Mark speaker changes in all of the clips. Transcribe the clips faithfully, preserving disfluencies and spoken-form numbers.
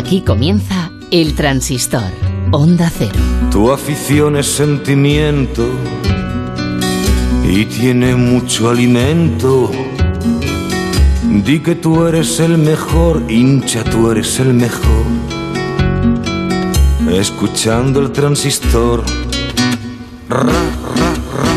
Speaker 1: Aquí comienza El Transistor, Onda Cero.
Speaker 2: Tu afición es sentimiento y tiene mucho alimento. Di que tú eres el mejor, hincha, tú eres el mejor. Escuchando El Transistor, ra, ra,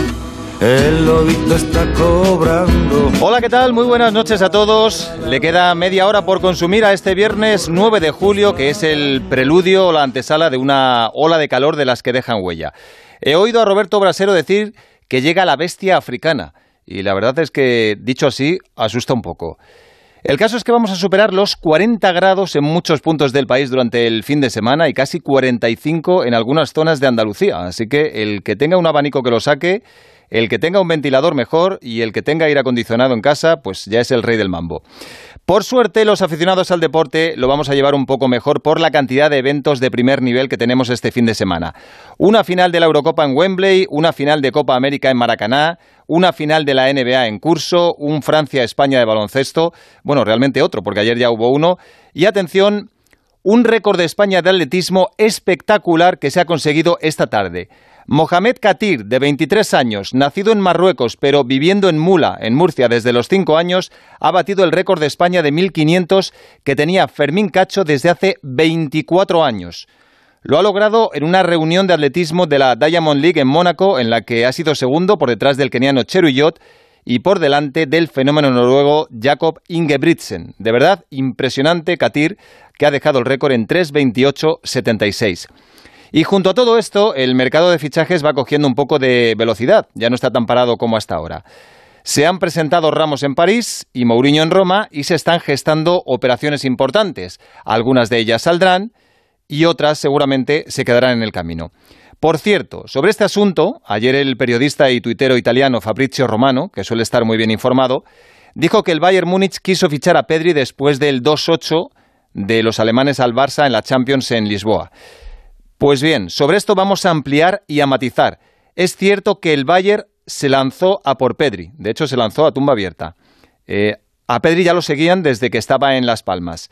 Speaker 2: ra, el lobito está cobrando.
Speaker 3: Hola, ¿qué tal? Muy buenas noches a todos. Le queda media hora por consumir a este viernes nueve de julio, que es el preludio o la antesala de una ola de calor de las que dejan huella. He oído a Roberto Brasero decir que llega la bestia africana. Y la verdad es que, dicho así, asusta un poco. El caso es que vamos a superar los cuarenta grados en muchos puntos del país durante el fin de semana y casi cuarenta y cinco en algunas zonas de Andalucía. Así que el que tenga un abanico que lo saque, el que tenga un ventilador mejor y el que tenga aire acondicionado en casa, pues ya es el rey del mambo. Por suerte, los aficionados al deporte lo vamos a llevar un poco mejor por la cantidad de eventos de primer nivel que tenemos este fin de semana. Una final de la Eurocopa en Wembley, una final de Copa América en Maracaná, una final de la N B A en curso, un Francia-España de baloncesto, bueno, realmente otro, porque ayer ya hubo uno, y atención, un récord de España de atletismo espectacular que se ha conseguido esta tarde. Mohamed Katir, de veintitrés años, nacido en Marruecos, pero viviendo en Mula, en Murcia, desde los cinco años, ha batido el récord de España de mil quinientos que tenía Fermín Cacho desde hace veinticuatro años. Lo ha logrado en una reunión de atletismo de la Diamond League en Mónaco, en la que ha sido segundo por detrás del keniano Cheruyot y por delante del fenómeno noruego Jakob Ingebrigtsen. De verdad, impresionante Katir, que ha dejado el récord en tres veintiocho setenta y seis. Y junto a todo esto, el mercado de fichajes va cogiendo un poco de velocidad, ya no está tan parado como hasta ahora. Se han presentado Ramos en París y Mourinho en Roma y se están gestando operaciones importantes. Algunas de ellas saldrán y otras seguramente se quedarán en el camino. Por cierto, sobre este asunto, ayer el periodista y tuitero italiano Fabrizio Romano, que suele estar muy bien informado, dijo que el Bayern Múnich quiso fichar a Pedri después del dos ocho de los alemanes al Barça en la Champions en Lisboa. Pues bien, sobre esto vamos a ampliar y a matizar. Es cierto que el Bayern se lanzó a por Pedri, de hecho se lanzó a tumba abierta. Eh, a Pedri ya lo seguían desde que estaba en Las Palmas.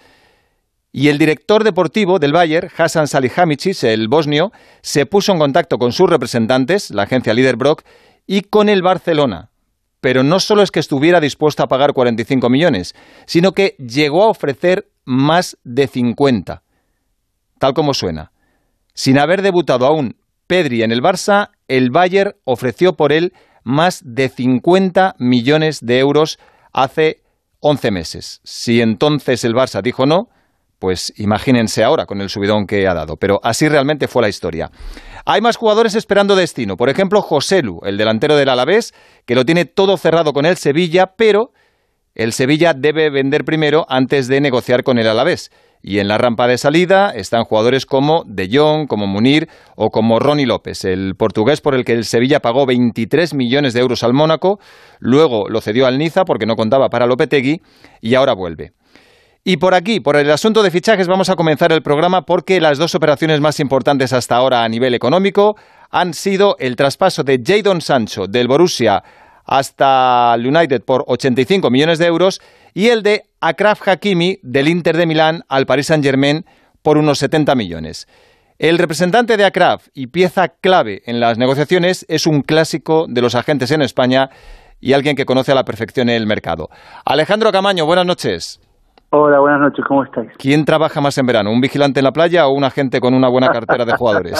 Speaker 3: Y el director deportivo del Bayern, Hasan Salihamidzic, el bosnio, se puso en contacto con sus representantes, la agencia Liderbrock, y con el Barcelona. Pero no solo es que estuviera dispuesto a pagar cuarenta y cinco millones, sino que llegó a ofrecer más de cincuenta. Tal como suena. Sin haber debutado aún Pedri en el Barça, el Bayern ofreció por él más de cincuenta millones de euros hace once meses. Si entonces el Barça dijo no, pues imagínense ahora con el subidón que ha dado. Pero así realmente fue la historia. Hay más jugadores esperando destino. Por ejemplo, Joselu, el delantero del Alavés, que lo tiene todo cerrado con el Sevilla, pero el Sevilla debe vender primero antes de negociar con el Alavés. Y en la rampa de salida están jugadores como De Jong, como Munir o como Ronnie López, el portugués por el que el Sevilla pagó veintitrés millones de euros al Mónaco, luego lo cedió al Niza porque no contaba para Lopetegui y ahora vuelve. Y por aquí, por el asunto de fichajes, vamos a comenzar el programa porque las dos operaciones más importantes hasta ahora a nivel económico han sido el traspaso de Jadon Sancho del Borussia hasta el United por ochenta y cinco millones de euros y el de Achraf Hakimi del Inter de Milán al Paris Saint-Germain por unos setenta millones. El representante de Achraf y pieza clave en las negociaciones es un clásico de los agentes en España y alguien que conoce a la perfección el mercado. Alejandro Camaño, buenas noches.
Speaker 4: Hola, buenas noches, ¿cómo estáis?
Speaker 3: ¿Quién trabaja más en verano, un vigilante en la playa o un agente con una buena cartera de jugadores?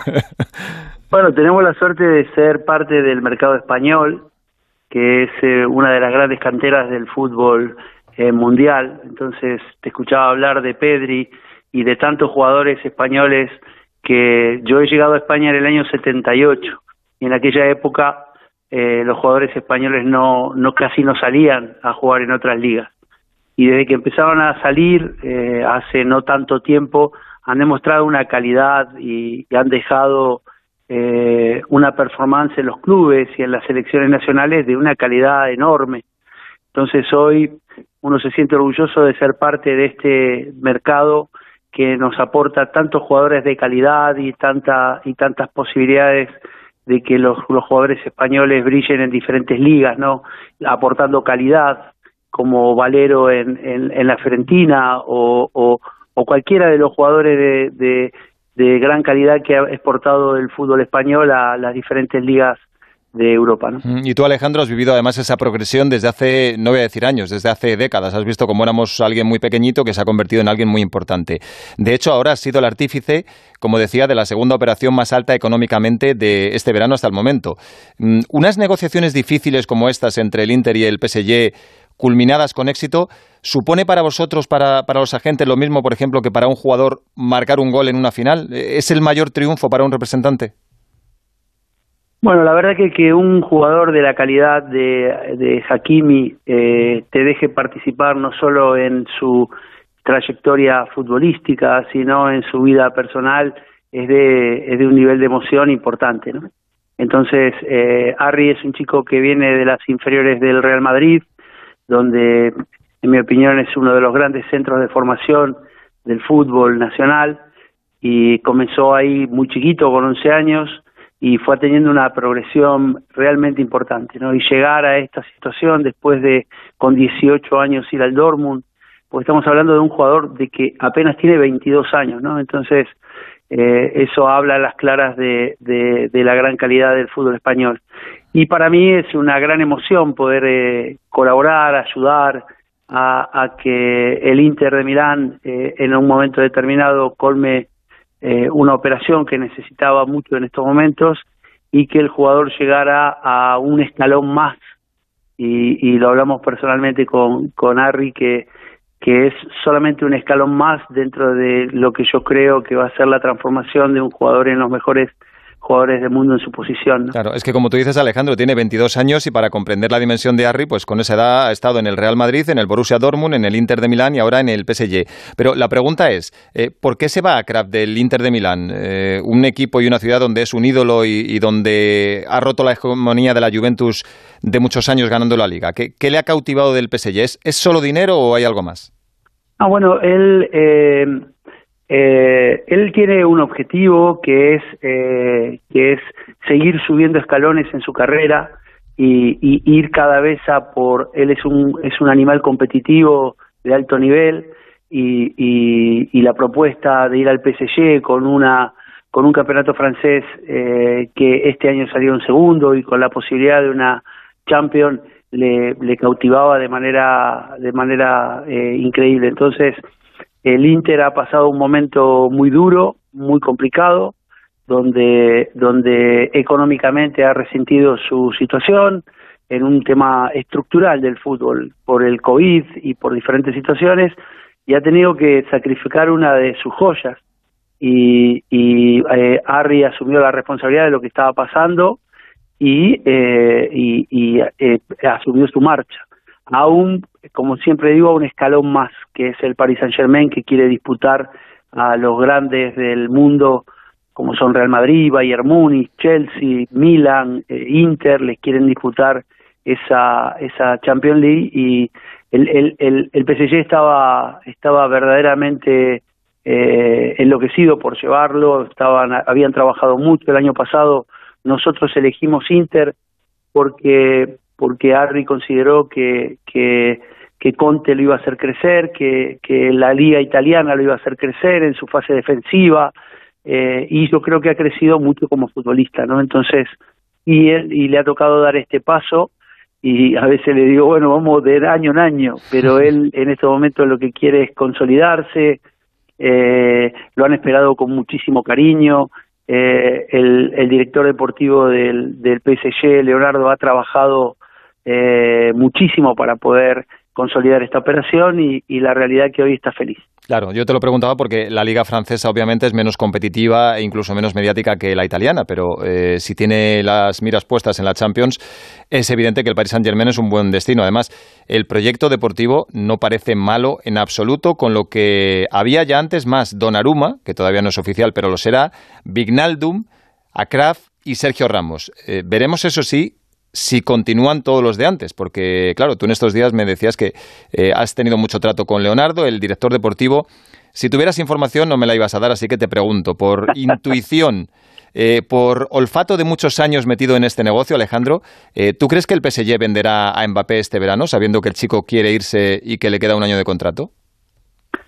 Speaker 4: Bueno, tenemos la suerte de ser parte del mercado español, que es eh, una de las grandes canteras del fútbol eh, mundial. Entonces te escuchaba hablar de Pedri y de tantos jugadores españoles que yo he llegado a España en el año setenta y ocho y en aquella época eh, los jugadores españoles no, no casi no salían a jugar en otras ligas. Y desde que empezaron a salir eh, hace no tanto tiempo han demostrado una calidad y, y han dejado Eh, una performance en los clubes y en las selecciones nacionales de una calidad enorme. Entonces hoy uno se siente orgulloso de ser parte de este mercado que nos aporta tantos jugadores de calidad y tanta y tantas posibilidades de que los, los jugadores españoles brillen en diferentes ligas, ¿no? Aportando calidad como Valero en, en, en la Fiorentina o, o, o cualquiera de los jugadores de, de, de gran calidad que ha exportado el fútbol español a las diferentes ligas de Europa, ¿no?
Speaker 3: Y tú, Alejandro, has vivido además esa progresión desde hace, no voy a decir años, desde hace décadas. Has visto cómo éramos alguien muy pequeñito que se ha convertido en alguien muy importante. De hecho, ahora has sido el artífice, como decía, de la segunda operación más alta económicamente de este verano hasta el momento. Unas negociaciones difíciles como estas entre el Inter y el P S G, culminadas con éxito, ¿supone para vosotros, para, para los agentes, lo mismo, por ejemplo, que para un jugador marcar un gol en una final? ¿Es el mayor triunfo para un representante?
Speaker 4: Bueno, la verdad que que un jugador de la calidad de, de Hakimi eh, te deje participar no solo en su trayectoria futbolística, sino en su vida personal, es de, es de un nivel de emoción importante, ¿no? Entonces, eh, Arri es un chico que viene de las inferiores del Real Madrid, donde, en mi opinión, es uno de los grandes centros de formación del fútbol nacional, y comenzó ahí muy chiquito, con once años, y fue teniendo una progresión realmente importante, ¿no? Y llegar a esta situación después de, con dieciocho años, ir al Dortmund, porque estamos hablando de un jugador de que apenas tiene veintidós años, ¿no? Entonces, eh, eso habla a las claras de, de, de la gran calidad del fútbol español. Y para mí es una gran emoción poder eh, colaborar, ayudar a, a que el Inter de Milán eh, en un momento determinado colme Eh, una operación que necesitaba mucho en estos momentos, y que el jugador llegara a un escalón más, y, y lo hablamos personalmente con, con Arri, que, que es solamente un escalón más dentro de lo que yo creo que va a ser la transformación de un jugador en los mejores jugadores del mundo en su posición, ¿no?
Speaker 3: Claro, es que como tú dices, Alejandro, tiene veintidós años, y para comprender la dimensión de Arri, pues con esa edad ha estado en el Real Madrid, en el Borussia Dortmund, en el Inter de Milán y ahora en el P S G. Pero la pregunta es, eh, ¿por qué se va a Kraft del Inter de Milán? Eh, un equipo y una ciudad donde es un ídolo y, y donde ha roto la hegemonía de la Juventus de muchos años ganando la Liga. ¿Qué, qué le ha cautivado del P S G? ¿Es, ¿Es solo dinero o hay algo más?
Speaker 4: Ah, bueno, él... Eh... Eh, él tiene un objetivo que es eh, que es seguir subiendo escalones en su carrera y, y ir cada vez a por él es un es un animal competitivo de alto nivel, y, y, y la propuesta de ir al P S G con una con un campeonato francés eh, que este año salió en segundo, y con la posibilidad de una Champions, le, le cautivaba de manera de manera eh, increíble. Entonces, el Inter ha pasado un momento muy duro, muy complicado, donde donde económicamente ha resentido su situación en un tema estructural del fútbol por el COVID y por diferentes situaciones, y ha tenido que sacrificar una de sus joyas, y, y eh, Arri asumió la responsabilidad de lo que estaba pasando, y, eh, y, y eh, asumió su marcha. Aún, como siempre digo, a un escalón más, que es el Paris Saint-Germain, que quiere disputar a los grandes del mundo, como son Real Madrid, Bayern Múnich, Chelsea, Milan, eh, Inter, les quieren disputar esa esa Champions League, y el el el, el P S G estaba estaba verdaderamente eh, enloquecido por llevarlo. Estaban habían trabajado mucho el año pasado. Nosotros elegimos Inter porque porque Arri consideró que, que, que Conte lo iba a hacer crecer, que, que la liga italiana lo iba a hacer crecer en su fase defensiva, eh, y yo creo que ha crecido mucho como futbolista, ¿no? Entonces, y él y le ha tocado dar este paso, y a veces le digo, bueno, vamos de año en año, pero él en este momento lo que quiere es consolidarse, eh, lo han esperado con muchísimo cariño. Eh, el, el director deportivo del, del P S G, Leonardo, ha trabajado eh, muchísimo para poder consolidar esta operación, y, y la realidad es que hoy está feliz.
Speaker 3: Claro, yo te lo preguntaba porque la liga francesa obviamente es menos competitiva e incluso menos mediática que la italiana, pero eh, si tiene las miras puestas en la Champions, es evidente que el Paris Saint-Germain es un buen destino. Además, el proyecto deportivo no parece malo en absoluto, con lo que había ya antes más Donnarumma, que todavía no es oficial, pero lo será, Wijnaldum, Akraf y Sergio Ramos. Eh, veremos, eso sí, si continúan todos los de antes, porque claro, tú en estos días me decías que eh, has tenido mucho trato con Leonardo, el director deportivo. Si tuvieras información no me la ibas a dar, así que te pregunto, por intuición, eh, por olfato de muchos años metido en este negocio, Alejandro, eh, ¿tú crees que el P S G venderá a Mbappé este verano, sabiendo que el chico quiere irse y que le queda un año de contrato?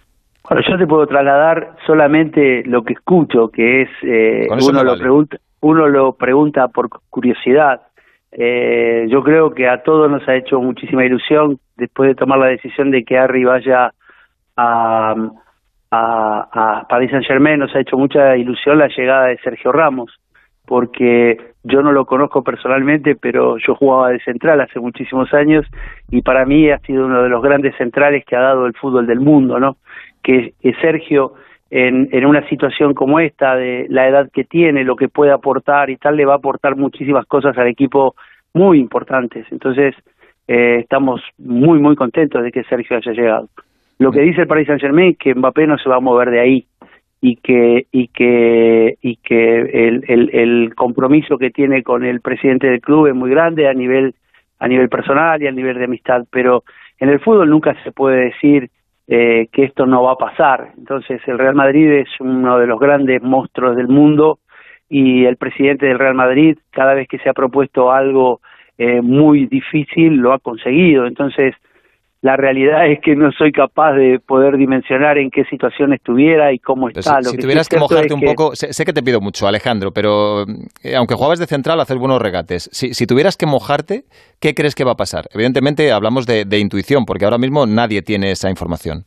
Speaker 4: Bueno, yo te puedo trasladar solamente lo que escucho, que es eh, uno lo vale. pregunta, uno lo pregunta por curiosidad. Eh, yo creo que a todos nos ha hecho muchísima ilusión después de tomar la decisión de que Harry vaya a, a, a Paris Saint-Germain. Nos ha hecho mucha ilusión la llegada de Sergio Ramos, porque yo no lo conozco personalmente, pero yo jugaba de central hace muchísimos años y para mí ha sido uno de los grandes centrales que ha dado el fútbol del mundo, ¿no? Que, que Sergio, en, en una situación como esta, de la edad que tiene, lo que puede aportar y tal, le va a aportar muchísimas cosas al equipo muy importantes. Entonces, eh, estamos muy, muy contentos de que Sergio haya llegado. Lo que dice el Paris Saint-Germain es que Mbappé no se va a mover de ahí y que y que y que el, el, el compromiso que tiene con el presidente del club es muy grande a nivel a nivel personal y a nivel de amistad, pero en el fútbol nunca se puede decir Eh, que esto no va a pasar. Entonces el Real Madrid es uno de los grandes monstruos del mundo y el presidente del Real Madrid, cada vez que se ha propuesto algo eh, muy difícil, lo ha conseguido. Entonces la realidad es que no soy capaz de poder dimensionar en qué situación estuviera y cómo está.
Speaker 3: Si,
Speaker 4: lo
Speaker 3: si
Speaker 4: que
Speaker 3: tuvieras que mojarte un
Speaker 4: que...
Speaker 3: poco, sé, sé que te pido mucho, Alejandro, pero eh, aunque jugabas de central, haces buenos regates. Si, si tuvieras que mojarte, ¿qué crees que va a pasar? Evidentemente hablamos de, de intuición, porque ahora mismo nadie tiene esa información.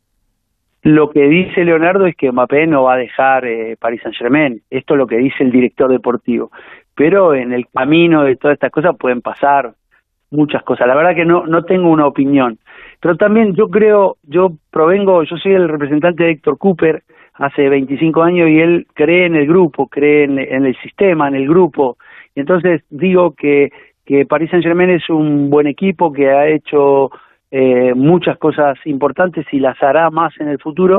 Speaker 4: Lo que dice Leonardo es que Mbappé no va a dejar eh, Paris Saint-Germain. Esto es lo que dice el director deportivo. Pero en el camino de todas estas cosas pueden pasar muchas cosas. La verdad que no no tengo una opinión. Pero también yo creo, yo provengo, yo soy el representante de Héctor Cooper hace veinticinco años y él cree en el grupo, cree en, en el sistema, en el grupo. Y entonces digo que, que Paris Saint-Germain es un buen equipo que ha hecho eh, muchas cosas importantes y las hará más en el futuro.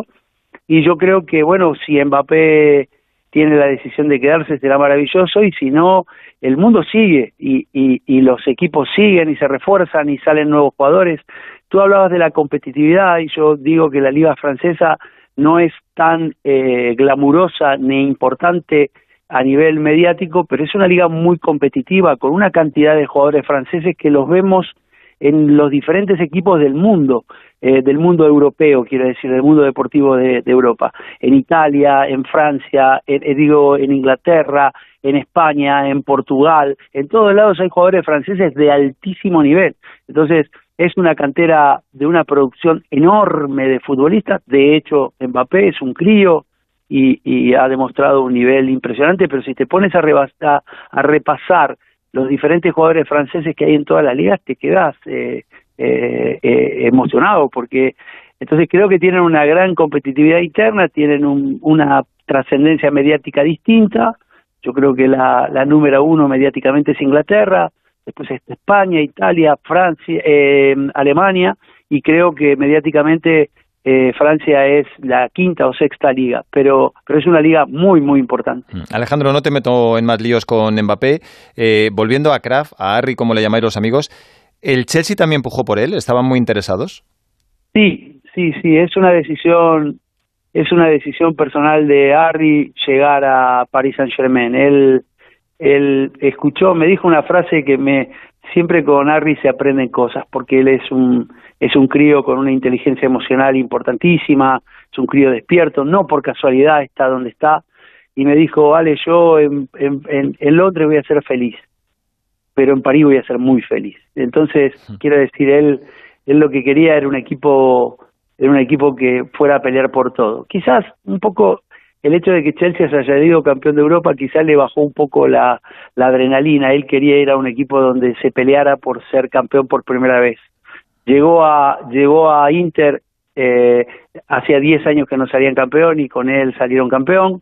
Speaker 4: Y yo creo que, bueno, si Mbappé tiene la decisión de quedarse será maravilloso, y si no, el mundo sigue y, y, y los equipos siguen y se refuerzan y salen nuevos jugadores. Tú hablabas de la competitividad y yo digo que la liga francesa no es tan eh, glamurosa ni importante a nivel mediático, pero es una liga muy competitiva con una cantidad de jugadores franceses que los vemos en los diferentes equipos del mundo, eh, del mundo europeo, quiero decir, del mundo deportivo de, de Europa, en Italia, en Francia, en, eh, digo, en Inglaterra, en España, en Portugal, en todos lados hay jugadores franceses de altísimo nivel. Entonces, es una cantera de una producción enorme de futbolistas. De hecho, Mbappé es un crío y, y ha demostrado un nivel impresionante, pero si te pones a, rebasar, a repasar los diferentes jugadores franceses que hay en todas las ligas, te quedas eh, eh, eh, emocionado, porque entonces creo que tienen una gran competitividad interna, tienen un, una trascendencia mediática distinta. Yo creo que la, la número uno mediáticamente es Inglaterra, después es España, Italia, Francia, eh, Alemania, y creo que mediáticamente eh, Francia es la quinta o sexta liga, pero pero es una liga muy, muy importante.
Speaker 3: Alejandro, no te meto en más líos con Mbappé. Eh, volviendo a Kraf, a Harry, como le llamáis los amigos, ¿el Chelsea también empujó por él? ¿Estaban muy interesados?
Speaker 4: Sí, sí, sí, es una decisión, es una decisión personal de Harry llegar a Paris Saint-Germain. Él, él escuchó, me dijo una frase que me siempre con Harry se aprenden cosas, porque él es un es un crío con una inteligencia emocional importantísima, es un crío despierto, no por casualidad está donde está, y me dijo, vale, yo en, en, en, en Londres voy a ser feliz, pero en París voy a ser muy feliz. Entonces, sí. quiero decir, él él lo que quería era un equipo era un equipo que fuera a pelear por todo. Quizás un poco el hecho de que Chelsea se haya ido campeón de Europa quizás le bajó un poco la, la adrenalina. Él quería ir a un equipo donde se peleara por ser campeón por primera vez. Llegó a llegó a Inter, eh, hacía diez años que no salían campeón y con él salieron campeón.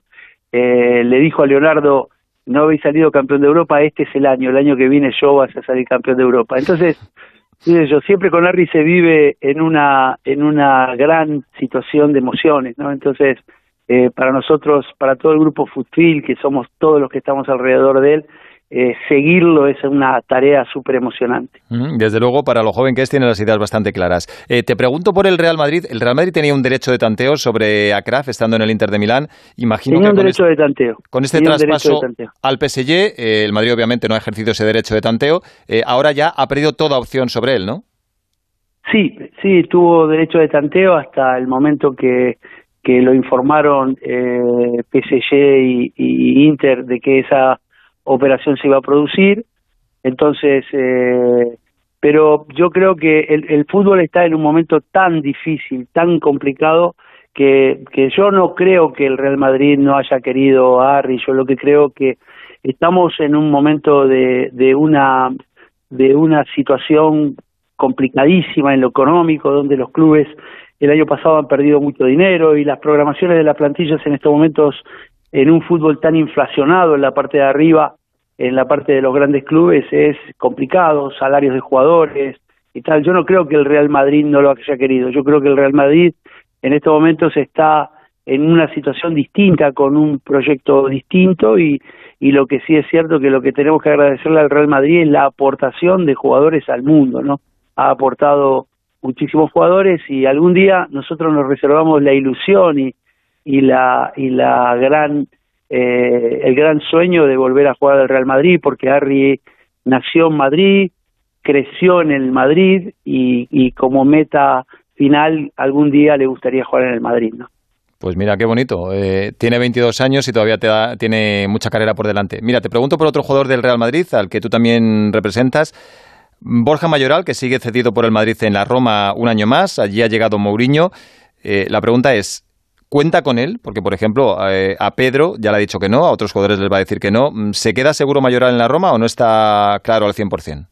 Speaker 4: Eh, le dijo a Leonardo, no habéis salido campeón de Europa, este es el año, el año que viene yo vas a salir campeón de Europa. Entonces, yo siempre con Harry se vive en una en una gran situación de emociones, ¿no? Entonces, eh, para nosotros, para todo el grupo Footfield, que somos todos los que estamos alrededor de él, eh, seguirlo es una tarea súper emocionante.
Speaker 3: Desde luego, para lo joven que es, tiene las ideas bastante claras. Eh, te pregunto por el Real Madrid. El Real Madrid tenía un derecho de tanteo sobre Akraf, estando en el Inter de Milán. Imagino
Speaker 4: tenía
Speaker 3: que
Speaker 4: un
Speaker 3: con
Speaker 4: derecho
Speaker 3: este,
Speaker 4: de tanteo.
Speaker 3: Con este
Speaker 4: tenía
Speaker 3: traspaso al P S G, eh, el Madrid obviamente no ha ejercido ese derecho de tanteo. Eh, ahora ya ha perdido toda opción sobre él, ¿no?
Speaker 4: Sí, sí, tuvo derecho de tanteo hasta el momento que, que lo informaron eh, P S G y, y Inter de que esa operación se iba a producir. Entonces, eh, pero yo creo que el, el fútbol está en un momento tan difícil, tan complicado, que, que yo no creo que el Real Madrid no haya querido a Harry. Yo lo que creo que estamos en un momento de, de una de una situación complicadísima en lo económico, donde los clubes el año pasado han perdido mucho dinero y las programaciones de las plantillas en estos momentos, en un fútbol tan inflacionado en la parte de arriba, en la parte de los grandes clubes, es complicado, salarios de jugadores y tal. Yo no creo que el Real Madrid no lo haya querido. Yo creo que el Real Madrid en estos momentos está en una situación distinta, con un proyecto distinto, y, y lo que sí es cierto que lo que tenemos que agradecerle al Real Madrid es la aportación de jugadores al mundo, ¿no? Ha aportado muchísimos jugadores y algún día nosotros nos reservamos la ilusión y, y la y la gran eh, el gran sueño de volver a jugar al Real Madrid, porque Harry nació en Madrid, creció en el Madrid y, y como meta final algún día le gustaría jugar en el Madrid, ¿no?
Speaker 3: Pues mira, qué bonito. Eh, tiene veintidós años y todavía te da, tiene mucha carrera por delante. Mira, te pregunto por otro jugador del Real Madrid, al que tú también representas, Borja Mayoral, que sigue cedido por el Madrid en la Roma un año más. Allí ha llegado Mourinho. Eh, la pregunta es, ¿cuenta con él? Porque, por ejemplo, eh, a Pedro ya le ha dicho que no, a otros jugadores les va a decir que no. ¿Se queda seguro Mayoral en la Roma o no está claro al cien por ciento?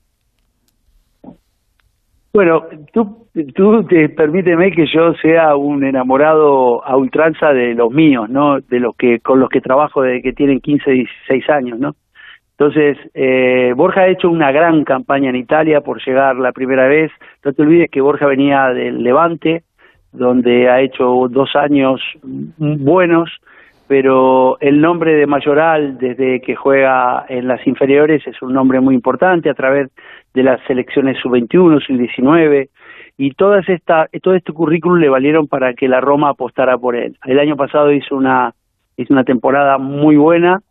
Speaker 4: Bueno, tú, tú te, permíteme que yo sea un enamorado a ultranza de los míos, ¿no? De los que con los que trabajo desde que tienen quince, dieciséis años, ¿no? Entonces, eh, Borja ha hecho una gran campaña en Italia por llegar la primera vez. No te olvides que Borja venía del Levante, donde ha hecho dos años buenos, pero el nombre de Mayoral desde que juega en las inferiores es un nombre muy importante a través de las selecciones sub veintiuno, sub diecinueve, y todas esta, todo este currículum le valieron para que la Roma apostara por él. El año pasado hizo una, hizo una temporada muy buena,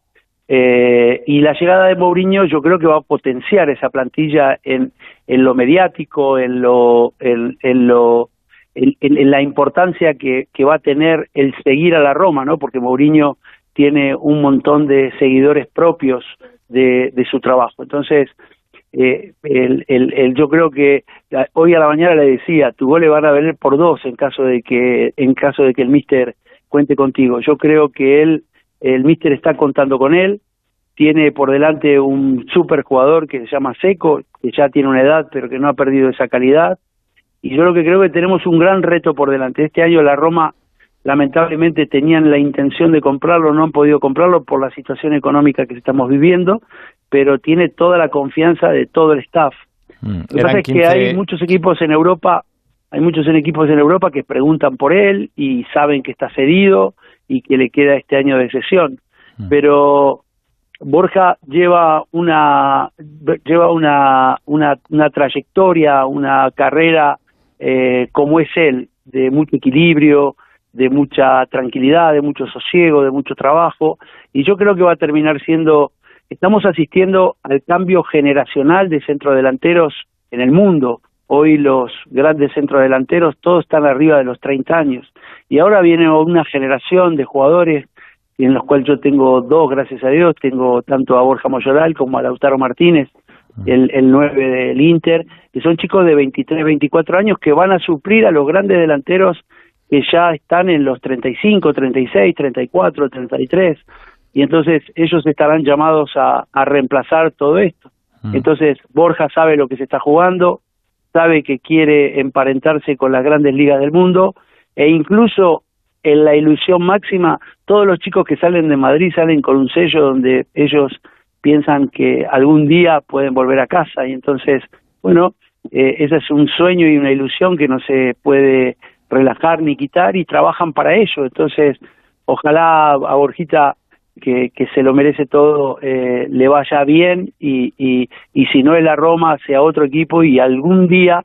Speaker 4: eh, y la llegada de Mourinho yo creo que va a potenciar esa plantilla en, en lo mediático, en lo, en, en lo En, en, en la importancia que, que va a tener el seguir a la Roma, ¿no? Porque Mourinho tiene un montón de seguidores propios de, de su trabajo. Entonces, eh, el, el, el, yo creo que hoy a la mañana le decía, tu gol le van a valer por dos en caso de que en caso de que el míster cuente contigo. Yo creo que él, el míster está contando con él. Tiene por delante un super jugador que se llama Seco, que ya tiene una edad, pero que no ha perdido esa calidad. Y yo lo que creo que tenemos un gran reto por delante. Este año la Roma, lamentablemente, tenían la intención de comprarlo, no han podido comprarlo por la situación económica que estamos viviendo, pero tiene toda la confianza de todo el staff. Mm, lo que pasa es que hay muchos equipos en Europa, hay muchos equipos en Europa que preguntan por él y saben que está cedido y que le queda este año de cesión. Mm. Pero Borja lleva una lleva una una, una trayectoria, una carrera eh, como es él, de mucho equilibrio, de mucha tranquilidad, de mucho sosiego, de mucho trabajo, y yo creo que va a terminar siendo, estamos asistiendo al cambio generacional de centrodelanteros en el mundo. Hoy los grandes centrodelanteros todos están arriba de los treinta años, y ahora viene una generación de jugadores en los cuales yo tengo dos, gracias a Dios, tengo tanto a Borja Mayoral como a Lautaro Martínez, el, el nueve del Inter, que son chicos de veintitrés, veinticuatro años que van a suplir a los grandes delanteros que ya están en los treinta y cinco, treinta y seis, treinta y cuatro, treinta y tres, y entonces ellos estarán llamados a, a reemplazar todo esto. Mm. Entonces Borja sabe lo que se está jugando, sabe que quiere emparentarse con las grandes ligas del mundo, e incluso en la ilusión máxima, todos los chicos que salen de Madrid salen con un sello donde ellos piensan que algún día pueden volver a casa, y entonces, bueno, eh, ese es un sueño y una ilusión que no se puede relajar ni quitar, y trabajan para ello. Entonces, ojalá a Borjita, que, que se lo merece todo, eh, le vaya bien, y, y, y si no es la Roma, sea otro equipo, y algún día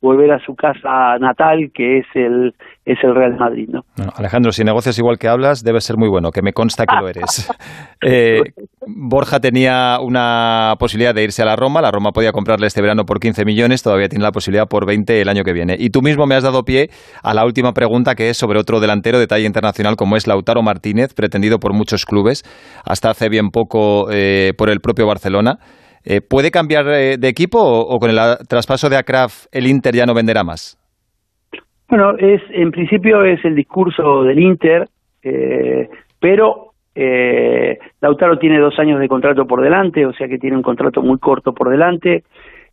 Speaker 4: volver a su casa natal, que es el es el Real Madrid, ¿no?
Speaker 3: Bueno, Alejandro, si negocias igual que hablas, debe ser muy bueno, que me consta que lo eres. eh, Borja tenía una posibilidad de irse a la Roma, la Roma podía comprarle este verano por quince millones, todavía tiene la posibilidad por veinte el año que viene. Y tú mismo me has dado pie a la última pregunta, que es sobre otro delantero de talla internacional como es Lautaro Martínez, pretendido por muchos clubes, hasta hace bien poco eh, por el propio Barcelona. Eh, ¿Puede cambiar eh, de equipo o, o con el a, traspaso de Akraf el Inter ya no venderá más?
Speaker 4: Bueno, es en principio es el discurso del Inter, eh, pero eh, Lautaro tiene dos años de contrato por delante, o sea que tiene un contrato muy corto por delante.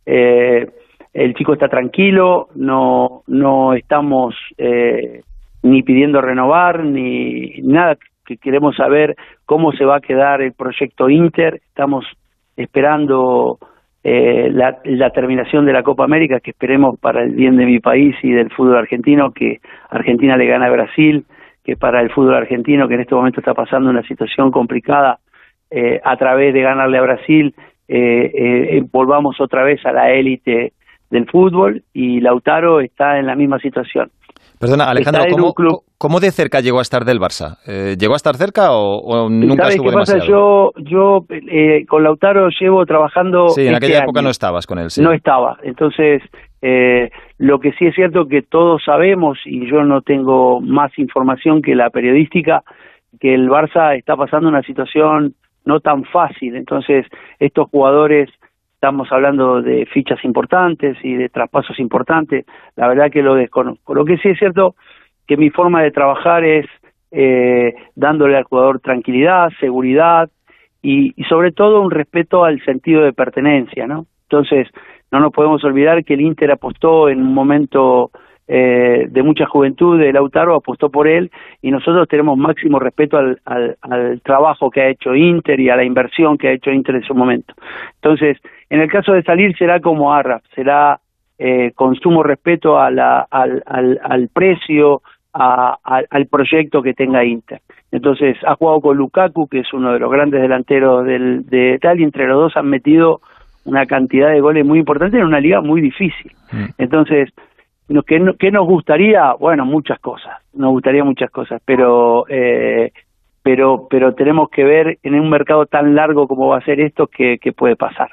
Speaker 4: Eh, el chico está tranquilo, no no estamos eh, ni pidiendo renovar ni nada, que queremos saber cómo se va a quedar el proyecto Inter. Estamos esperando eh, la, la terminación de la Copa América, que esperemos para el bien de mi país y del fútbol argentino, que Argentina le gane a Brasil, que para el fútbol argentino, que en este momento está pasando una situación complicada, eh, a través de ganarle a Brasil, eh, eh, volvamos otra vez a la élite del fútbol, y Lautaro está en la misma situación.
Speaker 3: Perdona, Alejandro, ¿cómo, ¿cómo de cerca llegó a estar del Barça? Eh, ¿Llegó a estar cerca o, o nunca
Speaker 4: ¿Sabes
Speaker 3: estuvo
Speaker 4: qué pasa?
Speaker 3: demasiado?
Speaker 4: Yo, yo eh, con Lautaro llevo trabajando.
Speaker 3: Sí, en
Speaker 4: este
Speaker 3: aquella época
Speaker 4: año.
Speaker 3: no estabas con él, sí.
Speaker 4: No estaba. Entonces, eh, lo que sí es cierto que todos sabemos, y yo no tengo más información que la periodística, que el Barça está pasando una situación no tan fácil. Entonces, estos jugadores, estamos hablando de fichas importantes y de traspasos importantes, la verdad que lo desconozco. Lo que sí es cierto que mi forma de trabajar es eh, dándole al jugador tranquilidad, seguridad y, y sobre todo un respeto al sentido de pertenencia, ¿no? Entonces, no nos podemos olvidar que el Inter apostó en un momento eh, de mucha juventud de Lautaro, apostó por él, y nosotros tenemos máximo respeto al, al, al trabajo que ha hecho Inter y a la inversión que ha hecho Inter en su momento. Entonces, en el caso de salir será como Arraf, será eh, con sumo respeto a la, al, al, al precio, a, a, al proyecto que tenga Inter. Entonces, ha jugado con Lukaku, que es uno de los grandes delanteros del, de tal, y entre los dos han metido una cantidad de goles muy importante en una liga muy difícil. Mm. Entonces, ¿qué, ¿qué nos gustaría? Bueno, muchas cosas, nos gustaría muchas cosas, pero... Eh, pero pero tenemos que ver en un mercado tan largo como va a ser esto qué puede pasar.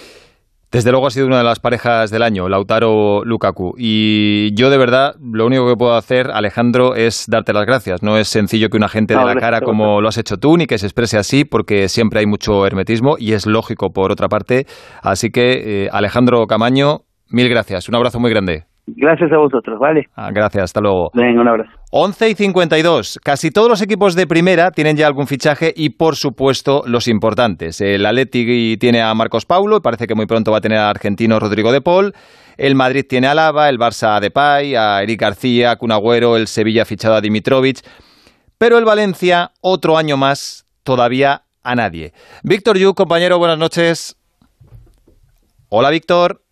Speaker 3: Desde luego ha sido una de las parejas del año, Lautaro-Lukaku. Y yo de verdad, lo único que puedo hacer, Alejandro, es darte las gracias. No es sencillo que una gente no, dé la cara como lo has hecho tú, ni que se exprese así, porque siempre hay mucho hermetismo y es lógico por otra parte. Así que, eh, Alejandro Camaño, mil gracias. Un abrazo muy grande.
Speaker 4: Gracias a vosotros, ¿vale?
Speaker 3: Ah, gracias, hasta luego.
Speaker 4: Venga, un abrazo.
Speaker 3: once y cincuenta y dos. Casi todos los equipos de primera tienen ya algún fichaje y, por supuesto, los importantes. El Atleti tiene a Marcos Paulo y parece que muy pronto va a tener al argentino Rodrigo de Paul. El Madrid tiene a Alaba, el Barça a Depay, a Eric García, a Kun Agüero, el Sevilla ha fichado a Dimitrovic. Pero el Valencia, otro año más, todavía a nadie. Víctor Yu, compañero, buenas noches. Hola, Víctor.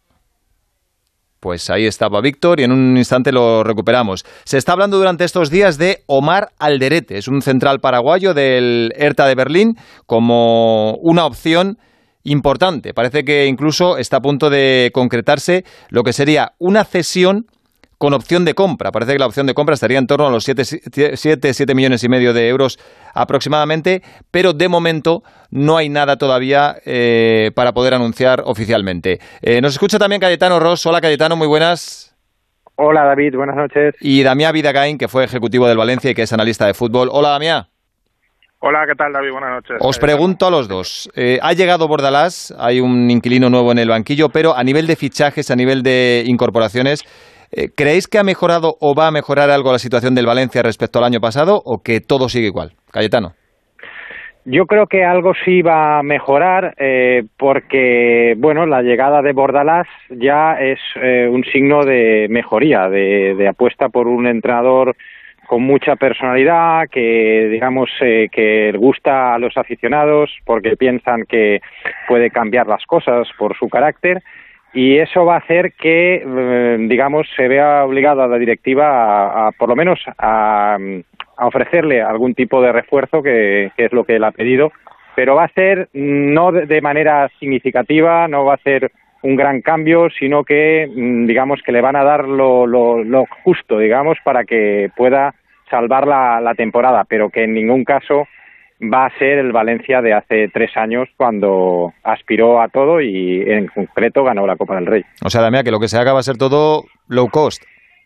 Speaker 3: Pues ahí estaba Víctor y en un instante lo recuperamos. Se está hablando durante estos días de Omar Alderete, es un central paraguayo del Hertha de Berlín, como una opción importante. Parece que incluso está a punto de concretarse lo que sería una cesión con opción de compra. Parece que la opción de compra estaría en torno a los siete millones y medio de euros aproximadamente, pero de momento no hay nada todavía eh, para poder anunciar oficialmente. Eh, nos escucha también Cayetano Ross. Hola, Cayetano, muy buenas.
Speaker 5: Hola, David, buenas noches.
Speaker 3: Y Damián Vidagain, que fue ejecutivo del Valencia y que es analista de fútbol. Hola, Damián.
Speaker 6: Hola, ¿qué tal, David? Buenas noches.
Speaker 3: Os pregunto a los dos. Eh, ha llegado Bordalás, hay un inquilino nuevo en el banquillo, pero a nivel de fichajes, a nivel de incorporaciones, eh, ¿creéis que ha mejorado o va a mejorar algo la situación del Valencia respecto al año pasado o que todo sigue igual? Cayetano.
Speaker 5: Yo creo que algo sí va a mejorar eh, porque, bueno, la llegada de Bordalás ya es eh, un signo de mejoría, de, de apuesta por un entrenador con mucha personalidad, que digamos eh, que gusta a los aficionados porque piensan que puede cambiar las cosas por su carácter, y eso va a hacer que, eh, digamos, se vea obligado a la directiva a, a por lo menos a, a ofrecerle algún tipo de refuerzo, que, que es lo que él ha pedido, pero va a ser no de, de manera significativa, no va a ser un gran cambio, sino que, digamos, que le van a dar lo, lo, lo justo, digamos, para que pueda salvar la, la temporada, pero que en ningún caso va a ser el Valencia de hace tres años cuando aspiró a todo y en concreto ganó la Copa del Rey.
Speaker 3: O sea, Damián, que lo que se haga va a ser todo low cost.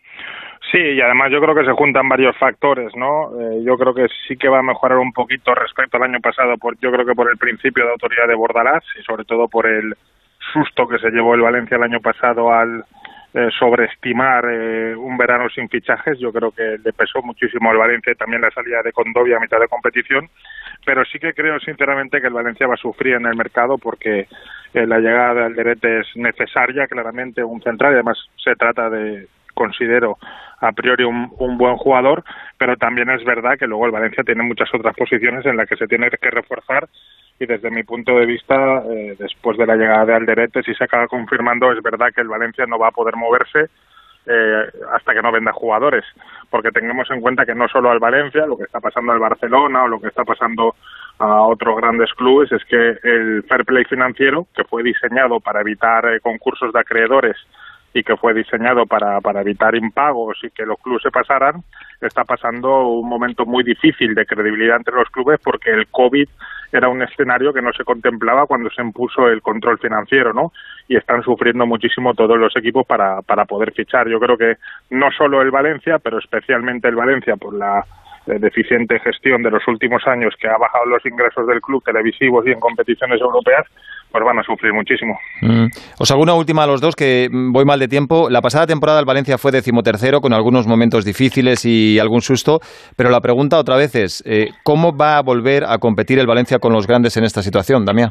Speaker 6: Sí, y además yo creo que se juntan varios factores, ¿no? Eh, yo creo que sí que va a mejorar un poquito respecto al año pasado, por, yo creo que por el principio de autoridad de Bordalás y sobre todo por el susto que se llevó el Valencia el año pasado al eh, sobreestimar eh, un verano sin fichajes. Yo creo que le pesó muchísimo al Valencia y también la salida de Condovia a mitad de competición, pero sí que creo sinceramente que el Valencia va a sufrir en el mercado porque eh, la llegada de Alderete es necesaria, claramente un central, y además se trata de, considero a priori un, un buen jugador, pero también es verdad que luego el Valencia tiene muchas otras posiciones en las que se tiene que reforzar y desde mi punto de vista, eh, después de la llegada de Alderete, si se acaba confirmando, es verdad que el Valencia no va a poder moverse eh, hasta que no venda jugadores, porque tengamos en cuenta que no solo al Valencia, lo que está pasando al Barcelona o lo que está pasando a otros grandes clubes es que el fair play financiero, que fue diseñado para evitar eh, concursos de acreedores y que fue diseñado para, para evitar impagos y que los clubes se pasaran, está pasando un momento muy difícil de credibilidad entre los clubes porque el COVID era un escenario que no se contemplaba cuando se impuso el control financiero, ¿no? Y están sufriendo muchísimo todos los equipos para, para poder fichar. Yo creo que no solo el Valencia, pero especialmente el Valencia por la eh, deficiente gestión de los últimos años que ha bajado los ingresos del club televisivos y en competiciones europeas, pues van a sufrir muchísimo. Mm.
Speaker 3: Os hago una última a los dos, que voy mal de tiempo. La pasada temporada el Valencia fue decimotercero, con algunos momentos difíciles y algún susto, pero la pregunta otra vez es, eh, ¿cómo va a volver a competir el Valencia con los grandes en esta situación, Damián?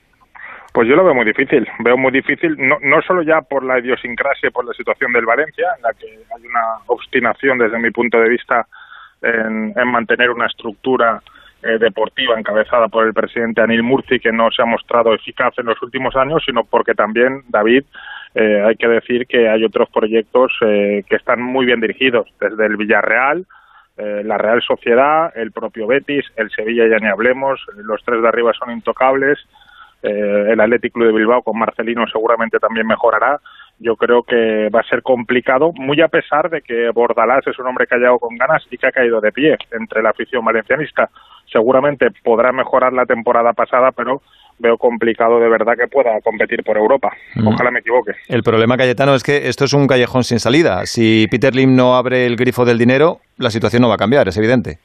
Speaker 6: Pues yo lo veo muy difícil, veo muy difícil, no, no solo ya por la idiosincrasia, por la situación del Valencia, en la que hay una obstinación desde mi punto de vista en, en mantener una estructura Eh, deportiva encabezada por el presidente Anil Murci, que no se ha mostrado eficaz en los últimos años, sino porque también, David, eh, hay que decir que hay otros proyectos eh, que están muy bien dirigidos, desde el Villarreal, eh, la Real Sociedad, el propio Betis, el Sevilla ya ni hablemos, los tres de arriba son intocables, eh, el Athletic Club de Bilbao con Marcelino seguramente también mejorará. Yo creo que va a ser complicado, muy a pesar de que Bordalás es un hombre que ha llegado con ganas y que ha caído de pie entre la afición valencianista. Seguramente podrá mejorar la temporada pasada, pero veo complicado de verdad que pueda competir por Europa. Ojalá me equivoque.
Speaker 3: El problema, Cayetano, es que esto es un callejón sin salida. Si Peter Lim no abre el grifo del dinero, la situación no va a cambiar, es evidente.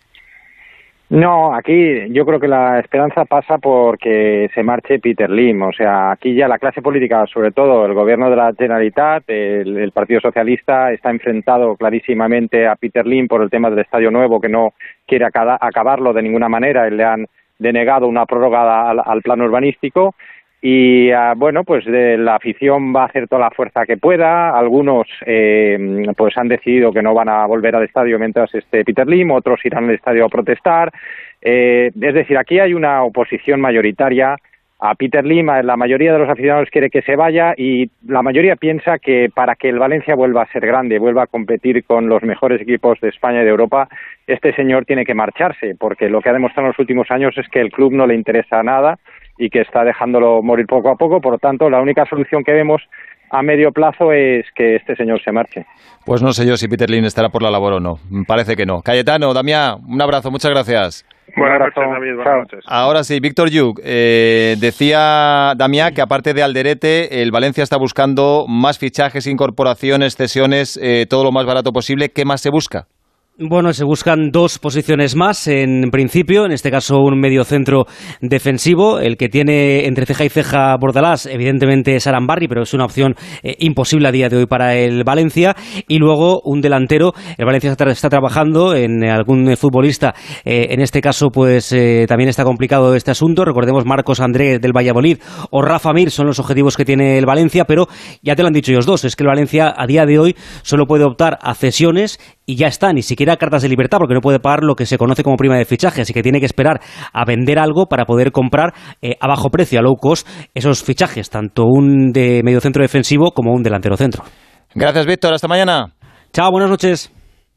Speaker 5: No, aquí yo creo que la esperanza pasa porque se marche Peter Lim. O sea, aquí ya la clase política, sobre todo el gobierno de la Generalitat, el, el Partido Socialista, está enfrentado clarísimamente a Peter Lim por el tema del Estadio Nuevo, que no quiere acaba, acabarlo de ninguna manera y le han denegado una prórroga al, al plan urbanístico. Y uh, bueno, pues de la afición va a hacer toda la fuerza que pueda. Algunos eh, pues han decidido que no van a volver al estadio mientras esté Peter Lim, otros irán al estadio a protestar. Eh, es decir, aquí hay una oposición mayoritaria a Peter Lim. La mayoría de los aficionados quiere que se vaya y la mayoría piensa que para que el Valencia vuelva a ser grande, vuelva a competir con los mejores equipos de España y de Europa, este señor tiene que marcharse, porque lo que ha demostrado en los últimos años es que el club no le interesa nada y que está dejándolo morir poco a poco. Por lo tanto, la única solución que vemos a medio plazo es que este señor se marche.
Speaker 3: Pues no sé yo si Peter Lim estará por la labor o no. Parece que no. Cayetano, Damián, un abrazo, muchas gracias.
Speaker 6: Buenas noches, David. Buenas noches.
Speaker 3: Ahora sí, Víctor Lluc, eh, decía Damián que aparte de Alderete, el Valencia está buscando más fichajes, incorporaciones, cesiones, eh, todo lo más barato posible. ¿Qué más se busca?
Speaker 7: Bueno, se buscan dos posiciones más en principio, en este caso un mediocentro defensivo, el que tiene entre ceja y ceja Bordalás, evidentemente es Arambarri, pero es una opción eh, imposible a día de hoy para el Valencia, y luego un delantero. El Valencia está, está trabajando en algún futbolista, eh, en este caso pues eh, también está complicado este asunto. Recordemos Marcos Andrés del Valladolid o Rafa Mir son los objetivos que tiene el Valencia, pero ya te lo han dicho ellos dos, es que el Valencia a día de hoy solo puede optar a cesiones y ya está, ni siquiera cartas de libertad, porque no puede pagar lo que se conoce como prima de fichaje, así que tiene que esperar a vender algo para poder comprar eh, a bajo precio, a low cost, esos fichajes, tanto un de mediocentro defensivo como un delantero centro.
Speaker 3: Gracias, Víctor, hasta mañana.
Speaker 7: Chao, buenas noches.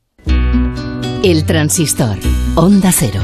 Speaker 1: El Transistor, Onda Cero.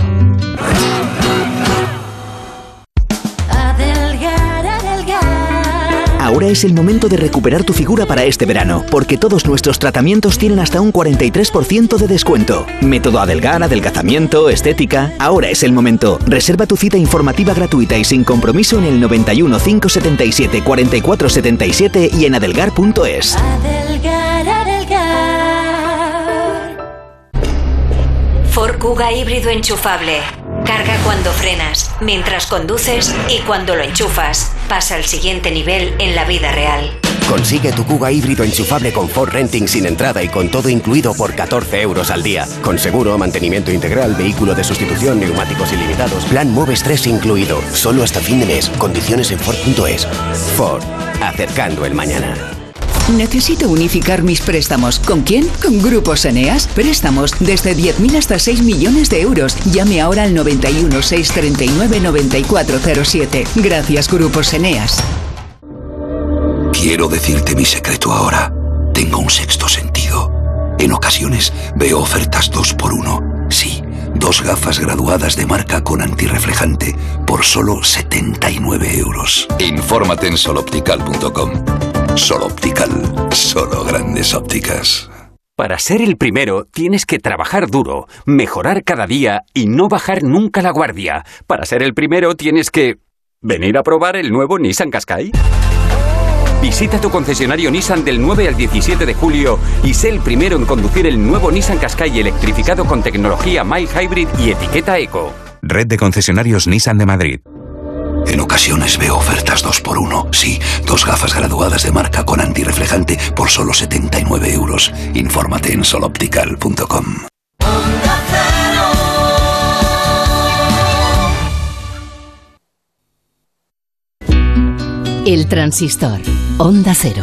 Speaker 8: Ahora es el momento de recuperar tu figura para este verano, porque todos nuestros tratamientos tienen hasta un cuarenta y tres por ciento de descuento. Método Adelgar, adelgazamiento, estética. Ahora es el momento. Reserva tu cita informativa gratuita y sin compromiso en el noventa y uno, cinco setenta y siete, cuarenta y cuatro setenta y siete y en adelgar punto es.
Speaker 9: Adelgar, Adelgar. Ford Kuga híbrido enchufable. Carga cuando frenas, mientras conduces y cuando lo enchufas. Pasa al siguiente nivel en la vida real.
Speaker 10: Consigue tu Kuga híbrido enchufable con Ford Renting sin entrada y con todo incluido por catorce euros al día. Con seguro, mantenimiento integral, vehículo de sustitución, neumáticos ilimitados, plan Moves tres incluido. Solo hasta fin de mes. Condiciones en Ford punto es. Ford, acercando el mañana.
Speaker 11: Necesito unificar mis préstamos. ¿Con quién? Con Grupos Eneas. Préstamos desde diez mil hasta seis millones de euros. Llame ahora al noventa y uno, seiscientos treinta y nueve, noventa y cuatro cero siete. Gracias, Grupos Eneas.
Speaker 12: Quiero decirte mi secreto ahora. Tengo un sexto sentido. En ocasiones veo ofertas dos por uno. Sí, dos gafas graduadas de marca con antirreflejante por solo setenta y nueve euros.
Speaker 13: Infórmate en soloptical punto com. Sol Optical, solo grandes ópticas.
Speaker 14: Para ser el primero, tienes que trabajar duro, mejorar cada día y no bajar nunca la guardia. Para ser el primero, tienes que... ¿venir a probar el nuevo Nissan Qashqai? Visita tu concesionario Nissan del nueve al diecisiete de julio y sé el primero en conducir el nuevo Nissan Qashqai electrificado con tecnología mild hybrid y etiqueta eco.
Speaker 15: Red de concesionarios Nissan de Madrid.
Speaker 12: En ocasiones veo ofertas dos por uno. Sí, dos gafas graduadas de marca con antirreflejante por solo setenta y nueve euros. Infórmate en soloptical punto com.
Speaker 1: El Transistor. Onda Cero.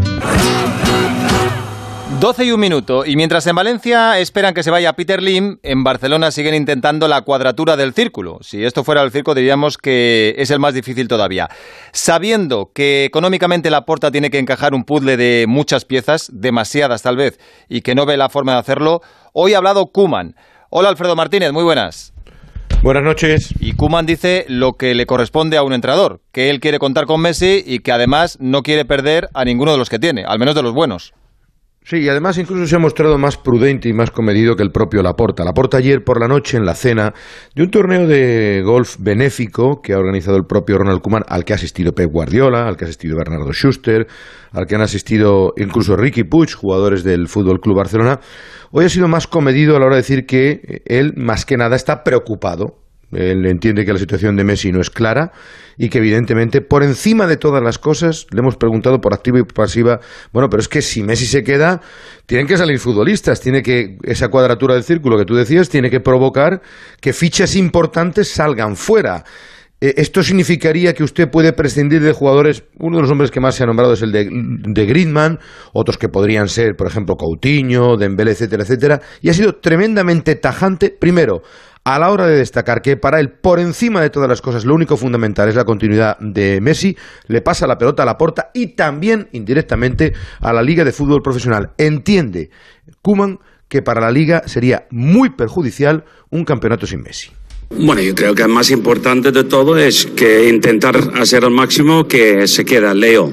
Speaker 3: doce y un minuto. Y mientras en Valencia esperan que se vaya Peter Lim, en Barcelona siguen intentando la cuadratura del círculo. Si esto fuera el circo, diríamos que es el más difícil todavía. Sabiendo que económicamente Laporta tiene que encajar un puzzle de muchas piezas, demasiadas tal vez, y que no ve la forma de hacerlo, hoy ha hablado Koeman. Hola, Alfredo Martínez, muy buenas.
Speaker 16: Buenas noches.
Speaker 3: Y Koeman dice lo que le corresponde a un entrenador, que él quiere contar con Messi y que además no quiere perder a ninguno de los que tiene, al menos de los buenos.
Speaker 16: Sí, y además incluso se ha mostrado más prudente y más comedido que el propio Laporta. Laporta ayer por la noche en la cena de un torneo de golf benéfico que ha organizado el propio Ronald Koeman, al que ha asistido Pep Guardiola, al que ha asistido Bernardo Schuster, al que han asistido incluso Riqui Puig, jugadores del F C Barcelona. Hoy ha sido más comedido a la hora de decir que él, más que nada, está preocupado. Él entiende que la situación de Messi no es clara y que evidentemente por encima de todas las cosas le hemos preguntado por activa y por pasiva, bueno, pero es que si Messi se queda tienen que salir futbolistas, tiene que esa cuadratura del círculo que tú decías tiene que provocar que fichas importantes salgan fuera. Esto significaría que usted puede prescindir de jugadores. Uno de los nombres que más se ha nombrado es el de, de Griezmann, otros que podrían ser, por ejemplo, Coutinho, Dembélé, etcétera, etcétera, y ha sido tremendamente tajante, primero, a la hora de destacar que para él, por encima de todas las cosas, lo único fundamental es la continuidad de Messi, le pasa la pelota a Laporta y también, indirectamente, a la Liga de Fútbol Profesional. Entiende Koeman que para la Liga sería muy perjudicial un campeonato sin Messi.
Speaker 17: Bueno, yo creo que el más importante de todo es que intentar hacer al máximo que se quede Leo.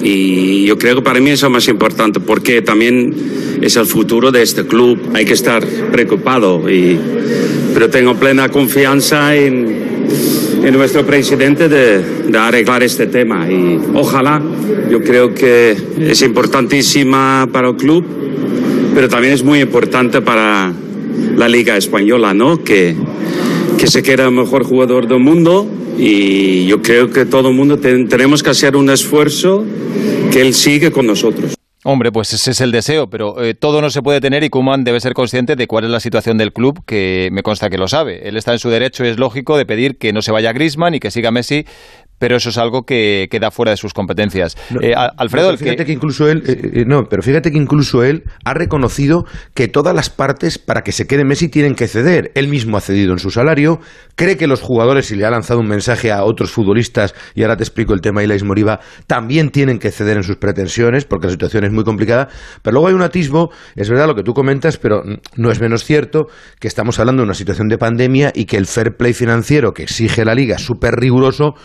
Speaker 17: Y yo creo que para mí eso es más importante porque también es el futuro de este club. Hay que estar preocupado, y, pero tengo plena confianza en, en nuestro presidente de, de arreglar este tema. Y ojalá, yo creo que es importantísima para el club, pero también es muy importante para la Liga Española, ¿no? Que que se quede el mejor jugador del mundo, y yo creo que todo el mundo ten, tenemos que hacer un esfuerzo que él sigue con nosotros.
Speaker 3: Hombre, pues ese es el deseo, pero eh, todo no se puede tener y Koeman debe ser consciente de cuál es la situación del club, que me consta que lo sabe. Él está en su derecho, es lógico, de pedir que no se vaya Griezmann y que siga Messi, pero eso es algo que queda fuera de sus competencias.
Speaker 16: No,
Speaker 3: eh, Alfredo,
Speaker 16: no,
Speaker 3: el
Speaker 16: fíjate
Speaker 3: que...
Speaker 16: que incluso él, eh, no, pero fíjate que incluso él ha reconocido que todas las partes para que se quede Messi tienen que ceder. Él mismo ha cedido en su salario, cree que los jugadores, y le ha lanzado un mensaje a otros futbolistas, y ahora te explico el tema Ilais Moriba, también tienen que ceder en sus pretensiones, porque la situación es muy complicada. Pero luego hay un atisbo, es verdad lo que tú comentas, pero no es menos cierto que estamos hablando de una situación de pandemia y que el fair play financiero que exige la Liga, súper riguroso, no es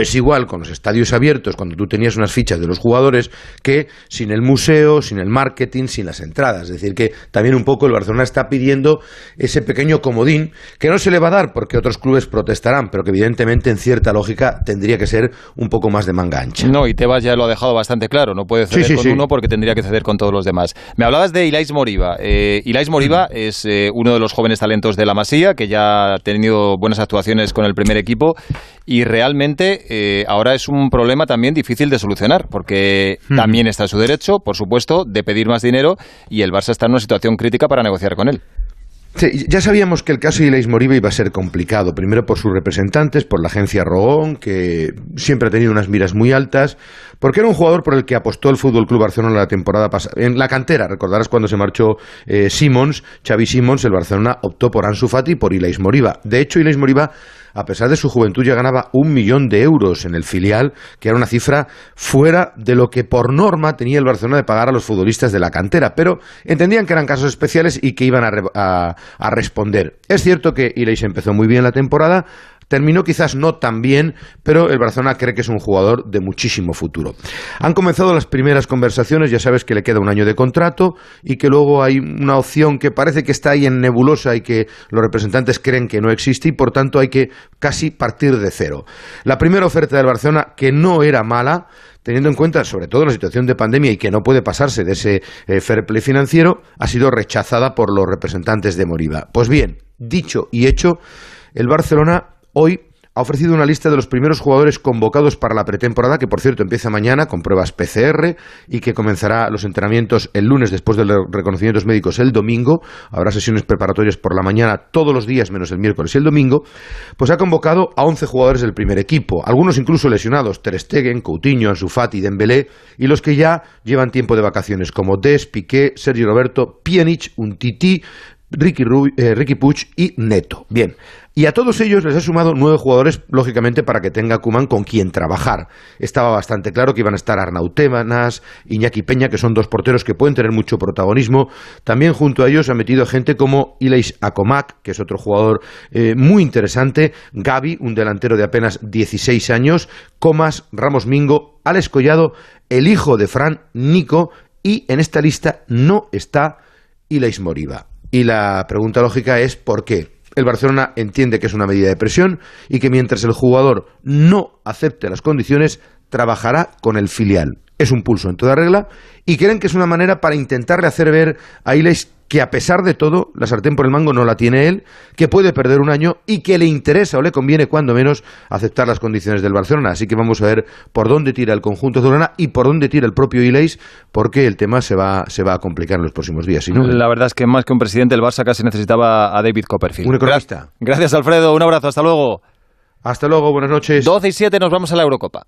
Speaker 16: es igual con los estadios abiertos, cuando tú tenías unas fichas de los jugadores, que sin el museo, sin el marketing, sin las entradas. Es decir, que también un poco el Barcelona está pidiendo ese pequeño comodín, que no se le va a dar porque otros clubes protestarán, pero que evidentemente en cierta lógica tendría que ser un poco más de manga ancha.
Speaker 3: No, y Tebas ya lo ha dejado bastante claro, no puede ceder sí, sí, con sí. uno porque tendría que ceder con todos los demás. Me hablabas de Ilais Moriba. Eh, Ilais Moriba mm. es eh, uno de los jóvenes talentos de la Masía, que ya ha tenido buenas actuaciones con el primer equipo, y realmente eh, ahora es un problema también difícil de solucionar, porque mm. también está en su derecho, por supuesto, de pedir más dinero, y el Barça está en una situación crítica para negociar con él.
Speaker 16: Sí, ya sabíamos que el caso de Ilais Moriba iba a ser complicado, primero por sus representantes, por la agencia Rogon, que siempre ha tenido unas miras muy altas, porque era un jugador por el que apostó el F C Barcelona la temporada pasada. En la cantera, recordarás cuando se marchó eh, Simons, Xavi Simons, el Barcelona optó por Ansu Fati y por Ilais Moriba. De hecho, Ilais Moriba, a pesar de su juventud, ya ganaba un millón de euros en el filial, que era una cifra fuera de lo que por norma tenía el Barcelona de pagar a los futbolistas de la cantera, pero entendían que eran casos especiales y que iban a, re, a, a responder. Es cierto que Ilais empezó muy bien la temporada, terminó quizás no tan bien, pero el Barcelona cree que es un jugador de muchísimo futuro. Han comenzado las primeras conversaciones, ya sabes que le queda un año de contrato y que luego hay una opción que parece que está ahí en nebulosa y que los representantes creen que no existe y por tanto hay que casi partir de cero. La primera oferta del Barcelona, que no era mala, teniendo en cuenta sobre todo la situación de pandemia y que no puede pasarse de ese eh, fair play financiero, ha sido rechazada por los representantes de Moriba. Pues bien, dicho y hecho, el Barcelona hoy ha ofrecido una lista de los primeros jugadores convocados para la pretemporada, que por cierto empieza mañana con pruebas P C R y que comenzará los entrenamientos el lunes después de los reconocimientos médicos el domingo. Habrá sesiones preparatorias por la mañana todos los días menos el miércoles y el domingo. Pues ha convocado a once jugadores del primer equipo, algunos incluso lesionados: Ter Stegen, Coutinho, Ansu Fati, Dembélé, y los que ya llevan tiempo de vacaciones como Dest, Piqué, Sergi Roberto, Pjanic, Umtiti, Ricky, Rub, eh, Ricky Puig y Neto. Bien, y a todos ellos les ha sumado nueve jugadores, lógicamente, para que tenga Koeman con quien trabajar. Estaba bastante claro que iban a estar Arnau Tebas, Iñaki Peña, que son dos porteros que pueden tener mucho protagonismo. También junto a ellos ha metido gente como Ilais Akomak, que es otro jugador eh, muy interesante, Gavi, un delantero de apenas dieciséis años, Comas, Ramos Mingo, Alex Collado, el hijo de Fran, Nico, y en esta lista no está Ilais Moriba. Y la pregunta lógica es ¿por qué? El Barcelona entiende que es una medida de presión y que mientras el jugador no acepte las condiciones, trabajará con el filial. Es un pulso en toda regla y creen que es una manera para intentarle hacer ver a Ilais que a pesar de todo, la sartén por el mango no la tiene él, que puede perder un año y que le interesa o le conviene cuando menos aceptar las condiciones del Barcelona. Así que vamos a ver por dónde tira el conjunto azulgrana y por dónde tira el propio Ilais, porque el tema se va, se va a complicar en los próximos días. ¿Sí, no?
Speaker 3: La verdad es que más que un presidente, el Barça casi necesitaba a David Copperfield.
Speaker 16: Un economista.
Speaker 3: Gracias, Alfredo. Un abrazo. Hasta luego.
Speaker 16: Hasta luego. Buenas noches.
Speaker 3: doce y siete, nos vamos a la Eurocopa.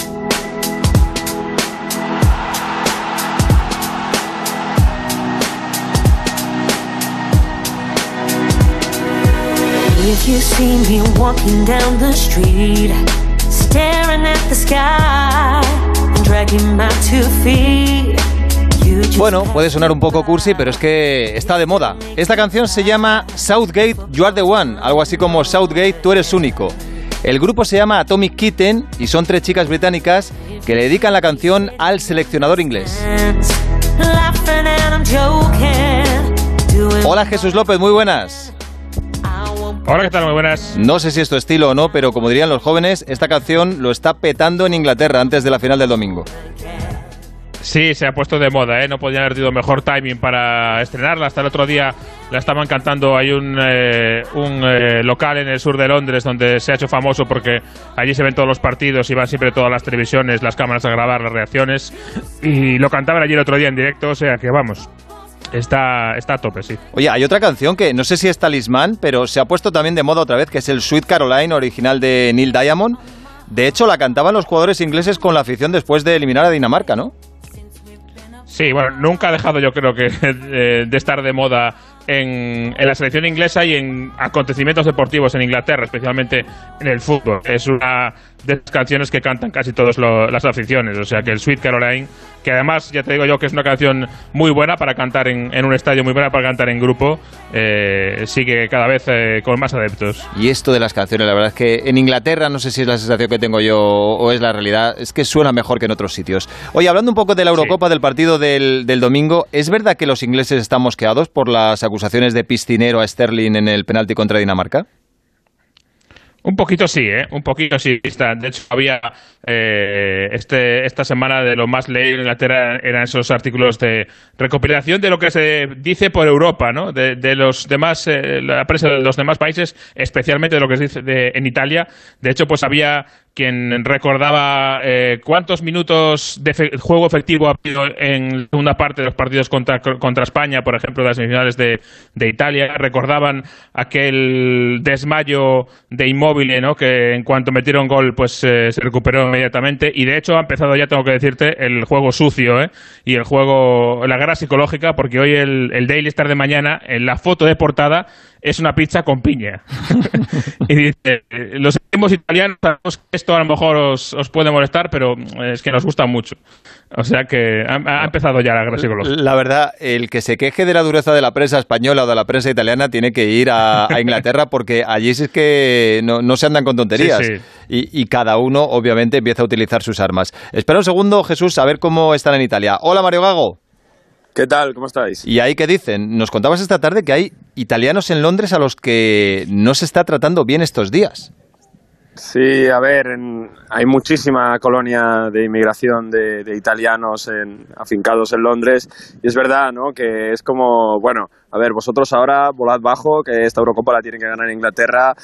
Speaker 18: If you see me walking down the street, staring at the sky, dragging my two feet.
Speaker 3: Bueno, puede sonar un poco cursi, pero es que está de moda. Esta canción se llama Southgate, You Are The One, algo así como Southgate, Tú Eres Único. El grupo se llama Atomic Kitten y son tres chicas británicas que le dedican la canción al seleccionador inglés. Hola, Jesús López, muy buenas.
Speaker 19: Hola, ¿qué tal? Muy buenas.
Speaker 3: No sé si es tu estilo o no, pero como dirían los jóvenes, esta canción lo está petando en Inglaterra antes de la final del domingo.
Speaker 19: Sí, se ha puesto de moda, ¿eh? No podían haber tenido mejor timing para estrenarla. Hasta el otro día la estaban cantando. Hay un, eh, un eh, local en el sur de Londres donde se ha hecho famoso porque allí se ven todos los partidos y van siempre todas las televisiones, las cámaras a grabar las reacciones. Y lo cantaban allí el otro día en directo, o sea que vamos... Está, está a tope, sí.
Speaker 3: Oye, hay otra canción que no sé si es talismán, pero se ha puesto también de moda otra vez, que es el Sweet Caroline, original de Neil Diamond. De hecho, la cantaban los jugadores ingleses con la afición después de eliminar a Dinamarca, ¿no?
Speaker 19: Sí, bueno, nunca ha dejado, yo creo que, de estar de moda en, en la selección inglesa y en acontecimientos deportivos en Inglaterra, especialmente en el fútbol. Es una de las canciones que cantan casi todas las aficiones, o sea que el Sweet Caroline, que además ya te digo yo que es una canción muy buena para cantar en, en un estadio, muy buena para cantar en grupo, eh, sigue cada vez eh, con más adeptos.
Speaker 3: Y esto de las canciones, la verdad es que en Inglaterra, no sé si es la sensación que tengo yo o es la realidad, es que suena mejor que en otros sitios. Oye, hablando un poco de la Eurocopa, sí, del partido del, del domingo, ¿es verdad que los ingleses están mosqueados por las acusaciones de piscinero a Sterling en el penalti contra Dinamarca?
Speaker 19: Un poquito sí, ¿eh? Un poquito sí. De hecho, había eh, este, esta semana de lo más leído en Inglaterra eran esos artículos de recopilación de lo que se dice por Europa, ¿no? De, de los demás, eh, la prensa de los demás países, especialmente de lo que se dice de, en Italia. De hecho, pues había quien recordaba eh, cuántos minutos de fe- juego efectivo ha habido en la segunda parte de los partidos contra, contra España, por ejemplo, de las semifinales de, de Italia. Recordaban aquel desmayo de Immobile, ¿no? Que en cuanto metieron gol, pues eh, se recuperó inmediatamente. Y de hecho ha empezado ya, tengo que decirte, el juego sucio, ¿eh? Y el juego, la guerra psicológica, porque hoy el, el Daily Star de mañana, en la foto de portada, es una pizza con piña. Y dice, los equipos italianos, sabemos que esto a lo mejor os, os puede molestar, pero es que nos gusta mucho. O sea que ha, ha empezado ya la guerra psicológica.
Speaker 3: La verdad, el que se queje de la dureza de la prensa española o de la prensa italiana tiene que ir a, a Inglaterra, porque allí es que no, no se andan con tonterías. Sí, sí. Y, y cada uno, obviamente, empieza a utilizar sus armas. Espera un segundo, Jesús, a ver cómo están en Italia. Hola, Mario Gago.
Speaker 20: ¿Qué tal? ¿Cómo estáis?
Speaker 3: ¿Y ahí qué dicen? Nos contabas esta tarde que hay italianos en Londres a los que no se está tratando bien estos días.
Speaker 20: Sí, a ver, en, hay muchísima colonia de inmigración de, de italianos en, afincados en Londres, y es verdad, ¿no?, que es como, bueno, a ver, vosotros ahora volad bajo, que esta Eurocopa la tienen que ganar Inglaterra,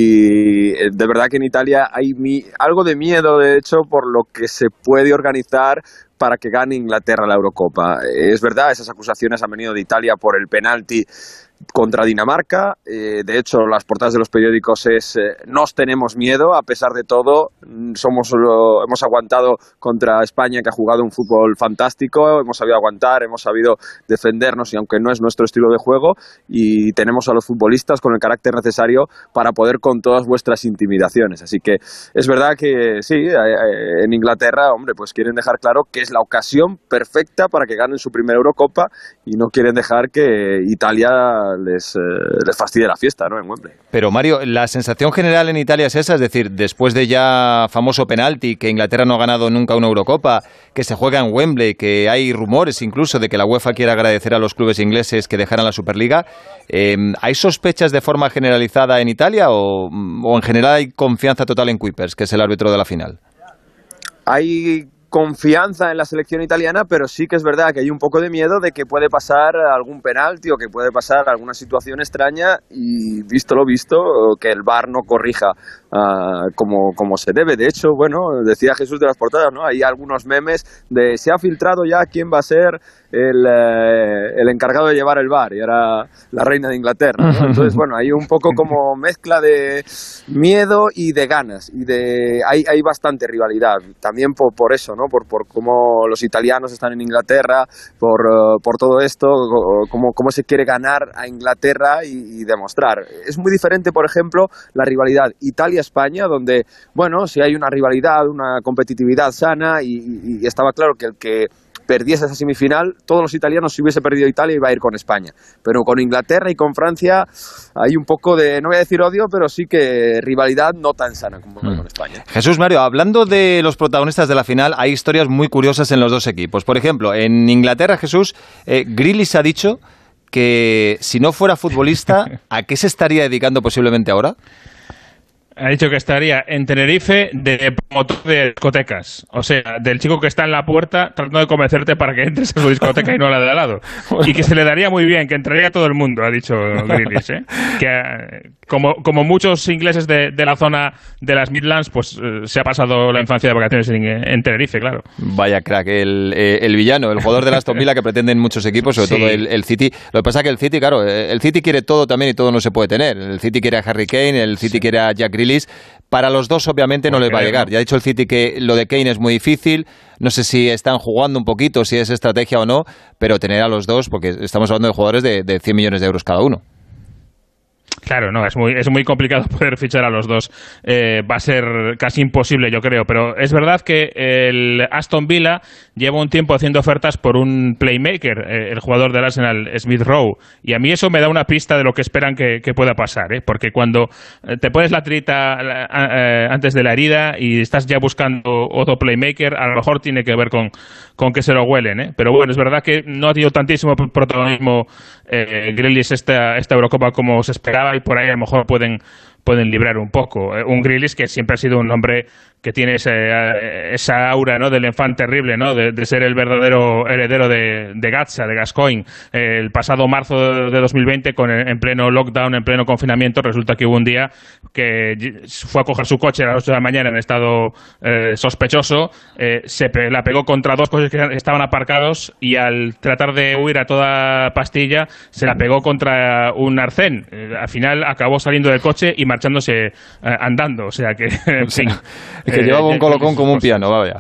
Speaker 20: y de verdad que en Italia hay mi, algo de miedo, de hecho, por lo que se puede organizar para que gane Inglaterra la Eurocopa. Es verdad, esas acusaciones han venido de Italia por el penalti contra Dinamarca. Eh, de hecho, las portadas de los periódicos es eh, nos tenemos miedo, a pesar de todo, somos lo, hemos aguantado contra España, que ha jugado un fútbol fantástico, hemos sabido aguantar, hemos sabido defendernos, y aunque no es nuestro estilo de juego, y tenemos a los futbolistas con el carácter necesario para poder con todas vuestras intimidaciones. Así que es verdad que sí, eh, en Inglaterra, hombre, pues quieren dejar claro que es la ocasión perfecta para que ganen su primera Eurocopa, y no quieren dejar que Italia les, eh, les fastidie la fiesta, ¿no?, en Wembley.
Speaker 3: Pero Mario, la sensación general en Italia es esa, es decir, después de ya famoso penalti, que Inglaterra no ha ganado nunca una Eurocopa, que se juega en Wembley, que hay rumores incluso de que la UEFA quiere agradecer a los clubes ingleses que dejaran la Superliga, eh, ¿hay sospechas de forma generalizada en Italia o, o en general hay confianza total en Kuipers, que es el árbitro de la final?
Speaker 20: Hay confianza en la selección italiana, pero sí que es verdad que hay un poco de miedo de que puede pasar algún penalti o que puede pasar alguna situación extraña, y visto lo visto, que el V A R no corrija uh, como, como se debe. De hecho, bueno, decía Jesús de las portadas, ¿no?, hay algunos memes de se ha filtrado ya quién va a ser el, eh, el encargado de llevar el V A R, y era la reina de Inglaterra, ¿no? Entonces, bueno, hay un poco como mezcla de miedo y de ganas, y de hay, hay bastante rivalidad, también por, por eso, ¿no? Por, por cómo los italianos están en Inglaterra, por, uh, por todo esto, cómo, cómo se quiere ganar a Inglaterra y, y demostrar. Es muy diferente, por ejemplo, la rivalidad Italia-España, donde, bueno, si hay una rivalidad, una competitividad sana, y, y, y estaba claro que el que perdiese esa semifinal, todos los italianos, si hubiese perdido Italia, iba a ir con España. Pero con Inglaterra y con Francia hay un poco de, no voy a decir odio, pero sí que rivalidad no tan sana como mm. con España.
Speaker 3: Jesús, Mario, hablando de los protagonistas de la final, hay historias muy curiosas en los dos equipos. Por ejemplo, en Inglaterra, Jesús, eh, Grealish ha dicho que si no fuera futbolista, ¿a qué se estaría dedicando posiblemente ahora?
Speaker 19: Ha dicho que estaría en Tenerife de promotor de discotecas. O sea, del chico que está en la puerta tratando de convencerte para que entres en su discoteca y no la de al lado. Y que se le daría muy bien, que entraría todo el mundo, ha dicho Grealish, ¿eh? Que como, como muchos ingleses de, de la zona de las Midlands, pues eh, se ha pasado la infancia de vacaciones en, en Tenerife, claro.
Speaker 3: Vaya crack, el, eh, el villano, el jugador de la Aston Villa que pretenden muchos equipos, sobre sí. todo el, el City. Lo que pasa es que el City, claro, el City quiere todo también y todo no se puede tener. El City quiere a Harry Kane, el City sí. quiere a Jack Grealish, Grealish. Para los dos, obviamente, no les va a llegar. Ya ha dicho el City que lo de Kane es muy difícil. No sé si están jugando un poquito, si es estrategia o no, pero tener a los dos, porque estamos hablando de jugadores de, de cien millones de euros cada uno.
Speaker 19: Claro, no, es muy, es muy complicado poder fichar a los dos. Eh, va a ser casi imposible, yo creo. Pero es verdad que el Aston Villa lleva un tiempo haciendo ofertas por un playmaker, eh, el jugador del Arsenal, Smith Rowe. Y a mí eso me da una pista de lo que esperan que, que pueda pasar, ¿eh? Porque cuando te pones la trita eh, antes de la herida y estás ya buscando otro playmaker, a lo mejor tiene que ver con, con que se lo huelen, ¿eh? Pero bueno, es verdad que no ha tenido tantísimo protagonismo eh, Grealish esta, esta Eurocopa como se esperaba, y por ahí a lo mejor pueden, pueden librar un poco. Un Grealish que siempre ha sido un hombre que tiene ese, esa aura, ¿no?, del enfant terrible, ¿no?, de, de ser el verdadero heredero de, de Gatza, de Gascoigne. El pasado marzo de dos mil veinte, con, en pleno lockdown, en pleno confinamiento, resulta que hubo un día que fue a coger su coche a las ocho de la mañana en estado eh, sospechoso, eh, se pe- la pegó contra dos coches que estaban aparcados, y al tratar de huir a toda pastilla se la pegó contra un arcén. Eh, al final acabó saliendo del coche y marchándose eh, andando, o sea que, en fin.
Speaker 3: Que llevaba un colocón como un piano, vaya.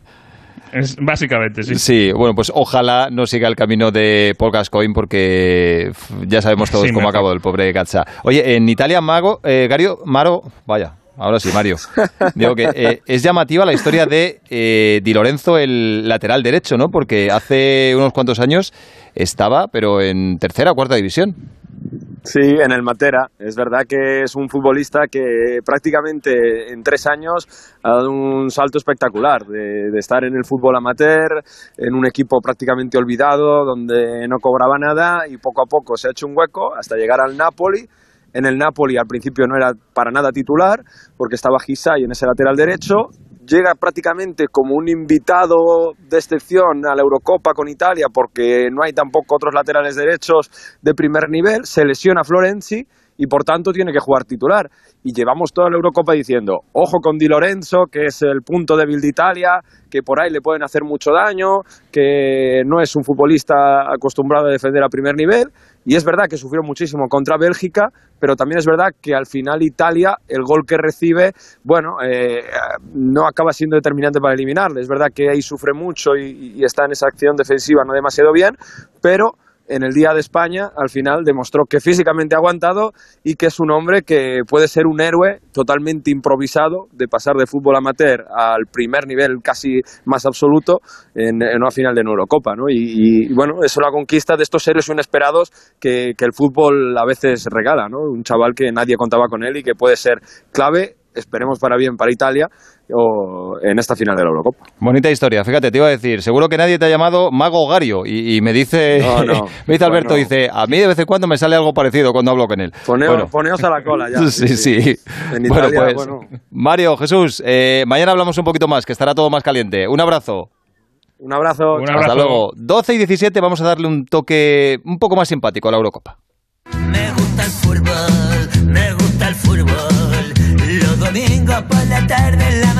Speaker 19: Es, básicamente, sí.
Speaker 3: Sí, bueno, pues ojalá no siga el camino de Paul Gascoigne, porque ya sabemos todos sí, cómo acabó el pobre Gatza. Oye, en Italia, Mago, eh, Gario, Maro, vaya, ahora sí, Mario. Digo que eh, es llamativa la historia de eh, Di Lorenzo, el lateral derecho, ¿no? Porque hace unos cuantos años estaba, pero en tercera o cuarta división.
Speaker 20: Sí, en el Matera. Es verdad que es un futbolista que prácticamente en tres años ha dado un salto espectacular de, de estar en el fútbol amateur, en un equipo prácticamente olvidado, donde no cobraba nada, y poco a poco se ha hecho un hueco hasta llegar al Napoli. En el Napoli al principio no era para nada titular, porque estaba Gisai en ese lateral derecho. Llega prácticamente como un invitado de excepción a la Eurocopa con Italia, porque no hay tampoco otros laterales derechos de primer nivel. Se lesiona Florenzi y por tanto tiene que jugar titular. Y llevamos toda la Eurocopa diciendo, ojo con Di Lorenzo, que es el punto débil de Italia, que por ahí le pueden hacer mucho daño, que no es un futbolista acostumbrado a defender a primer nivel. Y es verdad que sufrió muchísimo contra Bélgica, pero también es verdad que al final Italia, el gol que recibe, bueno, eh, no acaba siendo determinante para eliminarle. Es verdad que ahí sufre mucho y, y está en esa acción defensiva no demasiado bien, pero en el día de España, al final demostró que físicamente ha aguantado y que es un hombre que puede ser un héroe totalmente improvisado, de pasar de fútbol amateur al primer nivel casi más absoluto en, en una final de una Eurocopa, ¿no? Y, y bueno, es una conquista de estos héroes inesperados que, que el fútbol a veces regala, ¿no? Un chaval que nadie contaba con él y que puede ser clave, esperemos para bien para Italia, o en esta final de la Eurocopa.
Speaker 3: Bonita historia, fíjate, te iba a decir, seguro que nadie te ha llamado Mago Gario, y, y me dice no, no. me dice Alberto, bueno. dice, a mí de vez en cuando me sale algo parecido cuando hablo con él.
Speaker 20: Poneo, bueno. Poneos a la cola ya.
Speaker 3: sí, sí. sí.
Speaker 20: En
Speaker 3: bueno,
Speaker 20: Italia,
Speaker 3: pues,
Speaker 20: bueno.
Speaker 3: Mario, Jesús, eh, mañana hablamos un poquito más, que estará todo más caliente. Un abrazo.
Speaker 20: Un abrazo.
Speaker 19: Un abrazo.
Speaker 3: Hasta luego. doce y diecisiete, vamos a darle un toque un poco más simpático a la Eurocopa.
Speaker 21: Me gusta el fútbol, me gusta el fútbol. Los domingos por la tarde en la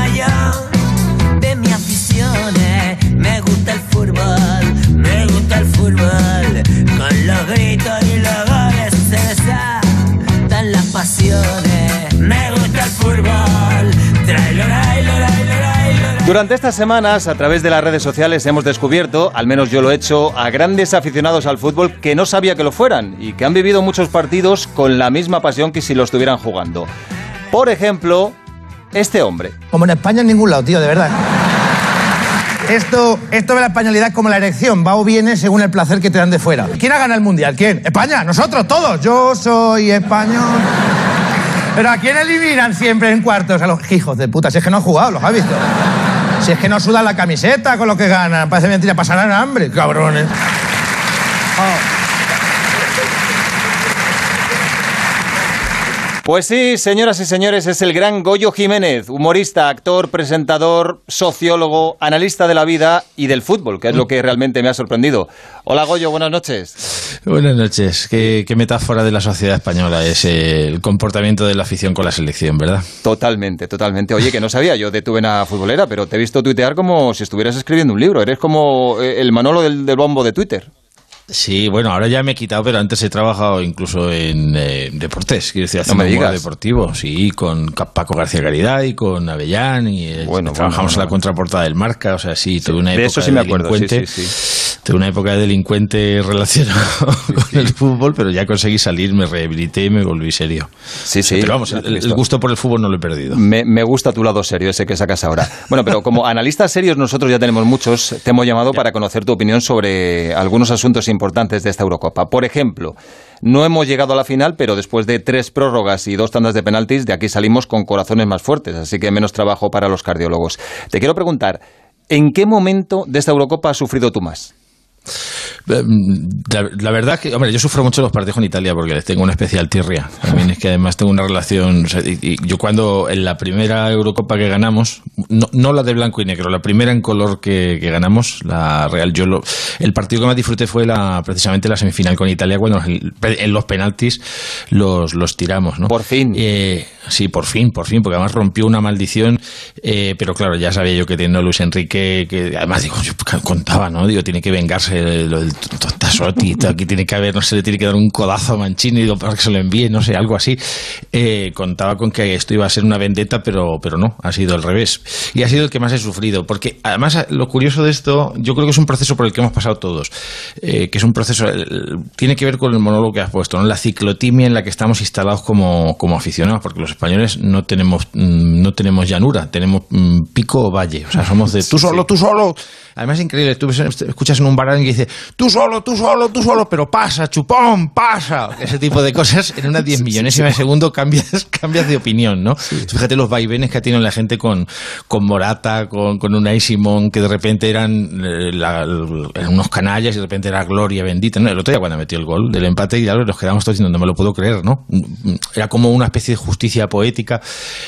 Speaker 21: mayor de mi aficiones. Me gusta el fútbol, me gusta el fútbol. Con los gritos y los goles se desatan las pasiones. Me gusta el fútbol. Trailo, trailo, trailo, trailo.
Speaker 3: Durante estas semanas, a través de las redes sociales, hemos descubierto, al menos yo lo he hecho, a grandes aficionados al fútbol que no sabía que lo fueran y que han vivido muchos partidos con la misma pasión que si lo estuvieran jugando. Por ejemplo, este hombre.
Speaker 22: Como en España en ningún lado, tío, de verdad. Esto, esto de la españolidad es como la erección, va o viene según el placer que te dan de fuera. ¿Quién ha ganado el Mundial? ¿Quién? España, nosotros, todos. Yo soy español. Pero ¿a quién eliminan siempre en cuartos? A los hijos de puta, si es que no han jugado, los has visto. Si es que no sudan la camiseta con lo que ganan, parece mentira, pasarán hambre, cabrones. Oh.
Speaker 3: Pues sí, señoras y señores, es el gran Goyo Jiménez, humorista, actor, presentador, sociólogo, analista de la vida y del fútbol, que es lo que realmente me ha sorprendido. Hola Goyo, buenas noches.
Speaker 23: Buenas noches. Qué, qué metáfora de la sociedad española es el comportamiento de la afición con la selección, ¿verdad?
Speaker 3: Totalmente, totalmente. Oye, que no sabía yo de tu vena futbolera, pero te he visto tuitear como si estuvieras escribiendo un libro. Eres como el Manolo del, del bombo de Twitter.
Speaker 23: Sí, bueno, ahora ya me he quitado, pero antes he trabajado incluso en eh, deportes, quiero decir, haciendo
Speaker 3: no
Speaker 23: humor deportivo, sí, con Paco García Caridad y con Avellán, y eh, bueno, trabajamos bueno, bueno. en la contraportada del Marca, o sea, sí, tuve una época de eso sí me acuerdo, sí, sí, sí. Tuve una época de delincuente relacionado sí, con sí. el fútbol, pero ya conseguí salir, me rehabilité y me volví serio.
Speaker 3: Sí, sí.
Speaker 23: Pero vamos, el, el gusto por el fútbol no lo he perdido.
Speaker 3: Me, me gusta tu lado serio, ese que sacas ahora. Bueno, pero como analistas serios nosotros ya tenemos muchos, te hemos llamado ya. para conocer tu opinión sobre algunos asuntos importantes de esta Eurocopa. Por ejemplo, no hemos llegado a la final, pero después de tres prórrogas y dos tandas de penaltis, de aquí salimos con corazones más fuertes, así que menos trabajo para los cardiólogos. Te quiero preguntar, ¿en qué momento de esta Eurocopa has sufrido tú más?
Speaker 23: La, la verdad es que, hombre, yo sufro mucho los partidos con Italia porque les tengo una especial tirria. También es que además tengo una relación. O sea, y, y yo cuando en la primera Eurocopa que ganamos, no, no la de blanco y negro, la primera en color que, que ganamos, la Real, yo lo, el partido que más disfruté fue la, precisamente la semifinal con Italia, cuando en los penaltis los, los tiramos, ¿no?
Speaker 3: Por fin.
Speaker 23: Eh, sí, por fin, por fin, porque además rompió una maldición. Eh, pero claro, ya sabía yo que teniendo a Luis Enrique, que además digo, yo contaba, ¿no? Digo, tiene que vengarse lo del Tasotti, aquí tiene que haber, no sé, le tiene que dar un codazo a Mancini digo, para que se lo envíe, no sé, algo así. Eh, contaba con que esto iba a ser una vendetta, pero, pero no, ha sido al revés. Y ha sido el que más he sufrido, porque además lo curioso de esto, yo creo que es un proceso por el que hemos pasado todos, eh, que es un proceso, el, tiene que ver con el monólogo que has puesto, ¿no? La ciclotimia en la que estamos instalados como, como aficionados, porque los españoles no tenemos, no tenemos llanura, tenemos pico o valle, o sea, somos de tú solo, tú solo. Además es increíble, tú escuchas en un bar alguien que dice tú solo, tú solo, tú solo, pero pasa, chupón, pasa. Ese tipo de cosas, en una diez millonésima de segundo cambias, cambias de opinión, ¿no? Sí. Fíjate los vaivenes que ha tenido la gente con, con Morata, con, con Unai Simón, que de repente eran, eh, la, eran unos canallas y de repente era gloria bendita, ¿no? El otro día cuando metió el gol del empate y ya nos quedamos todos diciendo, no me lo puedo creer, ¿no? Era como una especie de justicia poética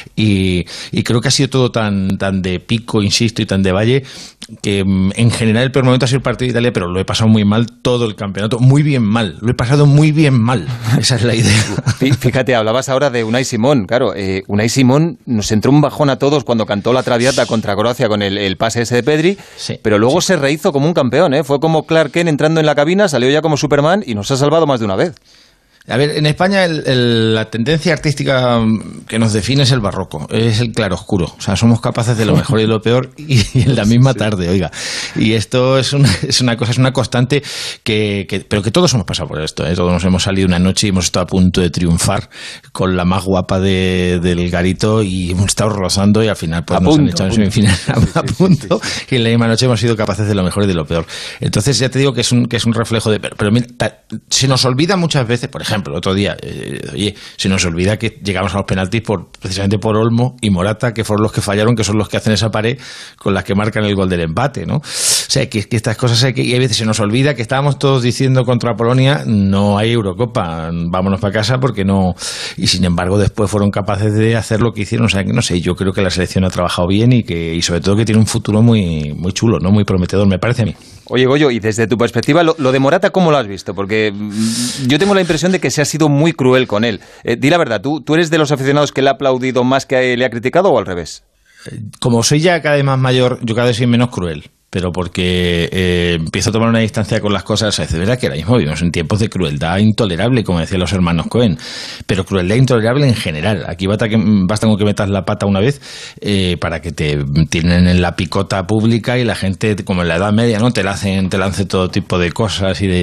Speaker 23: y, y creo que ha sido todo tan, tan de pico, insisto, y tan de valle, que en general el peor momento ha sido el partido de Italia, pero lo he pasado muy mal todo el campeonato, muy bien mal, lo he pasado muy bien mal, esa es la idea.
Speaker 3: Fíjate, hablabas ahora de Unai Simón, claro, eh, Unai Simón nos entró un bajón a todos cuando cantó la Traviata contra Croacia con el, el pase ese de Pedri, sí, pero luego sí. se rehizo como un campeón, ¿eh? Fue como Clark Kent entrando en la cabina, salió ya como Superman y nos ha salvado más de una vez.
Speaker 23: A ver, en España el, el, la tendencia artística que nos define es el barroco, es el claroscuro. O sea, somos capaces de lo mejor y de lo peor y, y en la misma tarde, oiga. Y esto es una, es una cosa, es una constante que, que pero que todos hemos pasado por esto, ¿eh? Todos nos hemos salido una noche y hemos estado a punto de triunfar con la más guapa de, del garito y hemos estado rozando y al final pues
Speaker 3: a
Speaker 23: nos
Speaker 3: punto,
Speaker 23: han echado en semifinal a, a punto sí, sí, sí, sí. Y en la misma noche hemos sido capaces de lo mejor y de lo peor. Entonces ya te digo que es un, que es un reflejo de... Pero, pero mira, ta, se nos olvida muchas veces, por ejemplo, el otro día, eh, oye, se nos olvida que llegamos a los penaltis por precisamente por Olmo y Morata, que fueron los que fallaron, que son los que hacen esa pared con las que marcan el gol del empate, ¿no? O sea, que, que estas cosas hay que, y a veces se nos olvida que estábamos todos diciendo contra Polonia, no hay Eurocopa, vámonos para casa porque no... Y sin embargo después fueron capaces de hacer lo que hicieron, o sea, que no sé, yo creo que la selección ha trabajado bien y que y sobre todo que tiene un futuro muy, muy chulo, ¿no? Muy prometedor, me parece a mí.
Speaker 3: Oye, Goyo, y desde tu perspectiva, lo, lo de Morata, ¿cómo lo has visto? Porque yo tengo la impresión de que se ha sido muy cruel con él. Eh, di la verdad, ¿tú, ¿tú eres de los aficionados que le ha aplaudido más que le ha criticado o al revés?
Speaker 23: Como soy ya cada vez más mayor, yo cada vez soy menos cruel. Pero porque eh, empiezo a tomar una distancia con las cosas. Es verdad que ahora mismo vivimos en tiempos de crueldad intolerable, como decían los hermanos Cohen, pero crueldad intolerable en general. Aquí basta, que, basta con que metas la pata una vez eh, para que te tienen en la picota pública y la gente, como en la Edad Media, ¿no? te lancen, te lance todo tipo de cosas y de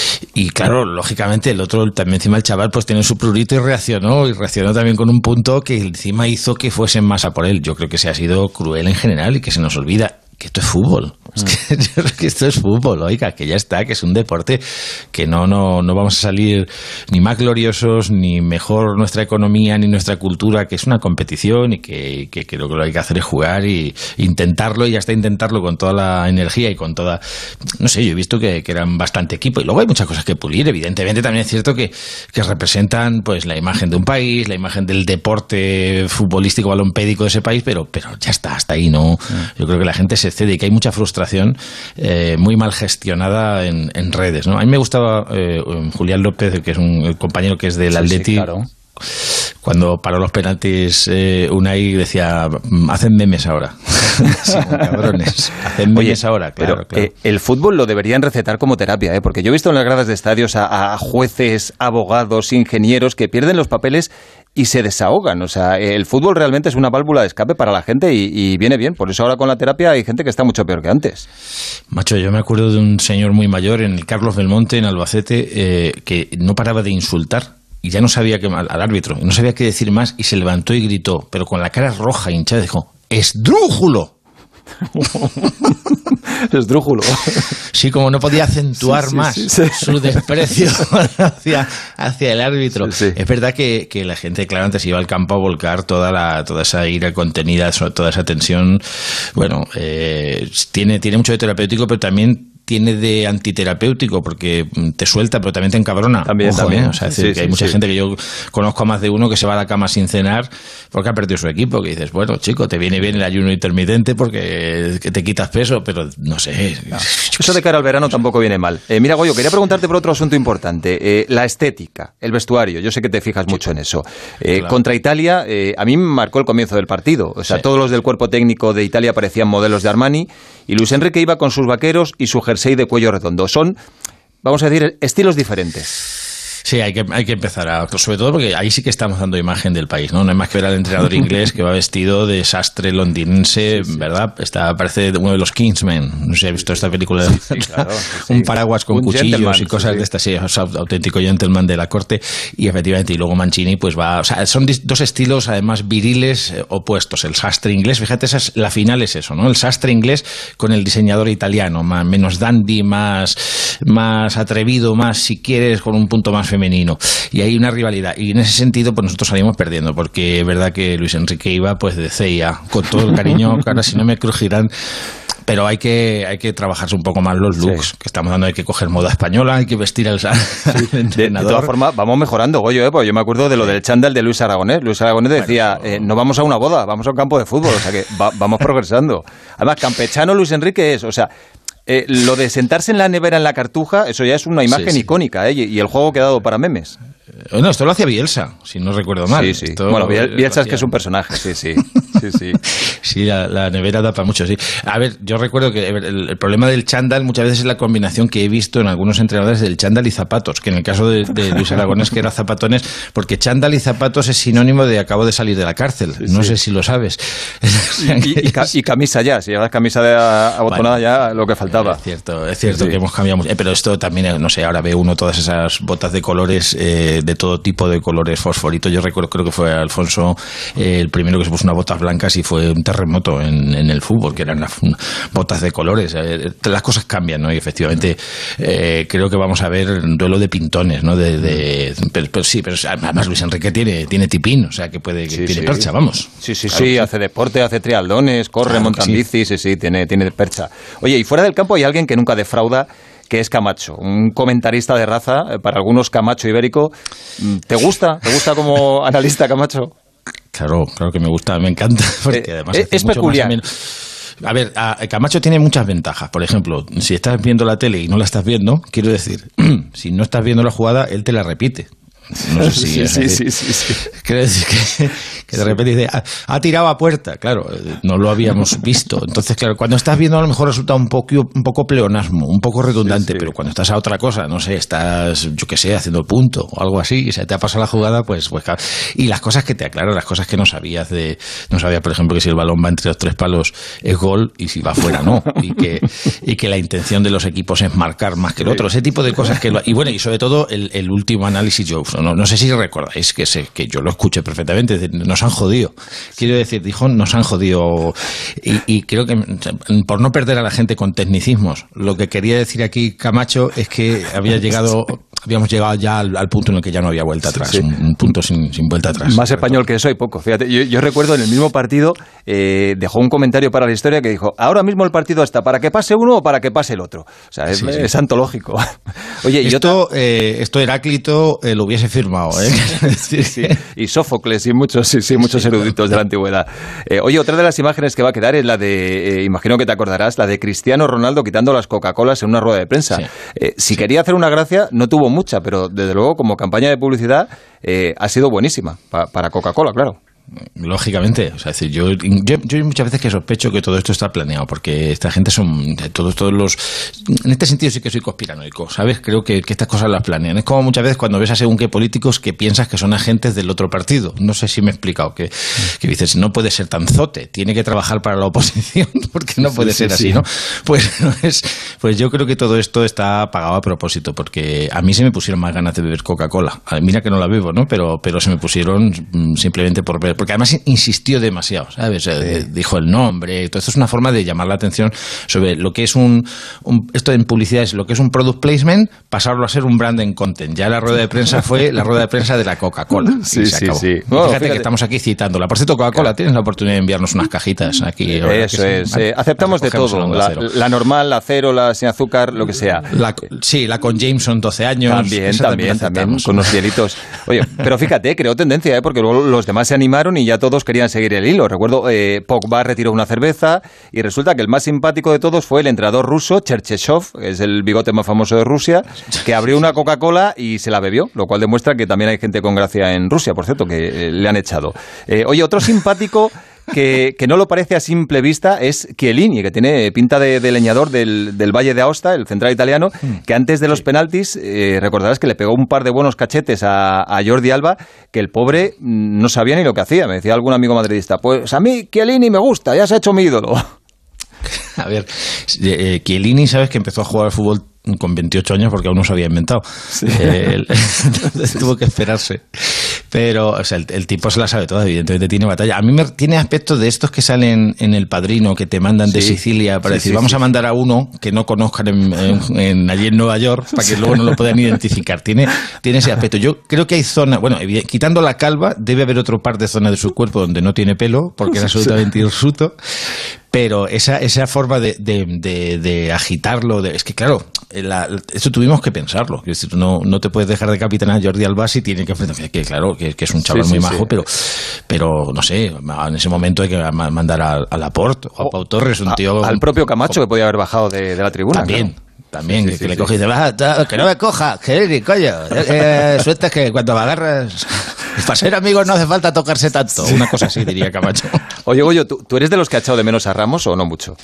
Speaker 23: y claro, lógicamente el otro, también encima el chaval pues tiene su prurito y reaccionó, y reaccionó también con un punto que encima hizo que fuesen más a por él. Yo creo que se ha sido cruel en general y que se nos olvida que esto es fútbol, es que, que esto es fútbol, oiga, que ya está, que es un deporte, que no, no, no vamos a salir ni más gloriosos, ni mejor nuestra economía, ni nuestra cultura, que es una competición y que, que, que lo que hay que hacer es jugar y intentarlo, y ya está, intentarlo con toda la energía y con toda, no sé, yo he visto que, que eran bastante equipo, y luego hay muchas cosas que pulir, evidentemente también es cierto que, que representan pues la imagen de un país, la imagen del deporte futbolístico balompédico de ese país, pero, pero ya está, hasta ahí, no, yo creo que la gente se excede y que hay mucha frustración eh, muy mal gestionada en, en redes, ¿no? A mí me gustaba eh, Julián López, que es un compañero que es del
Speaker 3: sí,
Speaker 23: Atleti,
Speaker 3: sí, claro.
Speaker 23: cuando paró los penaltis eh, Unai decía, hacen memes ahora. Sí, cabrones, hacen memes
Speaker 3: Oye,
Speaker 23: ahora, claro,
Speaker 3: pero,
Speaker 23: claro.
Speaker 3: Eh, el fútbol lo deberían recetar como terapia, ¿eh? Porque yo he visto en las gradas de estadios a, a jueces, abogados, ingenieros que pierden los papeles y se desahogan. O sea, el fútbol realmente es una válvula de escape para la gente y, y viene bien. Por eso ahora con la terapia hay gente que está mucho peor que antes.
Speaker 23: Macho, yo me acuerdo de un señor muy mayor en el Carlos Belmonte, en Albacete, eh, que no paraba de insultar. Y ya no sabía qué al, al árbitro, no sabía qué decir más y se levantó y gritó, pero con la cara roja, hinchada, dijo, ¡esdrújulo!
Speaker 3: Esdrújulo.
Speaker 23: Sí, como no podía acentuar
Speaker 3: sí, sí,
Speaker 23: más
Speaker 3: sí, sí.
Speaker 23: su desprecio hacia, hacia el árbitro.
Speaker 3: Sí, sí.
Speaker 23: Es verdad que, que la gente, claro, antes iba al campo a volcar toda la toda esa ira contenida, toda esa tensión. Bueno, eh, tiene, tiene mucho de terapéutico, pero también tiene de antiterapéutico porque te suelta, pero también te encabrona.
Speaker 3: También,
Speaker 23: Ojo,
Speaker 3: también.
Speaker 23: ¿eh? O sea, es decir,
Speaker 3: Sí,
Speaker 23: que
Speaker 3: sí,
Speaker 23: hay mucha
Speaker 3: sí.
Speaker 23: gente que yo conozco a más de uno que se va a la cama sin cenar porque ha perdido su equipo, que dices, bueno, chico, te viene bien el ayuno intermitente porque que te quitas peso, pero no sé.
Speaker 3: No. Eso de cara al verano tampoco viene mal. Eh, mira, Goyo, quería preguntarte por otro asunto importante. Eh, la estética, el vestuario. Yo sé que te fijas mucho en eso. Eh,
Speaker 23: Claro.
Speaker 3: Contra Italia, eh, a mí me marcó el comienzo del partido. O sea,
Speaker 23: Sí.
Speaker 3: todos los del cuerpo técnico de Italia parecían modelos de Armani y Luis Enrique iba con sus vaqueros y su jersey de cuello redondo. Son, vamos a decir, estilos diferentes.
Speaker 23: Sí, hay que, hay que empezar a... Sobre todo porque ahí sí que estamos dando imagen del país, ¿no? No hay más que ver al entrenador inglés que va vestido de sastre londinense, sí, sí. ¿verdad? Está, parece uno de los Kingsmen. No sé si ha visto esta película. Sí, sí, claro, sí, un paraguas con un cuchillos y cosas sí, sí. de estas. Sí, es un auténtico gentleman de la corte. Y efectivamente, y luego Mancini, pues va... O sea, son dos estilos, además, viriles eh, opuestos. El sastre inglés, fíjate, esa es, la final es eso, ¿no? El sastre inglés con el diseñador italiano, más, menos dandy, más, más atrevido, más, si quieres, con un punto más femenino, y hay una rivalidad, y en ese sentido pues nosotros salimos perdiendo, porque es verdad que Luis Enrique iba pues de C I A, con todo el cariño, que ahora si no me crujirán, pero hay que hay que trabajarse un poco más los looks, sí. que estamos dando, hay que coger moda española, hay que vestir al, al
Speaker 3: sí.
Speaker 23: entrenador.
Speaker 3: De, de todas formas, vamos mejorando, Goyo, ¿eh? Porque yo me acuerdo de lo del chándal de Luis Aragonés. Luis Aragonés decía, bueno, eh, no vamos a una boda, vamos a un campo de fútbol, o sea que va, vamos progresando. Además, campechano Luis Enrique es, o sea... Eh, lo de sentarse en la nevera en la Cartuja, eso ya es una imagen sí, sí. icónica, ¿eh? Y el juego que ha dado para memes.
Speaker 23: No, esto lo hacía Bielsa, si no recuerdo mal.
Speaker 3: Sí, sí.
Speaker 23: Esto
Speaker 3: bueno, Bielsa es
Speaker 23: hacía...
Speaker 3: que es un personaje, sí, sí. Sí, sí.
Speaker 23: Sí, la, la nevera da para mucho, sí. A ver, yo recuerdo que el, el problema del chándal muchas veces es la combinación que he visto en algunos entrenadores del chándal y zapatos, que en el caso de, de Luis Aragonés, que era zapatones, porque chándal y zapatos es sinónimo de acabo de salir de la cárcel. Sí, no sí. sé si lo sabes.
Speaker 3: Y, y, y camisa ya, si llevas camisa de abotonada bueno, ya, lo que faltaba.
Speaker 23: Es cierto, es cierto sí. que hemos cambiado mucho. Eh, pero esto también, no sé, ahora ve uno todas esas botas de colores, eh, de todo tipo de colores fosforitos. Yo recuerdo, creo que fue Alfonso eh, el primero que se puso unas botas blancas y fue un terremoto en, en el fútbol, que eran las botas de colores. Eh, las cosas cambian, ¿no? Y efectivamente eh, creo que vamos a ver un duelo de pintones, ¿no? De, de, pero, pero sí, pero además Luis Enrique tiene, tiene tipín, o sea que puede, que sí, tiene sí. percha, vamos.
Speaker 3: Sí, sí, claro. sí, hace deporte, hace triatlones, corre, claro monta en sí. bici, sí, sí, tiene, tiene percha. Oye, y fuera del campo hay alguien que nunca defrauda, que es Camacho, un comentarista de raza, para algunos Camacho ibérico. ¿Te gusta? ¿Te gusta como analista Camacho?
Speaker 23: Claro, claro que me gusta, me encanta, porque además
Speaker 3: eh, es peculiar.
Speaker 23: A ver, a Camacho tiene muchas ventajas. Por ejemplo, si estás viendo la tele y no la estás viendo, quiero decir, si no estás viendo la jugada, él te la repite. No sé si...
Speaker 3: Sí,
Speaker 23: es
Speaker 3: sí, sí, sí, sí.
Speaker 23: Quiero decir que, que de repente dice, ha, ha tirado a puerta. Claro, no lo habíamos visto. Entonces, claro, cuando estás viendo a lo mejor resulta un poco, un poco pleonasmo, un poco redundante, sí, sí. pero cuando estás a otra cosa, no sé, estás, yo qué sé, haciendo punto o algo así, y se te ha pasado la jugada, pues... pues y las cosas que te aclaran, las cosas que no sabías de... No sabías, por ejemplo, que si el balón va entre los tres palos es gol y si va fuera no. Y que, y que la intención de los equipos es marcar más que el otro. Ese tipo de cosas que... Lo, y bueno, y sobre todo el, el último análisis, yo No, no sé si recordáis que sé, que yo lo escuché perfectamente, nos han jodido. Quiero decir, dijo, nos han jodido. Y, y creo que, por no perder a la gente con tecnicismos, lo que quería decir aquí Camacho es que había llegado, habíamos llegado ya al, al punto en el que ya no había vuelta atrás, sí, sí. Un, un punto sin, sin vuelta atrás.
Speaker 3: Más español que eso hay poco. Fíjate, yo, yo recuerdo en el mismo partido, eh, dejó un comentario para la historia que dijo, ahora mismo el partido está para que pase uno o para que pase el otro. O sea, es, sí, sí. es antológico. Oye, y
Speaker 23: esto,
Speaker 3: otra...
Speaker 23: eh, esto Heráclito eh, lo hubiese he firmado, ¿eh?
Speaker 3: Sí, sí. Y Sófocles y muchos, sí, sí, muchos eruditos de la antigüedad. Eh, oye, otra de las imágenes que va a quedar es la de, eh, imagino que te acordarás, la de Cristiano Ronaldo quitando las Coca-Colas en una rueda de prensa. Sí. Eh, si sí. quería hacer una gracia, no tuvo mucha, pero desde luego como campaña de publicidad eh, ha sido buenísima pa, para Coca-Cola, claro.
Speaker 23: Lógicamente, o sea, es decir, yo, yo, yo hay muchas veces que sospecho que todo esto está planeado, porque esta gente son todos, todos los... En este sentido sí que soy conspiranoico, ¿sabes? Creo que, que estas cosas las planean. Es como muchas veces cuando ves a según qué políticos que piensas que son agentes del otro partido. No sé si me he explicado, que, que dices, no puede ser tan zote, tiene que trabajar para la oposición, porque no puede sí, ser sí, así, sí. ¿no? Pues, pues, pues yo creo que todo esto está pagado a propósito, porque a mí se me pusieron más ganas de beber Coca-Cola. Mira que no la bebo, ¿no? Pero, pero se me pusieron simplemente por ver, porque además insistió demasiado, ¿sabes? Sí. Dijo el nombre, todo esto es una forma de llamar la atención sobre lo que es un, un esto en publicidad es lo que es un product placement, pasarlo a ser un branding content. Ya la rueda de prensa fue la rueda de prensa de la Coca-Cola.
Speaker 3: Sí,
Speaker 23: y se
Speaker 3: sí,
Speaker 23: acabó.
Speaker 3: sí.
Speaker 23: Bueno, fíjate, fíjate que estamos aquí citándola. Por cierto, Coca-Cola, claro. Tienes la oportunidad de enviarnos unas cajitas aquí.
Speaker 3: Eso es. Sí. Eh, aceptamos de todo. La, la normal, la cero, la sin azúcar, lo que sea.
Speaker 23: La, sí, la con Jameson, doce años.
Speaker 3: También, también, también, con unos cielitos. Oye, pero fíjate, creó tendencia, ¿eh? Porque luego los demás se animaron y ya todos querían seguir el hilo. Recuerdo, eh, Pogba retiró una cerveza y resulta que el más simpático de todos fue el entrenador ruso, Cherchesov, que es el bigote más famoso de Rusia, que abrió una Coca-Cola y se la bebió, lo cual demuestra que también hay gente con gracia en Rusia, por cierto, que eh, le han echado. Eh, oye, otro simpático... Que, que no lo parece a simple vista es Chiellini, que tiene pinta de, de leñador del, del Valle de Aosta, el central italiano, que antes de los penaltis, eh, recordarás que le pegó un par de buenos cachetes a, a Jordi Alba, que el pobre no sabía ni lo que hacía. Me decía algún amigo madridista, pues a mí Chiellini me gusta, ya se ha hecho mi ídolo.
Speaker 23: A ver, eh, Chiellini, sabes que empezó a jugar al fútbol con veintiocho años porque aún no se había inventado. Sí. Eh, entonces tuvo que esperarse. Pero, o sea, el, el tipo se la sabe toda, evidentemente tiene batalla. A mí me tiene aspectos de estos que salen en El Padrino, que te mandan sí. de Sicilia para sí, decir, sí, vamos sí. a mandar a uno que no conozcan en, en, en, allí en Nueva York para que luego no lo puedan identificar. Tiene, tiene ese aspecto. Yo creo que hay zonas, bueno, quitando la calva, debe haber otro par de zonas de su cuerpo donde no tiene pelo, porque es absolutamente hirsuto. Pero esa, esa forma de, de, de, de agitarlo, de, es que claro, la, eso tuvimos que pensarlo. Es decir, no, no te puedes dejar de capitanar a Jordi Alba si tiene que enfrentar, que claro, que, que es un chaval sí, muy sí, majo, sí. pero pero no sé, en ese momento hay que mandar a, a Laporte o a Pau Torres, un tío...
Speaker 3: A, al propio Camacho, que podía haber bajado de, de la tribuna.
Speaker 23: También. Claro. También, sí, sí, que, sí, que le coge y dice, va, que no me coja, que coño, eh, suerte que cuando me agarras, para ser amigos no hace falta tocarse tanto. Una cosa así, diría Camacho.
Speaker 3: Oye, Goyo, ¿tú, ¿tú eres de los que ha echado de menos a Ramos o no mucho?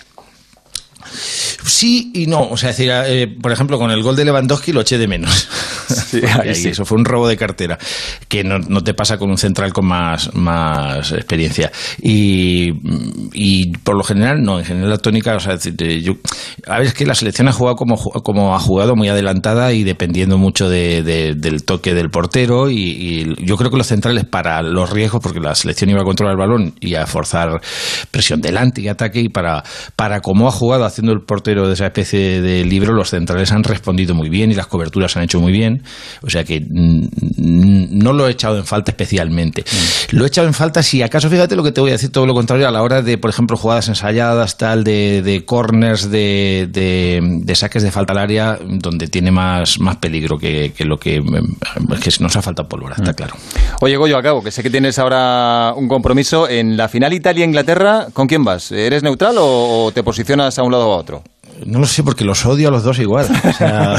Speaker 23: Sí y no, o sea, decir, eh, por ejemplo, con el gol de Lewandowski lo eché de menos. Sí, ahí sí. Eso fue un robo de cartera, que no, no te pasa con un central con más, más experiencia. Y, y por lo general, no, en general la tónica, o sea, yo, a ver, es que la selección ha jugado como, como ha jugado, muy adelantada y dependiendo mucho de, de, del toque del portero. Y, y yo creo que los centrales, para los riesgos, porque la selección iba a controlar el balón y a forzar presión delante y ataque, y para, para cómo ha jugado haciendo el portero de esa especie de libro, los centrales han respondido muy bien y las coberturas han hecho muy bien. O sea que no lo he echado en falta especialmente. Mm. Lo he echado en falta, si acaso, fíjate lo que te voy a decir, todo lo contrario, a la hora de, por ejemplo, jugadas ensayadas, tal, de, de corners, de, de, de saques de falta al área, donde tiene más, más peligro que, que lo que, que nos ha faltado pólvora, mm. está claro.
Speaker 3: Oye, Goyo, acabo, que sé que tienes ahora un compromiso. En la final Italia-Inglaterra, ¿con quién vas? ¿Eres neutral o, o te posicionas a un lado o a otro?
Speaker 23: No lo sé, porque los odio a los dos igual. O sea...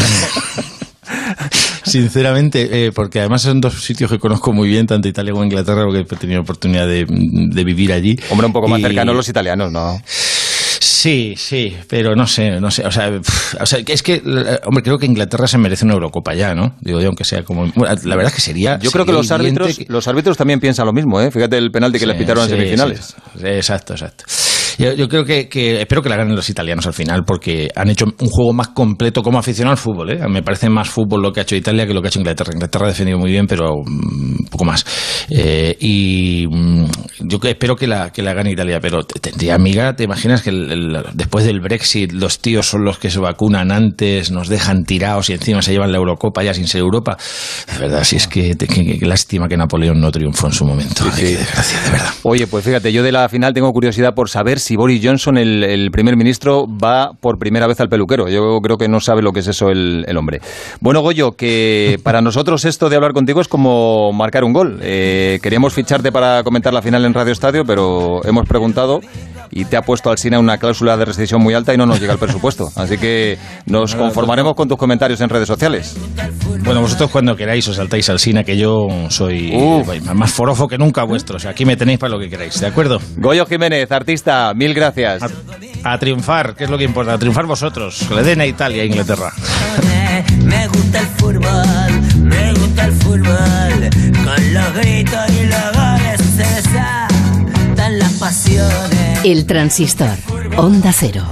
Speaker 23: Sinceramente, eh, porque además son dos sitios que conozco muy bien, tanto Italia como Inglaterra, porque he tenido oportunidad de, de vivir allí.
Speaker 3: Hombre, un poco más y... cercanos los italianos, ¿no?
Speaker 23: Sí, sí, pero no sé, no sé, o sea, pff, o sea, es que, hombre, creo que Inglaterra se merece una Eurocopa ya, ¿no? Digo, aunque sea como, bueno, la verdad es que sería...
Speaker 3: Yo creo que los árbitros, que... los árbitros también piensan lo mismo, ¿eh? Fíjate el penalti que sí, les pitaron sí, en semifinales.
Speaker 23: Sí, exacto, exacto. Yo, yo creo que, que espero que la ganen los italianos al final, porque han hecho un juego más completo como aficionado al fútbol, ¿eh? Me parece más fútbol lo que ha hecho Italia que lo que ha hecho Inglaterra. Inglaterra ha defendido muy bien, pero un um, poco más. Eh, y um, yo espero que la, que la gane Italia, pero tendría, amiga, ¿te imaginas que el, el, después del Brexit los tíos son los que se vacunan antes, nos dejan tirados y encima se llevan la Eurocopa ya sin ser Europa? De verdad, si es que, que, que, que lástima que Napoleón no triunfó en su momento. Sí, sí. Qué desgracia, de verdad.
Speaker 3: Oye, pues fíjate, yo de la final tengo curiosidad por saber si Boris Johnson, el, el primer ministro, va por primera vez al peluquero. Yo creo que no sabe lo que es eso el, el hombre. Bueno, Goyo, que para nosotros esto de hablar contigo es como marcar un gol. Eh, queríamos ficharte para comentar la final en Radio Estadio, pero hemos preguntado y te ha puesto Alsina una cláusula de rescisión muy alta y no nos llega el presupuesto. Así que nos conformaremos con tus comentarios en redes sociales.
Speaker 23: Bueno, vosotros cuando queráis os saltáis Alsina, que yo soy uh. más forofo que nunca vuestro. O sea, aquí me tenéis para lo que queráis, ¿de acuerdo?
Speaker 3: Goyo Jiménez, artista, mil gracias.
Speaker 23: A, a triunfar, que es lo que importa, a triunfar vosotros. Que le den a Italia e Inglaterra.
Speaker 21: Me gusta el fútbol, me gusta el fútbol, con los gritos y los goles se desatan las pasiones.
Speaker 1: El Transistor, Onda Cero.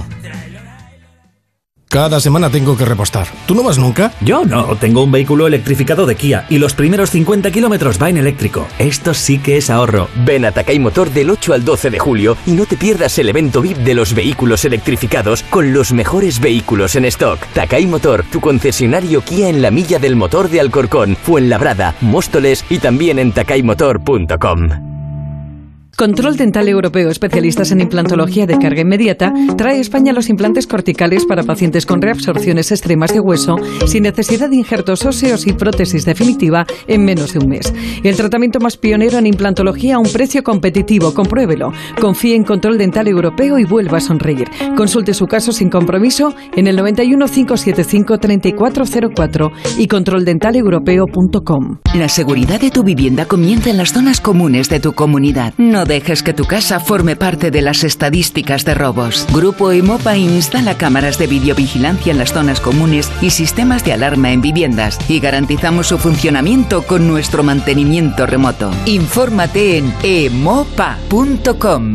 Speaker 2: Cada semana tengo que repostar. ¿Tú no vas nunca?
Speaker 4: Yo no, tengo un vehículo electrificado de Kia y los primeros cincuenta kilómetros va en eléctrico. Esto sí que es ahorro.
Speaker 5: Ven a Takay Motor del ocho al doce de julio y no te pierdas el evento V I P de los vehículos electrificados con los mejores vehículos en stock. Takay Motor, tu concesionario Kia en la Milla del Motor de Alcorcón, Fuenlabrada, Móstoles y también en takay motor punto com.
Speaker 24: Control Dental Europeo, especialistas en implantología de carga inmediata, trae a España los implantes corticales para pacientes con reabsorciones extremas de hueso, sin necesidad de injertos óseos y prótesis definitiva en menos de un mes. El tratamiento más pionero en implantología a un precio competitivo. Compruébelo. Confíe en Control Dental Europeo y vuelva a sonreír. Consulte su caso sin compromiso en el noventa y uno, cinco setenta y cinco, treinta y cuatro cero cuatro y control dental europeo punto com.
Speaker 11: La seguridad de tu vivienda comienza en las zonas comunes de tu comunidad. No dejes que tu casa forme parte de las estadísticas de robos. Grupo Emopa instala cámaras de videovigilancia en las zonas comunes y sistemas de alarma en viviendas y garantizamos su funcionamiento con nuestro mantenimiento remoto. Infórmate en emopa punto com.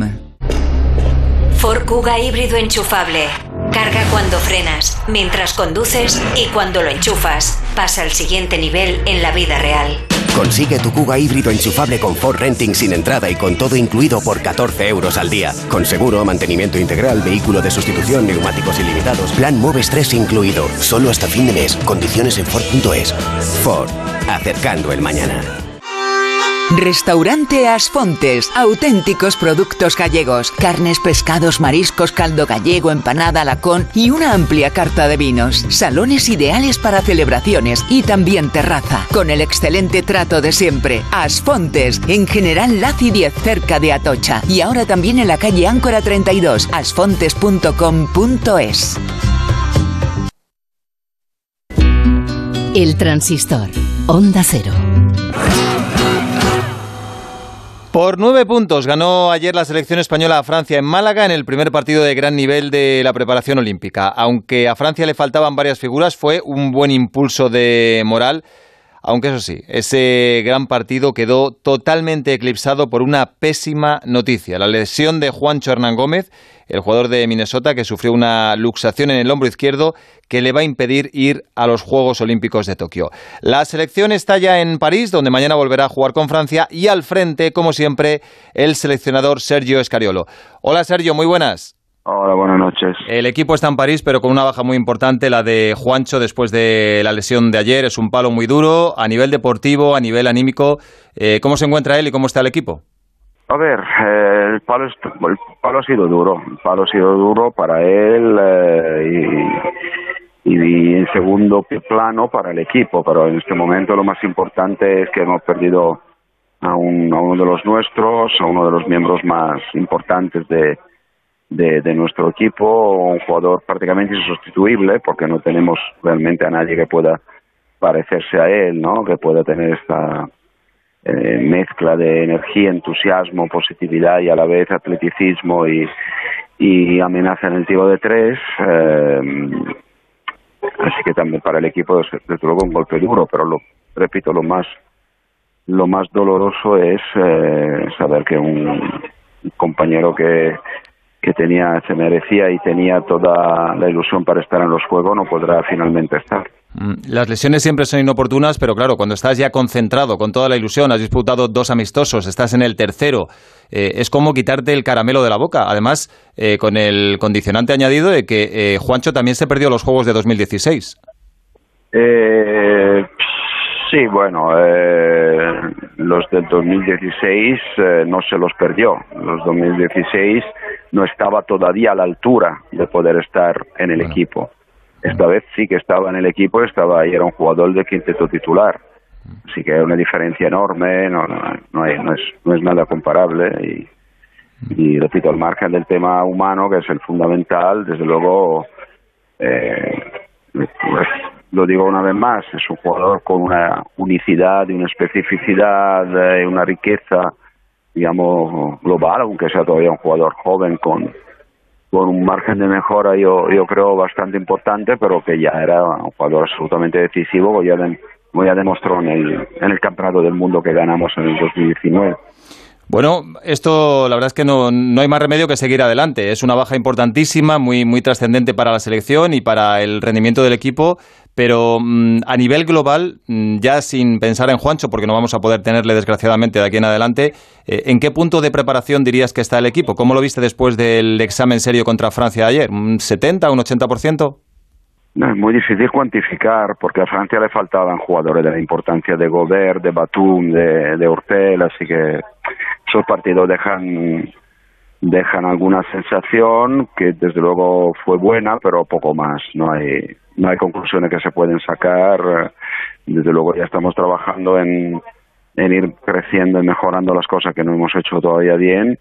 Speaker 9: Ford Kuga híbrido enchufable. Carga cuando frenas, mientras conduces y cuando lo enchufas. Pasa al siguiente nivel en la vida real.
Speaker 10: Consigue tu Kuga híbrido enchufable con Ford Renting sin entrada y con todo incluido por catorce euros al día. Con seguro, mantenimiento integral, vehículo de sustitución, neumáticos ilimitados, plan Moves tres incluido. Solo hasta fin de mes. Condiciones en Ford punto es. Ford, acercando el mañana.
Speaker 11: Restaurante Asfontes, auténticos productos gallegos, carnes, pescados, mariscos, caldo gallego, empanada, lacón y una amplia carta de vinos. Salones ideales para celebraciones y también terraza, con el excelente trato de siempre. Asfontes, en General Laci diez, cerca de Atocha, y ahora también en la calle Áncora treinta y dos, asfontes punto com punto es.
Speaker 1: El Transistor, Onda Cero.
Speaker 3: Por nueve puntos ganó ayer la selección española a Francia en Málaga en el primer partido de gran nivel de la preparación olímpica. Aunque a Francia le faltaban varias figuras, fue un buen impulso de moral. Aunque eso sí, ese gran partido quedó totalmente eclipsado por una pésima noticia. La lesión de Juancho Hernán Gómez, el jugador de Minnesota, que sufrió una luxación en el hombro izquierdo que le va a impedir ir a los Juegos Olímpicos de Tokio. La selección está ya en París, donde mañana volverá a jugar con Francia, y al frente, como siempre, el seleccionador Sergio Scariolo. Hola Sergio, muy buenas.
Speaker 25: Hola, buenas noches.
Speaker 3: El equipo está en París, pero con una baja muy importante, la de Juancho, después de la lesión de ayer. Es un palo muy duro, a nivel deportivo, a nivel anímico. Eh, ¿Cómo se encuentra él y cómo está el equipo?
Speaker 25: A ver, eh, el, palo, el palo ha sido duro. El palo ha sido duro para él eh, y, y en segundo plano para el equipo. Pero en este momento lo más importante es que hemos perdido a, un, a uno de los nuestros, a uno de los miembros más importantes de De, de nuestro equipo, un jugador prácticamente insustituible, porque no tenemos realmente a nadie que pueda parecerse a él, ¿no? Que pueda tener esta eh, mezcla de energía, entusiasmo, positividad y a la vez atleticismo y, y amenaza en el tiro de tres. Eh, así que también para el equipo es desde luego un golpe duro, pero lo repito, lo más lo más doloroso es eh, saber que un, un compañero que que tenía, se merecía y tenía toda la ilusión para estar en los Juegos, no podrá finalmente estar.
Speaker 3: Las lesiones siempre son inoportunas, pero claro, cuando estás ya concentrado, con toda la ilusión, has disputado dos amistosos, estás en el tercero, eh, es como quitarte el caramelo de la boca. Además, eh, con el condicionante añadido de que eh, Juancho también se perdió los Juegos de dos mil dieciséis.
Speaker 25: Eh, sí, bueno, eh, los del dos mil dieciséis eh, no se los perdió. Los dos mil dieciséis no estaba todavía a la altura de poder estar en el bueno. equipo. Esta vez sí que estaba en el equipo, estaba y era un jugador de quinteto titular. Así que hay una diferencia enorme, no, no, no, hay, no, es, no es nada comparable. Y, y repito, al margen del tema humano, que es el fundamental, desde luego, eh, pues, lo digo una vez más, es un jugador con una unicidad y una especificidad y eh, una riqueza, digamos, global, aunque sea todavía un jugador joven con, con un margen de mejora, yo, yo creo, bastante importante, pero que ya era un jugador absolutamente decisivo, como ya, de, como ya demostró en el, en el Campeonato del Mundo que ganamos en el dos mil diecinueve.
Speaker 3: Bueno, esto la verdad es que no, no hay más remedio que seguir adelante. Es una baja importantísima, muy, muy trascendente para la selección y para el rendimiento del equipo, pero mmm, a nivel global, mmm, ya sin pensar en Juancho, porque no vamos a poder tenerle desgraciadamente de aquí en adelante, eh, ¿en qué punto de preparación dirías que está el equipo? ¿Cómo lo viste después del examen serio contra Francia de ayer? ¿Un setenta, un ochenta por ciento?
Speaker 25: No, es muy difícil cuantificar, porque a Francia le faltaban jugadores de la importancia de Gobert, de Batum, de, de Hortel, así que esos partidos dejan dejan alguna sensación que desde luego fue buena, pero poco más. No hay no hay conclusiones que se pueden sacar. Desde luego ya estamos trabajando en, en ir creciendo y mejorando las cosas que no hemos hecho todavía bien.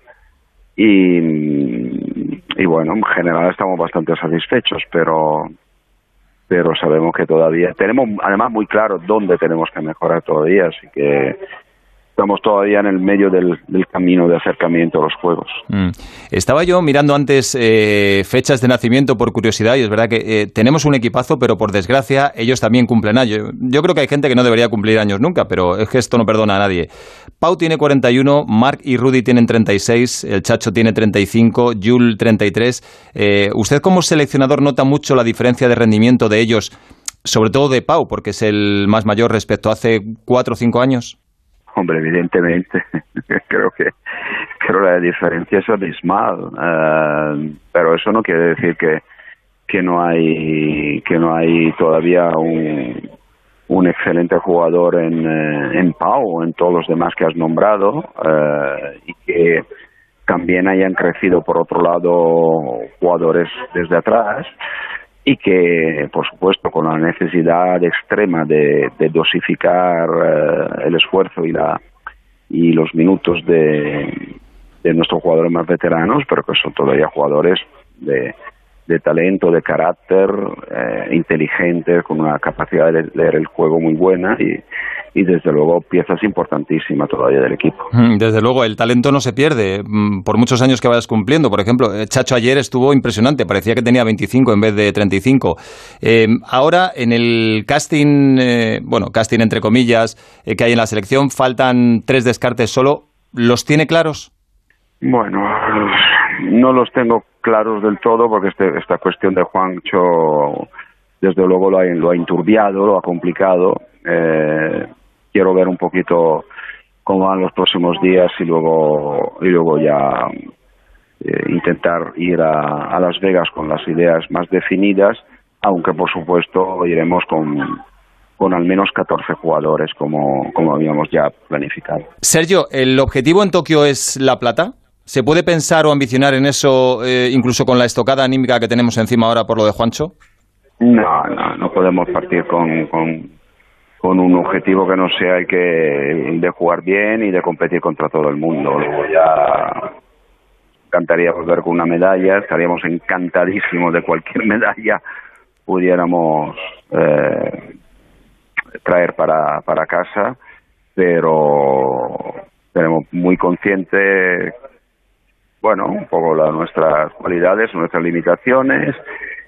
Speaker 25: Y, y bueno, en general estamos bastante satisfechos, pero pero sabemos que todavía tenemos además muy claro dónde tenemos que mejorar todavía, así que estamos todavía en el medio del, del camino de acercamiento a los Juegos.
Speaker 3: Mm. Estaba yo mirando antes eh, fechas de nacimiento por curiosidad y es verdad que eh, tenemos un equipazo, pero por desgracia ellos también cumplen años. Yo creo que hay gente que no debería cumplir años nunca, pero es que esto no perdona a nadie. Pau tiene cuarenta y uno, Marc y Rudy tienen treinta y seis, el Chacho tiene treinta y cinco, Jules treinta y tres. Eh, ¿Usted como seleccionador nota mucho la diferencia de rendimiento de ellos, sobre todo de Pau, porque es el más mayor respecto a hace cuatro o cinco años?
Speaker 25: Hombre, evidentemente, creo que creo la diferencia es abismal, uh, pero eso no quiere decir que que no hay que no hay todavía un un excelente jugador en en Pau o en todos los demás que has nombrado uh, y que también hayan crecido por otro lado jugadores desde atrás. Y que, por supuesto, con la necesidad extrema de, de dosificar uh, el esfuerzo y la y los minutos de, de nuestros jugadores más veteranos, pero que son todavía jugadores de, de talento, de carácter, eh, inteligentes, con una capacidad de leer el juego muy buena y, y desde luego piezas importantísimas todavía del equipo.
Speaker 3: Desde luego, el talento no se pierde por muchos años que vayas cumpliendo. Por ejemplo, Chacho ayer estuvo impresionante, parecía que tenía veinticinco en vez de treinta y cinco. Eh, ahora, en el casting, eh, bueno, casting entre comillas, eh, que hay en la selección, faltan tres descartes solo. ¿Los tiene claros?
Speaker 25: Bueno, no los tengo claros del todo porque este, esta cuestión de Juancho, desde luego, lo ha, lo ha enturbiado, lo ha complicado. Eh, quiero ver un poquito cómo van los próximos días y luego y luego ya eh, intentar ir a, a Las Vegas con las ideas más definidas, aunque por supuesto iremos con, con al menos catorce jugadores como, como habíamos ya planificado.
Speaker 3: Sergio, ¿el objetivo en Tokio es la plata? ¿Se puede pensar o ambicionar en eso eh, incluso con la estocada anímica que tenemos encima ahora por lo de Juancho?
Speaker 25: No, no, no podemos partir con... con con un objetivo que no sea el que el de jugar bien y de competir contra todo el mundo. Luego ya encantaría volver con una medalla, estaríamos encantadísimos de cualquier medalla pudiéramos eh, traer para, para casa, pero tenemos muy consciente, bueno, un poco la, nuestras cualidades, nuestras limitaciones,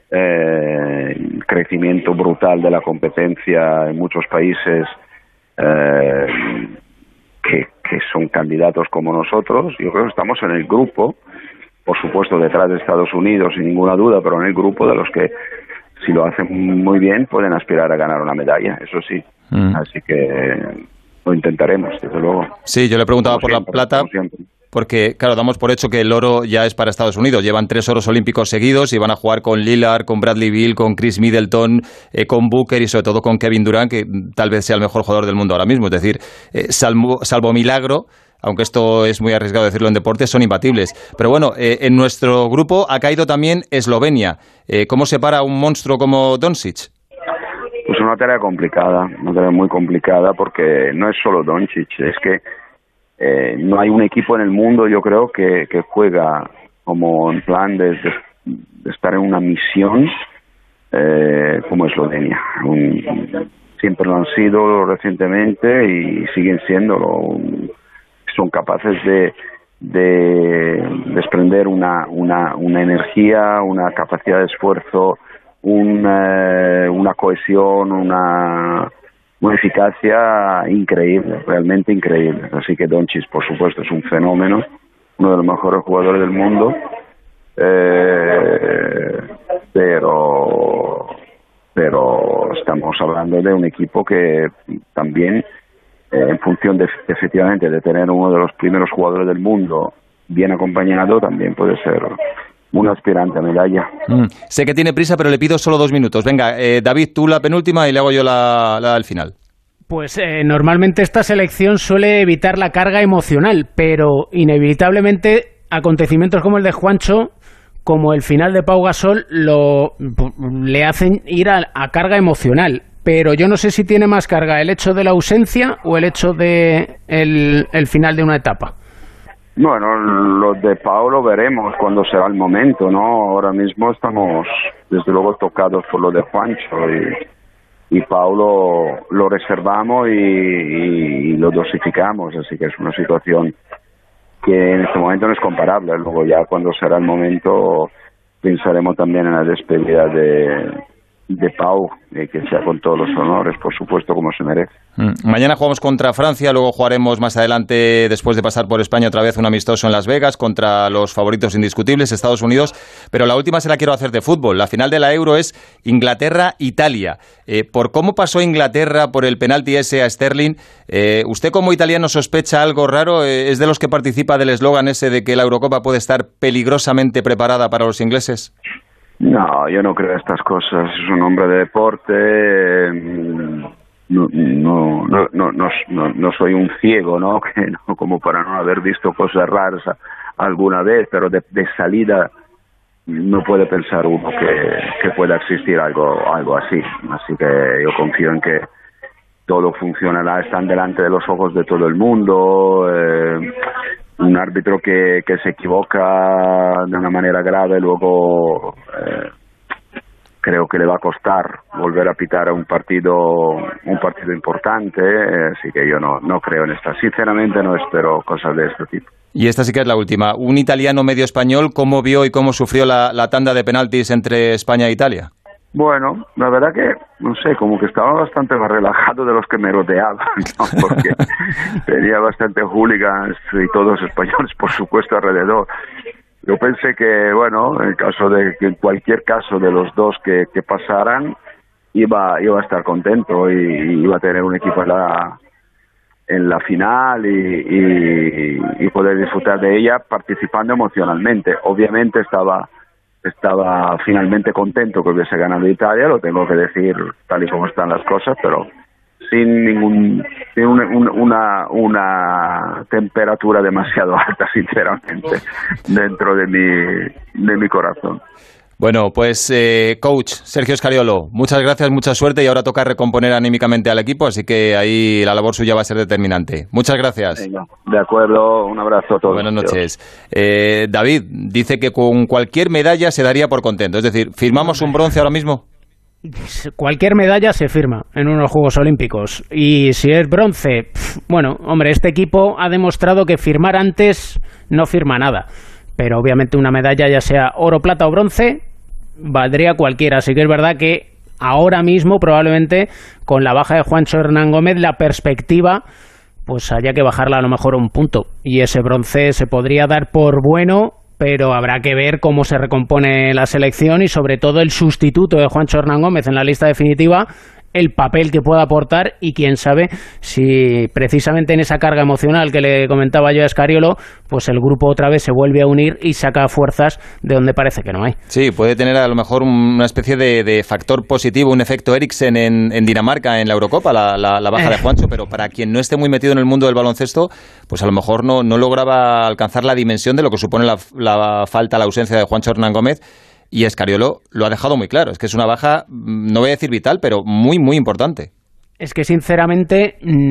Speaker 25: Eh, el crecimiento brutal de la competencia en muchos países eh, que, que son candidatos como nosotros. Yo creo que estamos en el grupo, por supuesto detrás de Estados Unidos sin ninguna duda, pero en el grupo de los que si lo hacen muy bien pueden aspirar a ganar una medalla, eso sí. Mm. Así que lo intentaremos, desde luego.
Speaker 3: Sí, yo le preguntaba
Speaker 25: como
Speaker 3: por
Speaker 25: siempre,
Speaker 3: la plata. Porque, claro, damos por hecho que el oro ya es para Estados Unidos. Llevan tres oros olímpicos seguidos y van a jugar con Lillard, con Bradley Beal, con Chris Middleton, eh, con Booker y sobre todo con Kevin Durant, que tal vez sea el mejor jugador del mundo ahora mismo. Es decir, eh, salvo, salvo milagro, aunque esto es muy arriesgado decirlo en deportes, son imbatibles. Pero bueno, eh, en nuestro grupo ha caído también Eslovenia. Eh, ¿Cómo se para un monstruo como Doncic?
Speaker 25: Pues una tarea complicada, una tarea muy complicada, porque no es solo Doncic, es que eh, no hay un equipo en el mundo, yo creo, que, que juega como en plan de, de, de estar en una misión eh, como Eslovenia. Un, siempre lo han sido recientemente y siguen siéndolo. Son capaces de, de desprender una, una, una energía, una capacidad de esfuerzo, una, una cohesión, una, una eficacia increíble, realmente increíble. Así que Doncic, por supuesto, es un fenómeno, uno de los mejores jugadores del mundo, eh, pero, pero estamos hablando de un equipo que también, eh, en función de, efectivamente, de tener uno de los primeros jugadores del mundo bien acompañado, también puede ser un aspirante a medalla.
Speaker 3: Mm. Sé que tiene prisa, pero le pido solo dos minutos. Venga, eh, David, tú la penúltima y le hago yo la, la al final.
Speaker 6: Pues eh, normalmente esta selección suele evitar la carga emocional, pero inevitablemente acontecimientos como el de Juancho, como el final de Pau Gasol, lo, le hacen ir a, a carga emocional. Pero yo no sé si tiene más carga el hecho de la ausencia o el hecho de el, el final de una etapa.
Speaker 25: Bueno, lo de Pau lo veremos cuando será el momento, ¿no? Ahora mismo estamos, desde luego, tocados por lo de Juancho y, y Pau lo, lo reservamos y, y lo dosificamos, así que es una situación que en este momento no es comparable. Luego ya cuando será el momento pensaremos también en la despedida de, de Pau, eh, que sea con todos los honores, por supuesto, como se merece.
Speaker 3: Mm. Mañana jugamos contra Francia, luego jugaremos más adelante, después de pasar por España, otra vez un amistoso en Las Vegas contra los favoritos indiscutibles, Estados Unidos, pero la última se la quiero hacer de fútbol. La final de la Euro es Inglaterra-Italia. Eh, por cómo pasó Inglaterra por el penalti ese a Sterling, eh, ¿usted como italiano sospecha algo raro? Eh, ¿Es de los que participa del eslogan ese de que la Eurocopa puede estar peligrosamente preparada para los ingleses?
Speaker 25: No, yo no creo en estas cosas. Es un hombre de deporte. No, no, no, no, no, no, no soy un ciego, ¿no? Que no, como para no haber visto cosas raras alguna vez, pero de, de salida no puede pensar uno que, que pueda existir algo, algo así. Así que yo confío en que todo funcionará. Están delante de los ojos de todo el mundo. Eh, un árbitro que, que se equivoca de una manera grave, luego eh, creo que le va a costar volver a pitar a un partido un partido importante, eh, así que yo no, no creo en esta. Sinceramente no espero cosas de este tipo.
Speaker 3: Y esta sí que es la última. Un italiano medio español, ¿cómo vio y cómo sufrió la, la tanda de penaltis entre España e Italia?
Speaker 25: Bueno, la verdad que, no sé, como que estaba bastante más relajado de los que me rodeaban, ¿no? Porque tenía bastante hooligans y todos españoles, por supuesto, alrededor. Yo pensé que, bueno, en caso de que en cualquier caso de los dos que, que pasaran, iba, iba a estar contento y, y iba a tener un equipo en la, en la final y, y, y poder disfrutar de ella participando emocionalmente. Obviamente estaba... Estaba finalmente contento que hubiese ganado Italia, lo tengo que decir tal y como están las cosas, pero sin ningún sin una, una, una temperatura demasiado alta, sinceramente, dentro de mi, de mi corazón.
Speaker 3: Bueno, pues eh, coach Sergio Scariolo, muchas gracias, mucha suerte y ahora toca recomponer anímicamente al equipo, así que ahí la labor suya va a ser determinante. Muchas gracias.
Speaker 25: Venga, de acuerdo, un abrazo a todos.
Speaker 3: Buenas noches. Eh, David dice que con cualquier medalla se daría por contento, es decir, ¿firmamos un bronce ahora mismo?
Speaker 6: Cualquier medalla se firma en unos Juegos Olímpicos y si es bronce, pff, bueno, hombre, este equipo ha demostrado que firmar antes no firma nada. Pero obviamente una medalla, ya sea oro, plata o bronce, valdría cualquiera. Así que es verdad que ahora mismo, probablemente, con la baja de Juancho Hernán Gómez, la perspectiva, pues haya que bajarla a lo mejor un punto. Y ese bronce se podría dar por bueno, pero habrá que ver cómo se recompone la selección y sobre todo el sustituto de Juancho Hernán Gómez en la lista definitiva el papel que pueda aportar y quién sabe si precisamente en esa carga emocional que le comentaba yo a Scariolo, pues el grupo otra vez se vuelve a unir y saca fuerzas de donde parece que no hay.
Speaker 3: Sí, puede tener a lo mejor una especie de, de factor positivo, un efecto Eriksen en, en Dinamarca en la Eurocopa, la, la, la baja de Juancho, pero para quien no esté muy metido en el mundo del baloncesto, pues a lo mejor no, no lograba alcanzar la dimensión de lo que supone la, la falta, la ausencia de Juancho Hernán Gómez. Y Scariolo lo ha dejado muy claro, es que es una baja, no voy a decir vital, pero muy, muy importante.
Speaker 6: Es que sinceramente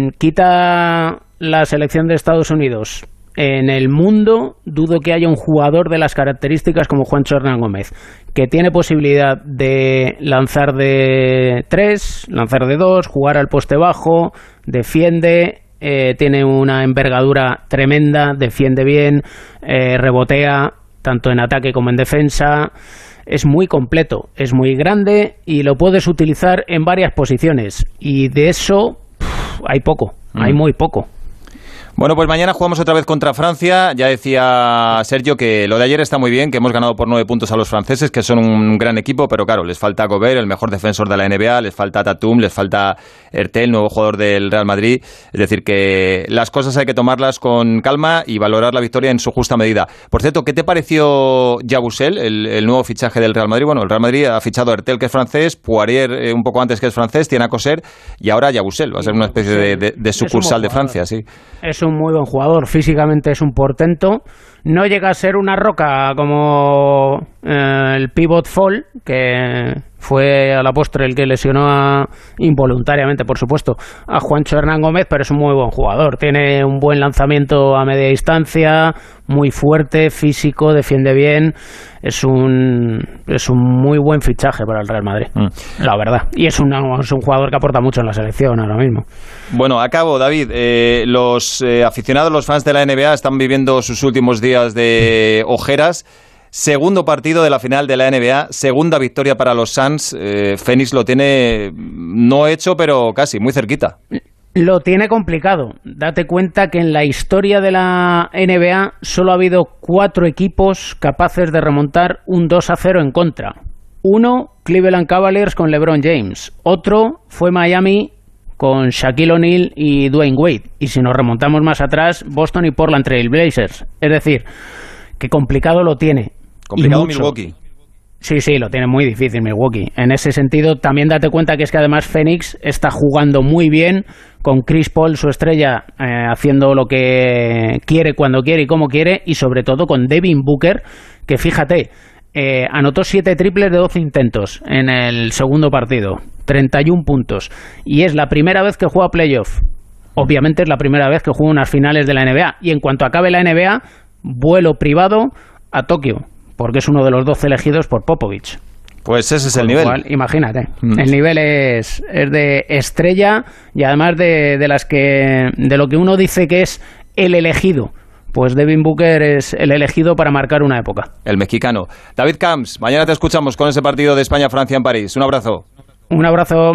Speaker 6: quita la selección de Estados Unidos. En el mundo dudo que haya un jugador de las características como Juancho Hernán Gómez, que tiene posibilidad de lanzar de tres, lanzar de dos, jugar al poste bajo, defiende, eh, tiene una envergadura tremenda, defiende bien, eh, rebotea tanto en ataque como en defensa. Es muy completo, es muy grande y lo puedes utilizar en varias posiciones. Y de eso pff, hay poco, mm. hay muy poco.
Speaker 3: Bueno, pues mañana jugamos otra vez contra Francia. Ya decía Sergio que lo de ayer está muy bien, que hemos ganado por nueve puntos a los franceses, que son un gran equipo, pero claro, les falta Gobert, el mejor defensor de la N B A, les falta Tatum, les falta Hertel, nuevo jugador del Real Madrid. Es decir, que las cosas hay que tomarlas con calma y valorar la victoria en su justa medida. Por cierto, ¿qué te pareció Yabusel, el, el nuevo fichaje del Real Madrid? Bueno, el Real Madrid ha fichado a Hertel, que es francés, Poirier eh, un poco antes, que es francés, tiene a Coser y ahora Yabusel. Va a ser una especie de, de, de sucursal de Francia, sí.
Speaker 6: Es un muy buen jugador, físicamente es un portento, no llega a ser una roca como eh, el pivot Fall, que fue a la postre el que lesionó a, involuntariamente, por supuesto, a Juancho Hernán Gómez, pero es un muy buen jugador, tiene un buen lanzamiento a media distancia, muy fuerte, físico, defiende bien, es un es un muy buen fichaje para el Real Madrid, mm. la verdad, y es un, es un jugador que aporta mucho en la selección ahora mismo.
Speaker 3: Bueno, acabo, David, eh, los eh, aficionados, los fans de la N B A están viviendo sus últimos días de ojeras. Segundo partido de la final de la N B A, segunda victoria para los Suns. Eh, Phoenix lo tiene no hecho, pero casi, muy cerquita.
Speaker 6: Lo tiene complicado. Date cuenta que en la historia de la N B A solo ha habido cuatro equipos capaces de remontar un dos a cero en contra. Uno, Cleveland Cavaliers con LeBron James. Otro fue Miami con Shaquille O'Neal y Dwayne Wade. Y si nos remontamos más atrás, Boston y Portland Trail Blazers. Es decir, que complicado lo tiene.
Speaker 3: Complicado Milwaukee.
Speaker 6: Sí, sí, lo tiene muy difícil Milwaukee. En ese sentido, también date cuenta que es que además Phoenix está jugando muy bien, con Chris Paul, su estrella, eh, haciendo lo que quiere, cuando quiere y como quiere, y sobre todo con Devin Booker, que fíjate, eh, anotó siete triples de doce intentos en el segundo partido, treinta y uno puntos, y es la primera vez que juega playoff. Obviamente es la primera vez que juega unas finales de la N B A, y en cuanto acabe la N B A, vuelo privado a Tokio, porque es uno de los doce elegidos por Popovich.
Speaker 3: Pues ese es
Speaker 6: Con
Speaker 3: el nivel.
Speaker 6: Cual, imagínate, mm. el nivel es, es de estrella y además de, de las que de lo que uno dice que es el elegido. Pues Devin Booker es el elegido para marcar una época.
Speaker 3: El mexicano. David Camps, mañana te escuchamos con ese partido de España-Francia en París. Un abrazo.
Speaker 6: Un abrazo.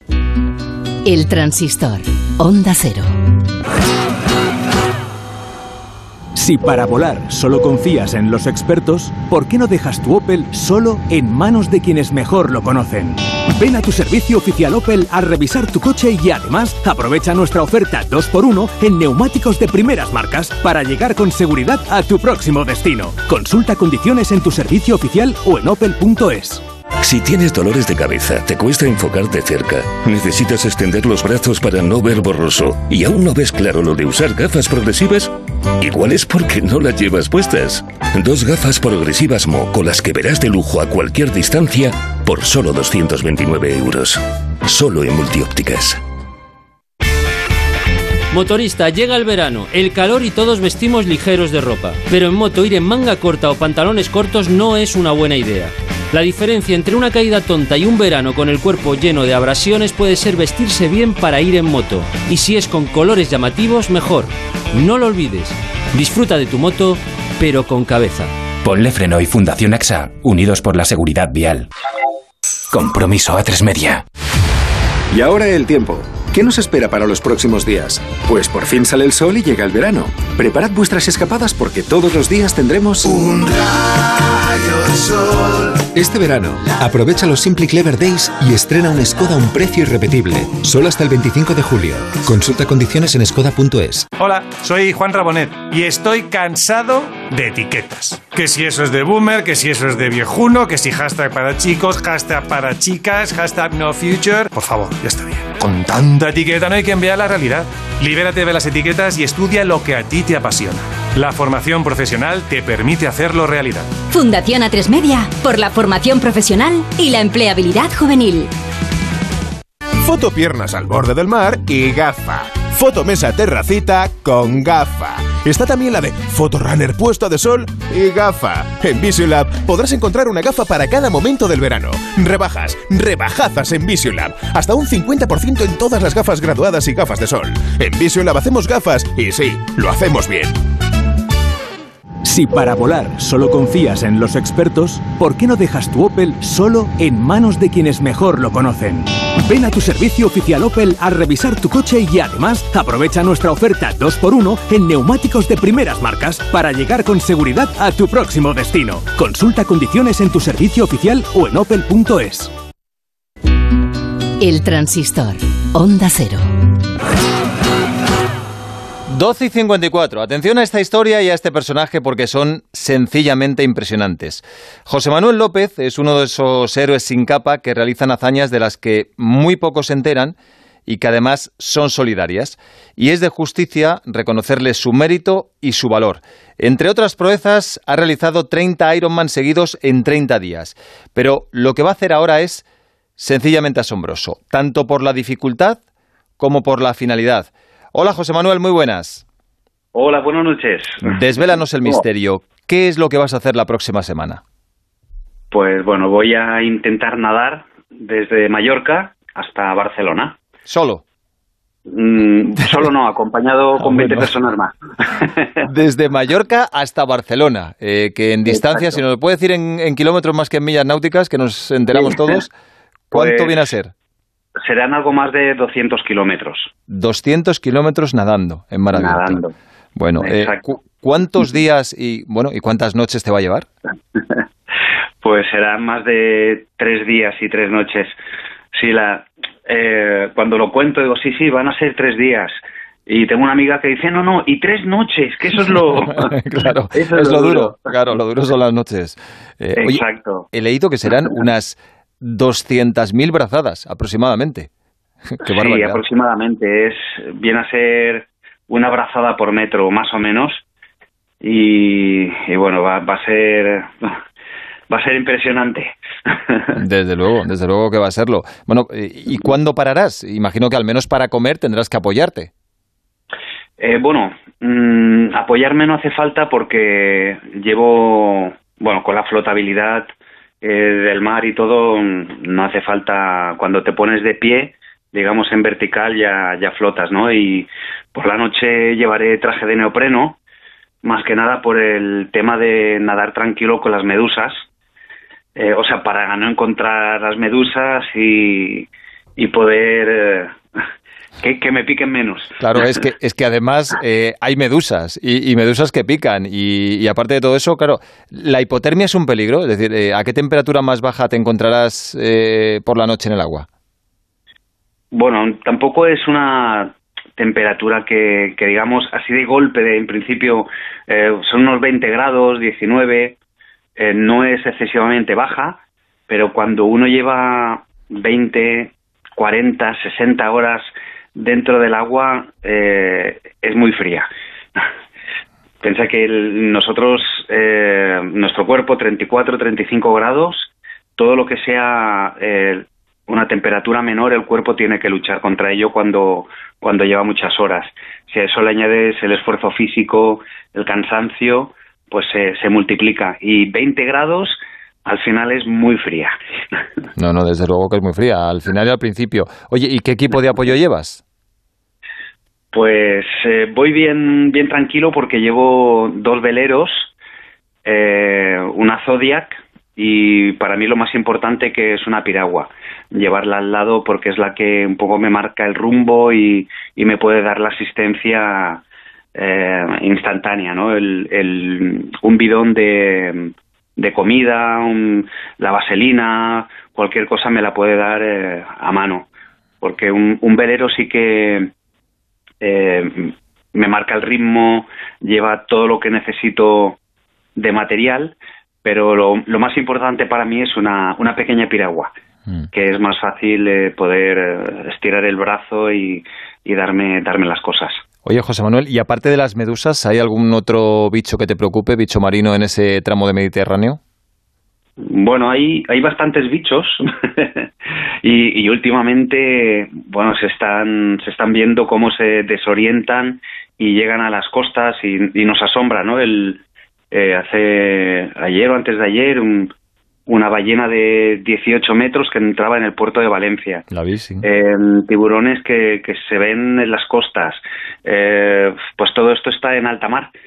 Speaker 1: El Transistor. Onda Cero.
Speaker 7: Si para volar solo confías en los expertos, ¿por qué no dejas tu Opel solo en manos de quienes mejor lo conocen? Ven a tu servicio oficial Opel a revisar tu coche y además aprovecha nuestra oferta dos por uno en neumáticos de primeras marcas para llegar con seguridad a tu próximo destino. Consulta condiciones en tu servicio oficial o en opel punto es.
Speaker 12: Si tienes dolores de cabeza, te cuesta enfocarte cerca, necesitas extender los brazos para no ver borroso y aún no ves claro lo de usar gafas progresivas, igual es porque no las llevas puestas. Dos gafas progresivas Mo con las que verás de lujo a cualquier distancia por solo doscientos veintinueve euros. Solo en Multiópticas.
Speaker 8: Motorista, llega el verano, el calor y todos vestimos ligeros de ropa. Pero en moto ir en manga corta o pantalones cortos no es una buena idea. La diferencia entre una caída tonta y un verano con el cuerpo lleno de abrasiones puede ser vestirse bien para ir en moto. Y si es con colores llamativos, mejor. No lo olvides. Disfruta de tu moto, pero con cabeza.
Speaker 13: Ponle Freno y Fundación A X A, unidos por la seguridad vial. Compromiso A tres Media.
Speaker 14: Y ahora el tiempo. ¿Qué nos espera para los próximos días? Pues por fin sale el sol y llega el verano. Preparad vuestras escapadas porque todos los días tendremos
Speaker 21: un rayo de sol
Speaker 15: Este verano, aprovecha los Simply Clever Days y estrena un Skoda a un precio irrepetible. Solo hasta el veinticinco de julio. Consulta condiciones en skoda punto es.
Speaker 16: Hola, soy Juan Rabonet y estoy cansado de etiquetas. Que si eso es de boomer, que si eso es de viejuno, que si hashtag para chicos, hashtag para chicas, hashtag no future. Por favor, ya está bien. Con tanta etiqueta no hay que enviar la realidad. Libérate de las etiquetas y estudia lo que a ti te apasiona. La formación profesional te permite hacerlo realidad.
Speaker 17: Fundación A tres Media, por la formación profesional y la empleabilidad juvenil.
Speaker 18: Foto piernas al borde del mar y gafa. Foto mesa terracita con gafa. Está también la de Foto runner puesta de sol y gafa. En Visiolab podrás encontrar una gafa para cada momento del verano. Rebajas, rebajazas en Visiolab. Hasta un cincuenta por ciento en todas las gafas graduadas y gafas de sol. En Visiolab hacemos gafas y sí, lo hacemos bien.
Speaker 7: Si para volar solo confías en los expertos, ¿por qué no dejas tu Opel solo en manos de quienes mejor lo conocen? Ven a tu servicio oficial Opel a revisar tu coche y además aprovecha nuestra oferta dos por uno en neumáticos de primeras marcas para llegar con seguridad a tu próximo destino. Consulta condiciones en tu servicio oficial o en opel punto es.
Speaker 1: El Transistor, Onda Cero.
Speaker 3: doce y cincuenta y cuatro. Atención a esta historia y a este personaje porque son sencillamente impresionantes. José Manuel López es uno de esos héroes sin capa que realizan hazañas de las que muy pocos se enteran y que además son solidarias. Y es de justicia reconocerle su mérito y su valor. Entre otras proezas, ha realizado treinta Ironman seguidos en treinta días. Pero lo que va a hacer ahora es sencillamente asombroso, tanto por la dificultad como por la finalidad. Hola, José Manuel, muy buenas.
Speaker 20: Hola, buenas noches.
Speaker 3: Desvélanos el misterio. ¿Qué es lo que vas a hacer la próxima semana?
Speaker 20: Pues bueno, voy a intentar nadar desde Mallorca hasta Barcelona.
Speaker 3: ¿Solo?
Speaker 20: Mm, solo no, acompañado con veinte personas más.
Speaker 3: Desde Mallorca hasta Barcelona, eh, que en distancia, Exacto. Si nos lo puede decir en, en kilómetros más que en millas náuticas, que nos enteramos sí. todos, ¿cuánto pues... viene a ser?
Speaker 20: Serán algo más de doscientos kilómetros.
Speaker 3: doscientos kilómetros nadando en mar abierto.
Speaker 20: Nadando.
Speaker 3: Bueno, eh, ¿cu- ¿cuántos días y bueno y cuántas noches te va a llevar?
Speaker 20: Pues serán más de tres días y tres noches. Sí, la eh, cuando lo cuento digo, sí, sí, van a ser tres días. Y tengo una amiga que dice, no, no, y tres noches, que eso es lo...
Speaker 3: claro, eso es, es lo duro. duro. Claro, lo duro son las noches. Eh,
Speaker 20: Exacto.
Speaker 3: Oye, he leído que serán unas doscientas mil brazadas, aproximadamente. Qué
Speaker 20: sí, barbaridad. Aproximadamente. Es, viene a ser una brazada por metro, más o menos. Y, y bueno, va, va a ser... Va a ser impresionante.
Speaker 3: Desde luego, desde luego que va a serlo. Bueno, ¿y cuándo pararás? Imagino que al menos para comer tendrás que apoyarte.
Speaker 20: Eh, bueno, mmm, apoyarme no hace falta porque llevo, bueno, con la flotabilidad eh, del mar y todo, no hace falta, cuando te pones de pie, digamos en vertical, ya, ya flotas, ¿no? Y por la noche llevaré traje de neopreno, más que nada por el tema de nadar tranquilo con las medusas, eh, o sea, para no encontrar las medusas y, y poder... Eh, Que, que me piquen menos.
Speaker 3: Claro, es que es que además eh, hay medusas y, y medusas que pican y, y aparte de todo eso, claro, la hipotermia es un peligro. Es decir, eh, ¿a qué temperatura más baja te encontrarás eh, por la noche en el agua?
Speaker 20: Bueno, tampoco es una temperatura que, que digamos, así de golpe, de, en principio eh, son unos veinte grados, diecinueve, eh, no es excesivamente baja, pero cuando uno lleva veinte, cuarenta, sesenta horas dentro del agua, eh, es muy fría. Piensa que el, nosotros, eh, nuestro cuerpo, treinta y cuatro, treinta y cinco grados, todo lo que sea eh, una temperatura menor, el cuerpo tiene que luchar contra ello cuando, cuando lleva muchas horas. Si a eso le añades el esfuerzo físico, el cansancio, pues eh, se multiplica. Y veinte grados... al final es muy fría.
Speaker 3: No, no, desde luego que es muy fría, al final y al principio. Oye, ¿y qué equipo de apoyo llevas?
Speaker 20: Pues eh, voy bien bien tranquilo porque llevo dos veleros, eh, una Zodiac y para mí lo más importante que es una piragua. Llevarla al lado porque es la que un poco me marca el rumbo y, y me puede dar la asistencia eh, instantánea, ¿no? El, el, un bidón de... de comida, un, la vaselina, cualquier cosa me la puede dar eh, a mano, porque un, un velero sí que eh, me marca el ritmo, lleva todo lo que necesito de material, pero lo, lo más importante para mí es una, una pequeña piragua, mm. que es más fácil eh, poder eh, estirar el brazo y, y darme, darme las cosas.
Speaker 3: Oye, José Manuel, y aparte de las medusas, ¿hay algún otro bicho que te preocupe, bicho marino en ese tramo de Mediterráneo?
Speaker 20: Bueno, hay, hay bastantes bichos y, y últimamente, bueno, se están, se están viendo cómo se desorientan y llegan a las costas y, y nos asombra, ¿no? El, eh, hace ayer o antes de ayer, un, una ballena de dieciocho metros que entraba en el puerto de Valencia.
Speaker 3: La vi, sí.
Speaker 20: Eh, tiburones que, que se ven en las costas. Eh, pues todo esto está en alta mar.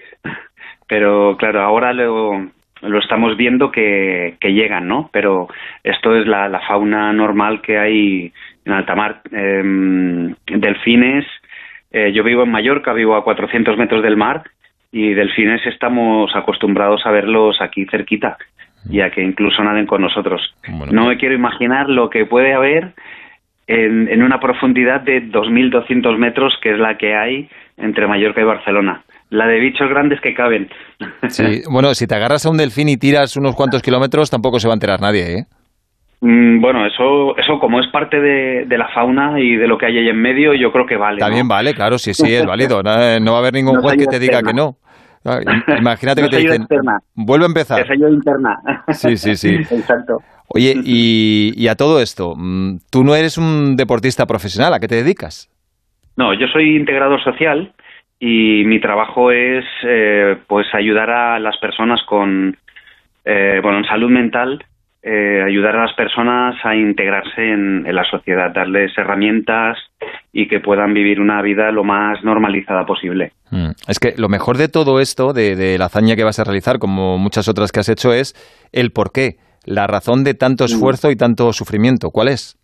Speaker 20: Pero claro, ahora lo, lo estamos viendo que, que llegan, ¿no? Pero esto es la, la fauna normal que hay en alta mar. Eh, delfines, eh, yo vivo en Mallorca, vivo a cuatrocientos metros del mar, y delfines estamos acostumbrados a verlos aquí cerquita, ya que incluso naden con nosotros. Bueno, no me quiero imaginar lo que puede haber en, en una profundidad de dos mil doscientos metros, que es la que hay entre Mallorca y Barcelona. La de bichos grandes que caben.
Speaker 3: Sí, bueno, si te agarras a un delfín y tiras unos cuantos kilómetros, tampoco se va a enterar nadie, ¿eh?
Speaker 20: Mm, bueno, eso eso como es parte de, de la fauna y de lo que hay ahí en medio, yo creo que vale.
Speaker 3: También
Speaker 20: ¿no?
Speaker 3: vale, claro, sí, sí, es válido. No, no va a haber ningún
Speaker 20: No
Speaker 3: juez que te
Speaker 20: externa.
Speaker 3: diga que no. Imagínate
Speaker 20: No
Speaker 3: que te dicen,
Speaker 20: externa.
Speaker 3: vuelve a empezar.
Speaker 20: Que yo interna.
Speaker 3: Sí, sí, sí.
Speaker 20: Exacto.
Speaker 3: Oye, y, y a todo esto, tú no eres un deportista profesional, ¿a qué te dedicas?
Speaker 20: No, yo soy integrador social y mi trabajo es eh, pues ayudar a las personas con, eh, bueno, en salud mental, eh, ayudar a las personas a integrarse en, en la sociedad, darles herramientas y que puedan vivir una vida lo más normalizada posible.
Speaker 3: Mm. Es que lo mejor de todo esto, de, de la hazaña que vas a realizar, como muchas otras que has hecho, es el porqué, la razón de tanto esfuerzo y tanto sufrimiento. ¿Cuál es?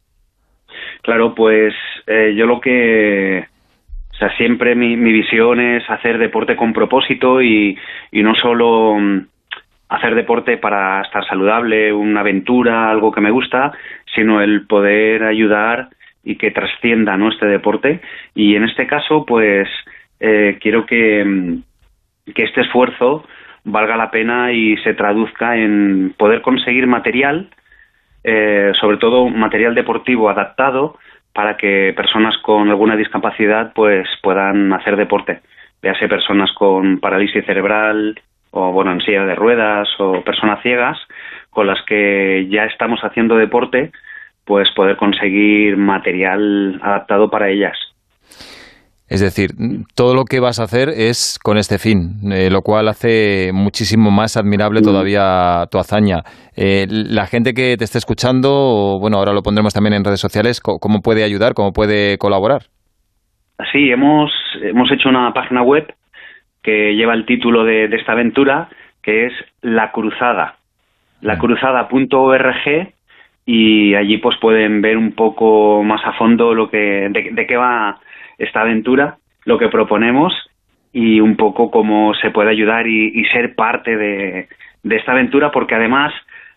Speaker 20: Claro, pues eh, yo lo que... O sea, siempre mi, mi visión es hacer deporte con propósito y, y no solo mm, hacer deporte para estar saludable, una aventura, algo que me gusta, sino el poder ayudar y que trascienda, ¿no?, este deporte. Y en este caso, pues, eh, quiero que, que este esfuerzo valga la pena y se traduzca en poder conseguir material, eh, sobre todo material deportivo adaptado, para que personas con alguna discapacidad pues puedan hacer deporte. Véase personas con parálisis cerebral o, bueno, en silla de ruedas o personas ciegas con las que ya estamos haciendo deporte, pues poder conseguir material adaptado para ellas.
Speaker 3: Es decir, todo lo que vas a hacer es con este fin, eh, lo cual hace muchísimo más admirable todavía tu hazaña. Eh, la gente que te esté escuchando, o, bueno, ahora lo pondremos también en redes sociales, ¿cómo puede ayudar, cómo puede colaborar?
Speaker 20: Sí, hemos, hemos hecho una página web que lleva el título de, de esta aventura, que es La Cruzada, la cruzada punto org, y allí pues pueden ver un poco más a fondo lo que de, de qué va esta aventura, lo que proponemos y un poco cómo se puede ayudar y, y ser parte de, de esta aventura, porque además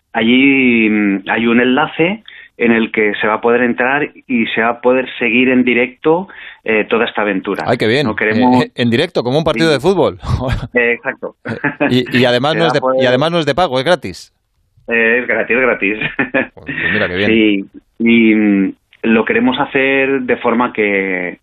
Speaker 20: allí hay un enlace en el que se va a poder entrar y se va a poder seguir en directo eh, toda esta aventura.
Speaker 3: ¡Ay, qué bien!
Speaker 20: No queremos...
Speaker 3: eh, en directo, como un partido sí. de fútbol.
Speaker 20: eh, exacto.
Speaker 3: y, y, además no es de, poder... y además no es de pago, es gratis.
Speaker 20: Eh, es gratis, es gratis.
Speaker 3: Pues mira qué bien.
Speaker 20: Sí, y lo queremos hacer de forma que...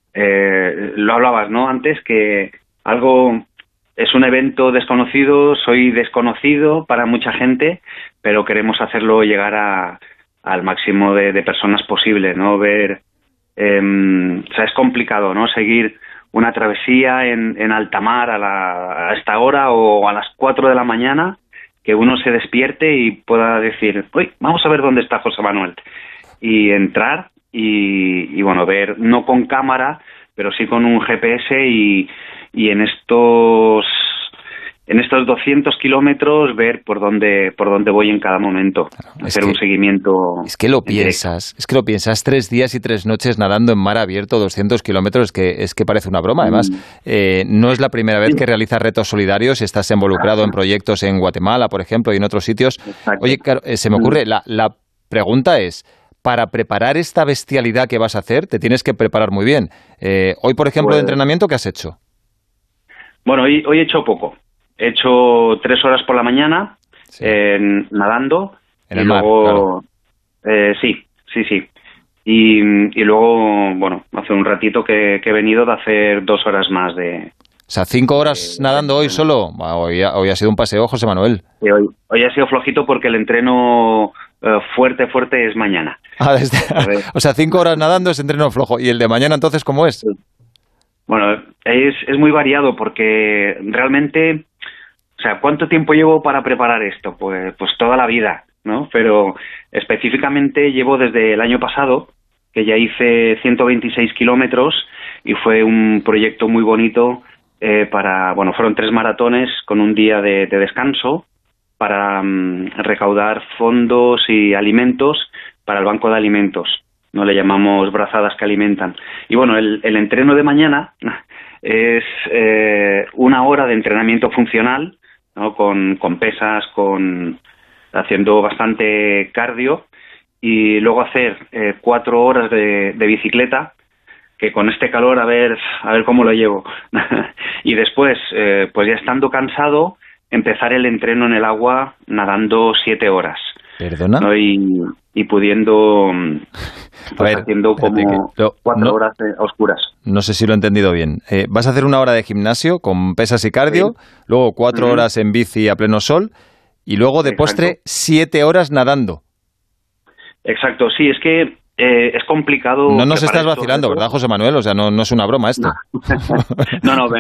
Speaker 20: Eh, lo hablabas, ¿no?, antes, que algo es un evento desconocido, soy desconocido para mucha gente, pero queremos hacerlo llegar a, al máximo de, de personas posible, ¿no? Ver, eh, o sea, es complicado, ¿no?, seguir una travesía en, en alta mar a, la, a esta hora o a las cuatro de la mañana, que uno se despierte y pueda decir, uy, vamos a ver dónde está José Manuel, y entrar y, y bueno, ver, no con cámara, pero sí con un G P S y, y en estos en estos doscientos kilómetros ver por dónde por dónde voy en cada momento, claro, hacer que, un seguimiento.
Speaker 3: Es que lo piensas, es que lo piensas, tres días y tres noches nadando en mar abierto, doscientos kilómetros, es que, es que parece una broma. Además, eh, no es la primera vez que realizas retos solidarios, estás involucrado en proyectos en Guatemala, por ejemplo, y en otros sitios. Exacto. Oye, claro, eh, se me ocurre, la, la pregunta es, para preparar esta bestialidad que vas a hacer, te tienes que preparar muy bien. Eh, hoy, por ejemplo, pues, de entrenamiento, ¿qué has hecho?
Speaker 20: Bueno, hoy, hoy he hecho poco. He hecho tres horas por la mañana sí. eh, nadando.
Speaker 3: En el y mar,
Speaker 20: luego,
Speaker 3: claro.
Speaker 20: eh, sí, sí, sí. Y, y luego, bueno, hace un ratito que, que he venido de hacer dos horas más de...
Speaker 3: O sea, cinco horas de, nadando de, hoy solo. Hoy ha, hoy ha sido un paseo, José Manuel.
Speaker 20: Sí, hoy, hoy ha sido flojito porque el entreno uh, fuerte, fuerte es mañana.
Speaker 3: Ah, desde, o sea, cinco horas nadando es entreno flojo. ¿Y el de mañana entonces cómo es?
Speaker 20: Sí. Bueno, es, es muy variado porque realmente... O sea, ¿cuánto tiempo llevo para preparar esto? Pues, pues toda la vida, ¿no? Pero específicamente llevo desde el año pasado, que ya hice ciento veintiséis kilómetros y fue un proyecto muy bonito eh, para, bueno, fueron tres maratones con un día de, de descanso para um, recaudar fondos y alimentos para el banco de alimentos. No le llamamos brazadas que alimentan. Y bueno, el, el entreno de mañana es eh, una hora de entrenamiento funcional, ¿no? Con, con pesas, con haciendo bastante cardio y luego hacer eh, cuatro horas de, de bicicleta, que con este calor a ver a ver cómo lo llevo. Y después, eh, pues ya estando cansado, empezar el entreno en el agua nadando siete horas.
Speaker 3: ¿Perdona?
Speaker 20: ¿No? Y, y pudiendo, pues, a ver, haciendo como lo, cuatro no, horas a oscuras.
Speaker 3: No sé si lo he entendido bien. Eh, vas a hacer una hora de gimnasio con pesas y cardio, sí. Luego cuatro uh-huh. horas en bici a pleno sol y luego de Exacto. postre siete horas nadando.
Speaker 20: Exacto, sí, es que eh, es complicado.
Speaker 3: No nos estás vacilando, ¿verdad, José Manuel? O sea, no, no es una broma esto.
Speaker 20: No, no, me,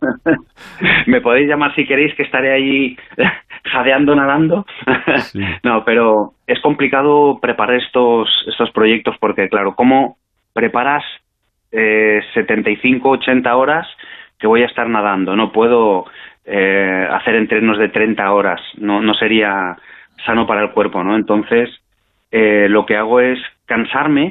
Speaker 20: me podéis llamar si queréis, que estaré ahí jadeando, nadando. Sí. No, pero es complicado preparar estos, estos proyectos porque, claro, ¿cómo preparas eh, setenta y cinco, ochenta horas que voy a estar nadando? No puedo eh, hacer entrenos de treinta horas, no, no sería sano para el cuerpo, ¿no? Entonces, eh, lo que hago es cansarme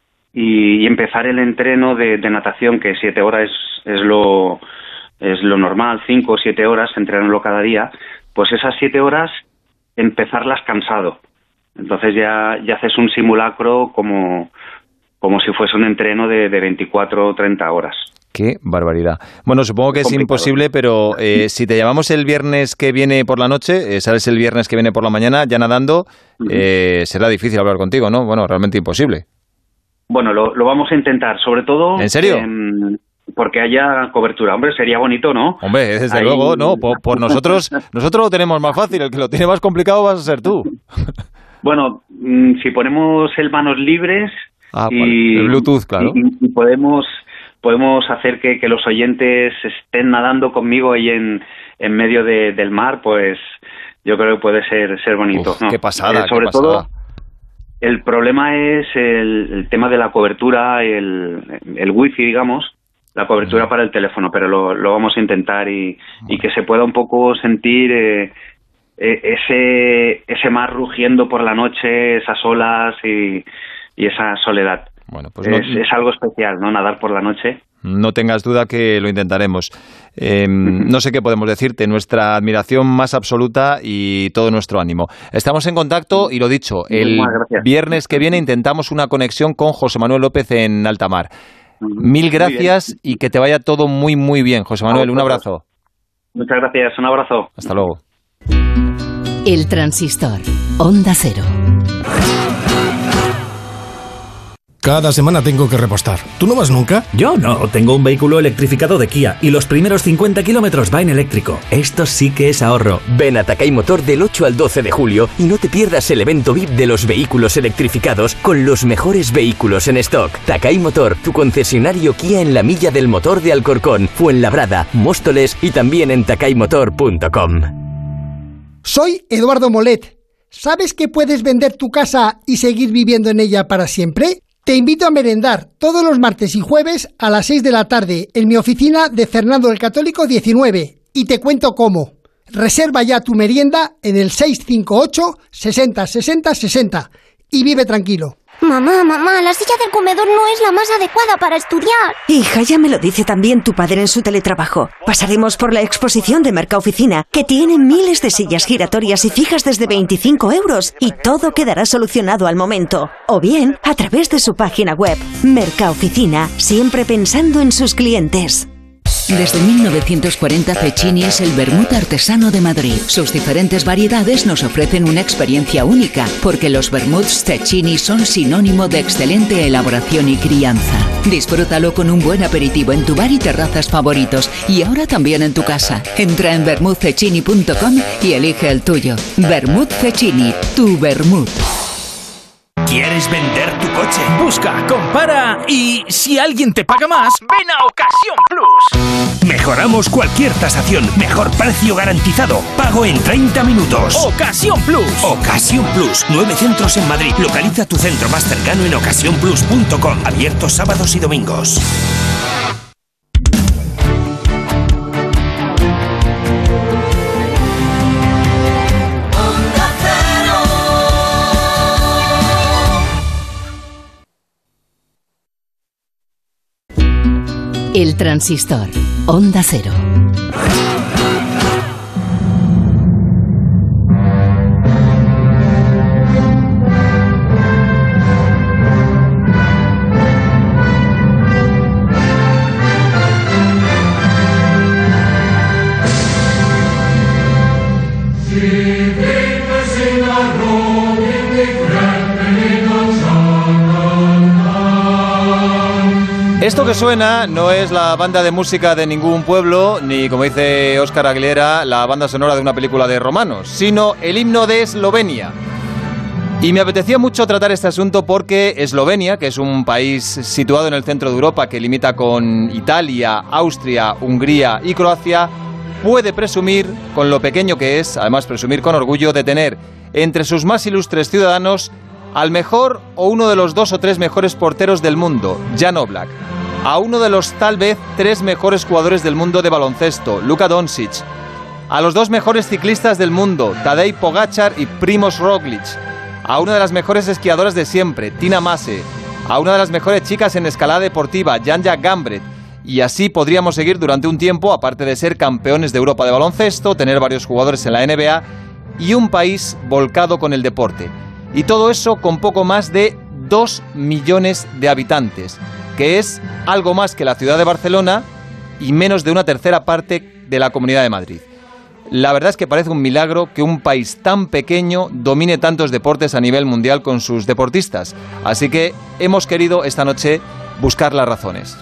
Speaker 20: y, y empezar el entreno de, de natación, que siete horas es, es lo es lo normal, cinco o siete horas, entrenarlo cada día. Pues esas siete horas, empezarlas cansado. Entonces ya, ya haces un simulacro como, como si fuese un entreno de, de veinticuatro o treinta horas.
Speaker 3: ¡Qué barbaridad! Bueno, supongo que es, es imposible, pero eh, si te llamamos el viernes que viene por la noche, eh, sales el viernes que viene por la mañana, ya nadando, eh, será difícil hablar contigo, ¿no? Bueno, realmente imposible.
Speaker 20: Bueno, lo, lo vamos a intentar, sobre todo...
Speaker 3: ¿En serio?
Speaker 20: En... Porque haya cobertura. Hombre, sería bonito, ¿no?
Speaker 3: Hombre, desde Ahí... luego, ¿no? Por, por nosotros nosotros lo tenemos más fácil. El que lo tiene más complicado vas a ser tú.
Speaker 20: Bueno, si ponemos el manos libres
Speaker 3: ah,
Speaker 20: y,
Speaker 3: vale. El Bluetooth, claro.
Speaker 20: Y, y podemos podemos hacer que, que los oyentes estén nadando conmigo ahí en, en medio de, del mar, pues yo creo que puede ser, ser bonito.
Speaker 3: Uf,
Speaker 20: ¿no?
Speaker 3: Qué pasada,
Speaker 20: eh, Sobre
Speaker 3: qué pasada.
Speaker 20: todo, el problema es el, el tema de la cobertura, el, el wifi, digamos, la cobertura para el teléfono, pero lo, lo vamos a intentar y, y que se pueda un poco sentir eh, eh, ese ese mar rugiendo por la noche, esas olas y, y esa soledad.
Speaker 3: Bueno, pues
Speaker 20: es,
Speaker 3: no,
Speaker 20: es algo especial, ¿no? Nadar por la noche.
Speaker 3: No tengas duda que lo intentaremos. Eh, no sé qué podemos decirte, nuestra admiración más absoluta y todo nuestro ánimo. Estamos en contacto y lo dicho, el viernes que viene intentamos una conexión con José Manuel López en alta mar. Mil gracias y que te vaya todo muy, muy bien, José Manuel. Un abrazo.
Speaker 20: Muchas gracias, un abrazo.
Speaker 3: Hasta luego.
Speaker 1: El Transistor, Onda Cero.
Speaker 2: Cada semana tengo que repostar. ¿Tú no vas nunca?
Speaker 4: Yo no, tengo un vehículo electrificado de Kia y los primeros cincuenta kilómetros va en eléctrico. Esto sí que es ahorro.
Speaker 5: Ven a Takay Motor del ocho al doce de julio y no te pierdas el evento V I P de los vehículos electrificados con los mejores vehículos en stock. Takay Motor, tu concesionario Kia en la milla del motor de Alcorcón, Fuenlabrada, Móstoles y también en takay motor punto com.
Speaker 19: Soy Eduardo Molet. ¿Sabes que puedes vender tu casa y seguir viviendo en ella para siempre? Te invito a merendar todos los martes y jueves a las seis de la tarde en mi oficina de Fernando el Católico diecinueve y te cuento cómo. Reserva ya tu merienda en el seis cinco ocho, sesenta, sesenta, sesenta y vive tranquilo.
Speaker 9: Mamá, mamá, la silla del comedor no es la más adecuada para estudiar.
Speaker 10: Hija, ya me lo dice también tu padre en su teletrabajo. Pasaremos por la exposición de Mercaoficina, que tiene miles de sillas giratorias y fijas desde veinticinco euros, y todo quedará solucionado al momento. O bien, a través de su página web. Mercaoficina, siempre pensando en sus clientes.
Speaker 1: Desde mil novecientos cuarenta Cecchini es el vermut artesano de Madrid. Sus diferentes variedades nos ofrecen una experiencia única, porque los vermuts Cecchini son sinónimo de excelente elaboración y crianza. Disfrútalo con un buen aperitivo en tu bar y terrazas favoritos, y ahora también en tu casa. Entra en vermut cecchini punto com y elige el tuyo. Vermut Cecchini, tu vermut.
Speaker 22: ¿Quieres vender tu coche? Busca, compara y si alguien te paga más, ven a Ocasión Plus. Mejoramos cualquier tasación, mejor precio garantizado, pago en treinta minutos. Ocasión Plus. Ocasión Plus, nueve centros en Madrid. Localiza tu centro más cercano en ocasión plus punto com. Abiertos sábados y domingos.
Speaker 1: El Transistor, Onda Cero.
Speaker 3: Esto que suena no es la banda de música de ningún pueblo, ni, como dice Óscar Aguilera, la banda sonora de una película de romanos, sino el himno de Eslovenia. Y me apetecía mucho tratar este asunto porque Eslovenia, que es un país situado en el centro de Europa que limita con Italia, Austria, Hungría y Croacia, puede presumir, con lo pequeño que es, además presumir con orgullo, de tener entre sus más ilustres ciudadanos al mejor o uno de los dos o tres mejores porteros del mundo, Jan Oblak, a uno de los tal vez tres mejores jugadores del mundo de baloncesto, Luka Doncic, a los dos mejores ciclistas del mundo, Tadej Pogačar y Primož Roglič, a una de las mejores esquiadoras de siempre, Tina Maze, a una de las mejores chicas en escalada deportiva, Janja Gambret, y así podríamos seguir durante un tiempo, aparte de ser campeones de Europa de baloncesto, tener varios jugadores en la N B A y un país volcado con el deporte. Y todo eso con poco más de dos millones de habitantes, que es algo más que la ciudad de Barcelona y menos de una tercera parte de la Comunidad de Madrid. La verdad es que parece un milagro que un país tan pequeño domine tantos deportes a nivel mundial con sus deportistas. Así que hemos querido esta noche buscar las razones.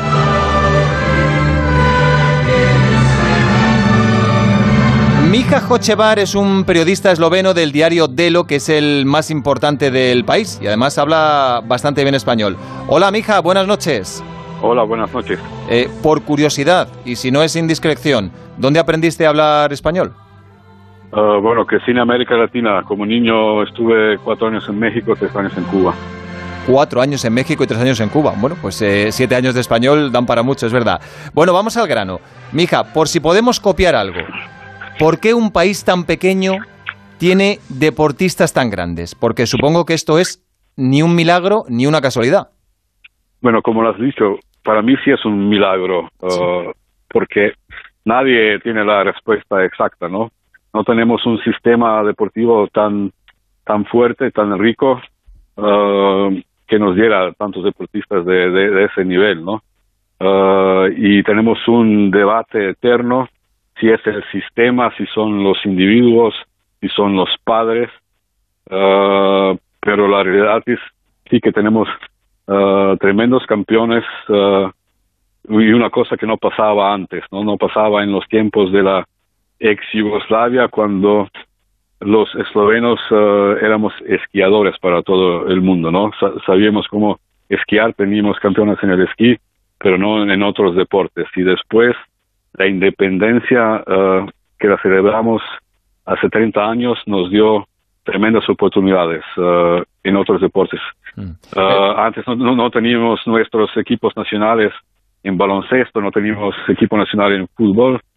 Speaker 3: Miha Hočevar es un periodista esloveno del diario Delo, que es el más importante del país y además habla bastante bien español. Hola Miha, buenas noches.
Speaker 23: Hola, buenas noches.
Speaker 3: Eh, por curiosidad, y si no es indiscreción, ¿dónde aprendiste a hablar español?
Speaker 23: Uh, bueno, crecí en América Latina. Como niño estuve cuatro años en México, tres años en Cuba.
Speaker 3: Cuatro años en México y tres años en Cuba. Bueno, pues eh, siete años de español dan para mucho, es verdad. Bueno, vamos al grano. Miha, por si podemos copiar algo, ¿por qué un país tan pequeño tiene deportistas tan grandes? Porque supongo que esto es ni un milagro ni una casualidad.
Speaker 23: Bueno, como lo has dicho, para mí sí es un milagro, uh, sí. porque nadie tiene la respuesta exacta, ¿no? No tenemos un sistema deportivo tan, tan fuerte, tan rico, uh, que nos diera tantos deportistas de, de, de ese nivel, ¿no? Uh, y tenemos un debate eterno, si es el sistema, si son los individuos, si son los padres, uh, pero la realidad es sí que tenemos uh, tremendos campeones uh, y una cosa que no pasaba antes, no no pasaba en los tiempos de la ex Yugoslavia, cuando los eslovenos uh, éramos esquiadores para todo el mundo, ¿no? Sa- sabíamos cómo esquiar, teníamos campeones en el esquí, pero no en otros deportes. Y después la independencia uh, que la celebramos hace treinta años nos dio tremendas oportunidades uh, en otros deportes. Mm. Uh, antes no, no, no teníamos nuestros equipos nacionales en baloncesto, no teníamos equipo nacional en fútbol,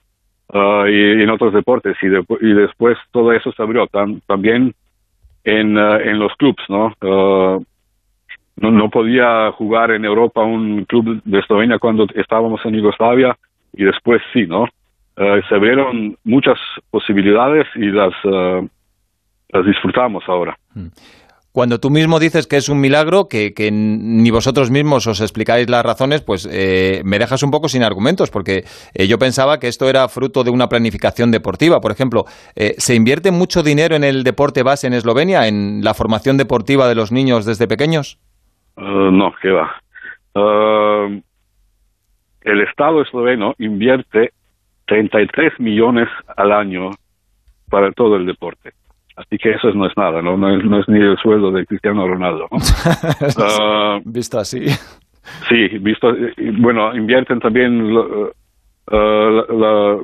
Speaker 23: uh, y, y en otros deportes. Y, de, y después todo eso se abrió tam, también en, uh, en los clubs, ¿no? Uh, no, no podía jugar en Europa un club de Eslovenia cuando estábamos en Yugoslavia, y después sí, ¿no? Uh, se abrieron muchas posibilidades y las, uh, las disfrutamos ahora.
Speaker 3: Cuando tú mismo dices que es un milagro, que, que ni vosotros mismos os explicáis las razones, pues eh, me dejas un poco sin argumentos, porque eh, yo pensaba que esto era fruto de una planificación deportiva. Por ejemplo, eh, ¿se invierte mucho dinero en el deporte base en Eslovenia, en la formación deportiva de los niños desde pequeños?
Speaker 23: Uh, no, qué va. Uh, el Estado esloveno invierte treinta y tres millones al año para todo el deporte. Así que eso no es nada, no, no, es, no es ni el sueldo de Cristiano Ronaldo, ¿no? uh,
Speaker 3: visto así.
Speaker 23: Sí, visto. Bueno, invierten también uh, la, la,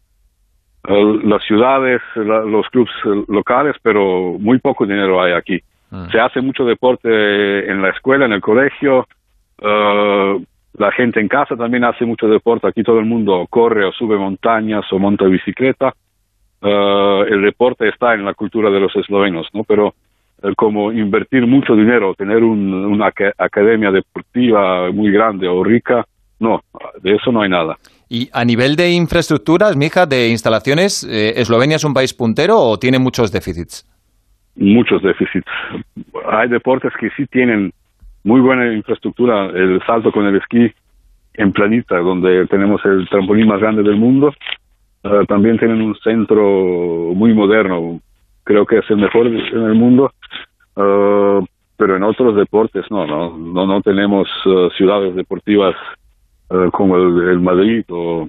Speaker 23: uh, las ciudades, la, los clubes locales, pero muy poco dinero hay aquí. Uh. Se hace mucho deporte en la escuela, en el colegio. Uh, la gente en casa también hace mucho deporte. Aquí todo el mundo corre o sube montañas o monta bicicleta. Uh, el deporte está en la cultura de los eslovenos, ¿no? Pero uh, como invertir mucho dinero, tener un, una ac- academia deportiva muy grande o rica, no, de eso no hay nada.
Speaker 3: Y a nivel de infraestructuras, mija, de instalaciones, eh, ¿Eslovenia es un país puntero o tiene muchos déficits?
Speaker 23: Muchos déficits. Hay deportes que sí tienen muy buena infraestructura, el salto con el esquí en Planita, donde tenemos el trampolín más grande del mundo. Uh, también tienen un centro muy moderno, creo que es el mejor en el mundo, uh, pero en otros deportes no, no, no, no tenemos uh, ciudades deportivas uh, como el, el Madrid o,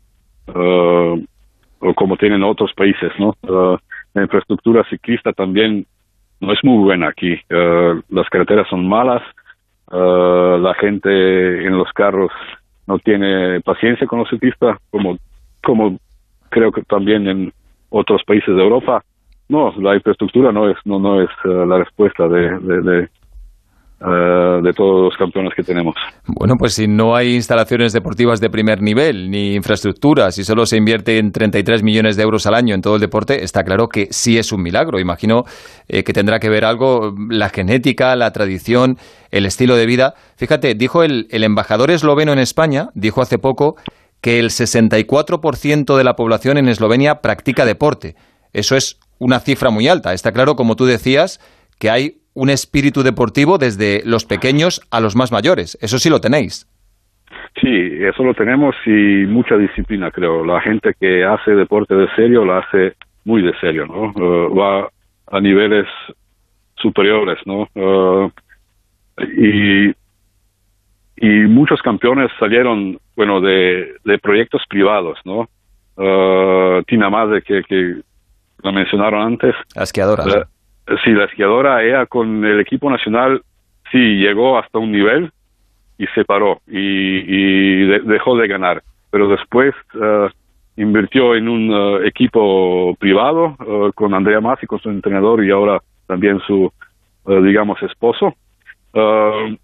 Speaker 23: uh, o como tienen otros países, ¿no? Uh, la infraestructura ciclista también no es muy buena aquí, uh, las carreteras son malas, uh, la gente en los carros no tiene paciencia con los ciclistas, como como creo que también en otros países de Europa. No, la infraestructura no es no no es uh, la respuesta de de, de, uh, de todos los campeones que tenemos.
Speaker 3: Bueno, pues si no hay instalaciones deportivas de primer nivel ni infraestructuras y solo se invierte en treinta y tres millones de euros al año en todo el deporte, está claro que sí es un milagro. Imagino eh, que tendrá que ver algo la genética, la tradición, el estilo de vida. Fíjate, dijo el, el embajador esloveno en España, dijo hace poco que el sesenta y cuatro por ciento de la población en Eslovenia practica deporte. Eso es una cifra muy alta. Está claro, como tú decías, que hay un espíritu deportivo desde los pequeños a los más mayores. Eso sí lo tenéis.
Speaker 23: Sí, eso lo tenemos y mucha disciplina, creo. La gente que hace deporte de serio lo hace muy de serio, ¿no? Uh, va a niveles superiores, ¿no? Uh, y... Y muchos campeones salieron, bueno, de, de proyectos privados, ¿no? Uh, Tina Maze, que, que la mencionaron antes.
Speaker 3: La esquiadora.
Speaker 23: Uh, sí, la esquiadora, ella con el equipo nacional, sí, llegó hasta un nivel y se paró y, y de, dejó de ganar. Pero después uh, invirtió en un uh, equipo privado uh, con Andrea Masi, con su entrenador y ahora también su, uh, digamos, esposo. Uh,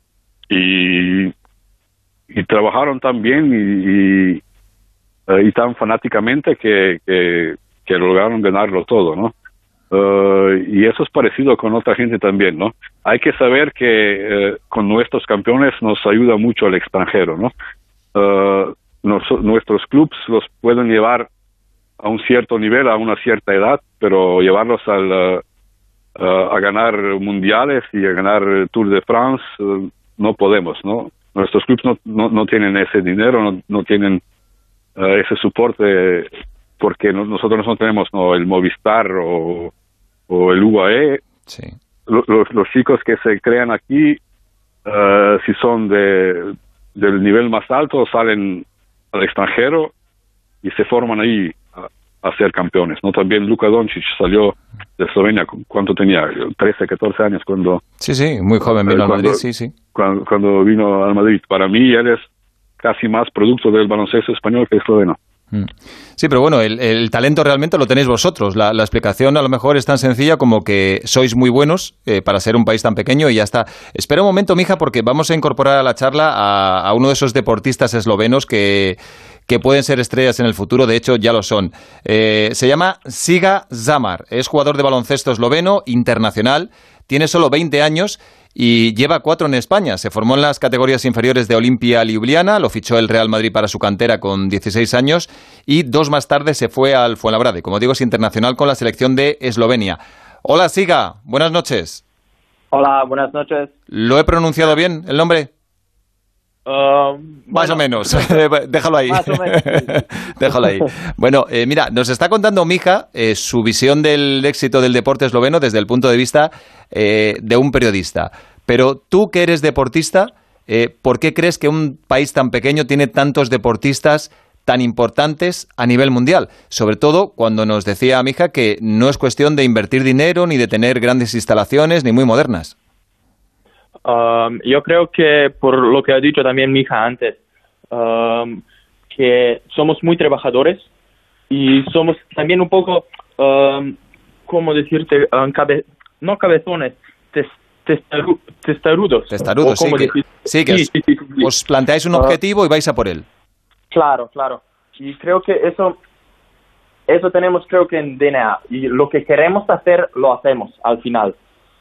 Speaker 23: Y, y trabajaron tan bien y, y, y tan fanáticamente que, que, que lograron ganarlo todo, ¿no? Uh, y eso es parecido con otra gente también, ¿no? Hay que saber que uh, con nuestros campeones nos ayuda mucho el extranjero, ¿no? Uh, nos, nuestros clubes los pueden llevar a un cierto nivel, a una cierta edad, pero llevarlos al, uh, uh, a ganar mundiales y a ganar el Tour de France... Uh, no podemos, ¿no? Nuestros clubes no, no, no tienen ese dinero, no, no tienen uh, ese soporte, porque no, nosotros no tenemos no el Movistar o, o el U A E.
Speaker 3: Sí.
Speaker 23: Los, los chicos que se crean aquí, uh, si son de del nivel más alto, salen al extranjero y se forman ahí a, a ser campeones, ¿no? También Luka Doncic salió de Eslovenia, ¿cuánto tenía? trece, catorce años cuando...
Speaker 3: Sí, sí, muy joven vino cuando, al Madrid, sí, sí.
Speaker 23: Cuando, cuando vino al Madrid. Para mí él es casi más producto del baloncesto español que esloveno.
Speaker 3: Sí, pero bueno, el, el talento realmente lo tenéis vosotros. La, la explicación a lo mejor es tan sencilla como que sois muy buenos eh, para ser un país tan pequeño y ya está. Espera un momento, mija, porque vamos a incorporar a la charla a, a uno de esos deportistas eslovenos que, que pueden ser estrellas en el futuro, de hecho ya lo son. Eh, se llama Žiga Zamar, es jugador de baloncesto esloveno, internacional, tiene solo veinte años y lleva cuatro en España. Se formó en las categorías inferiores de Olimpia Ljubljana, lo fichó el Real Madrid para su cantera con dieciséis años y dos más tarde se fue al Fuenlabrada. Como digo, es internacional con la selección de Eslovenia. Hola, Žiga, buenas noches.
Speaker 6: Hola, buenas noches.
Speaker 3: ¿Lo he pronunciado bien, el nombre?
Speaker 6: Uh,
Speaker 3: más
Speaker 6: bueno,
Speaker 3: o menos, déjalo ahí.
Speaker 6: Más o menos, sí.
Speaker 3: Déjalo ahí. Bueno, eh, mira, nos está contando Mija eh, su visión del éxito del deporte esloveno desde el punto de vista eh, de un periodista. Pero tú que eres deportista, eh, ¿por qué crees que un país tan pequeño tiene tantos deportistas tan importantes a nivel mundial? Sobre todo cuando nos decía Mija que no es cuestión de invertir dinero ni de tener grandes instalaciones ni muy modernas.
Speaker 6: Um, yo creo que por lo que ha dicho también mi hija antes, um, que somos muy trabajadores y somos también un poco, um, ¿cómo decirte? Um, cabe, no cabezones, tes, testaru, testarudos.
Speaker 3: Testarudos, sí, que, sí, que sí, sí, sí, sí. Os planteáis un objetivo uh, y vais a por él.
Speaker 6: Claro, claro. Y creo que eso, eso tenemos creo que en D N A. Y lo que queremos hacer, lo hacemos al final.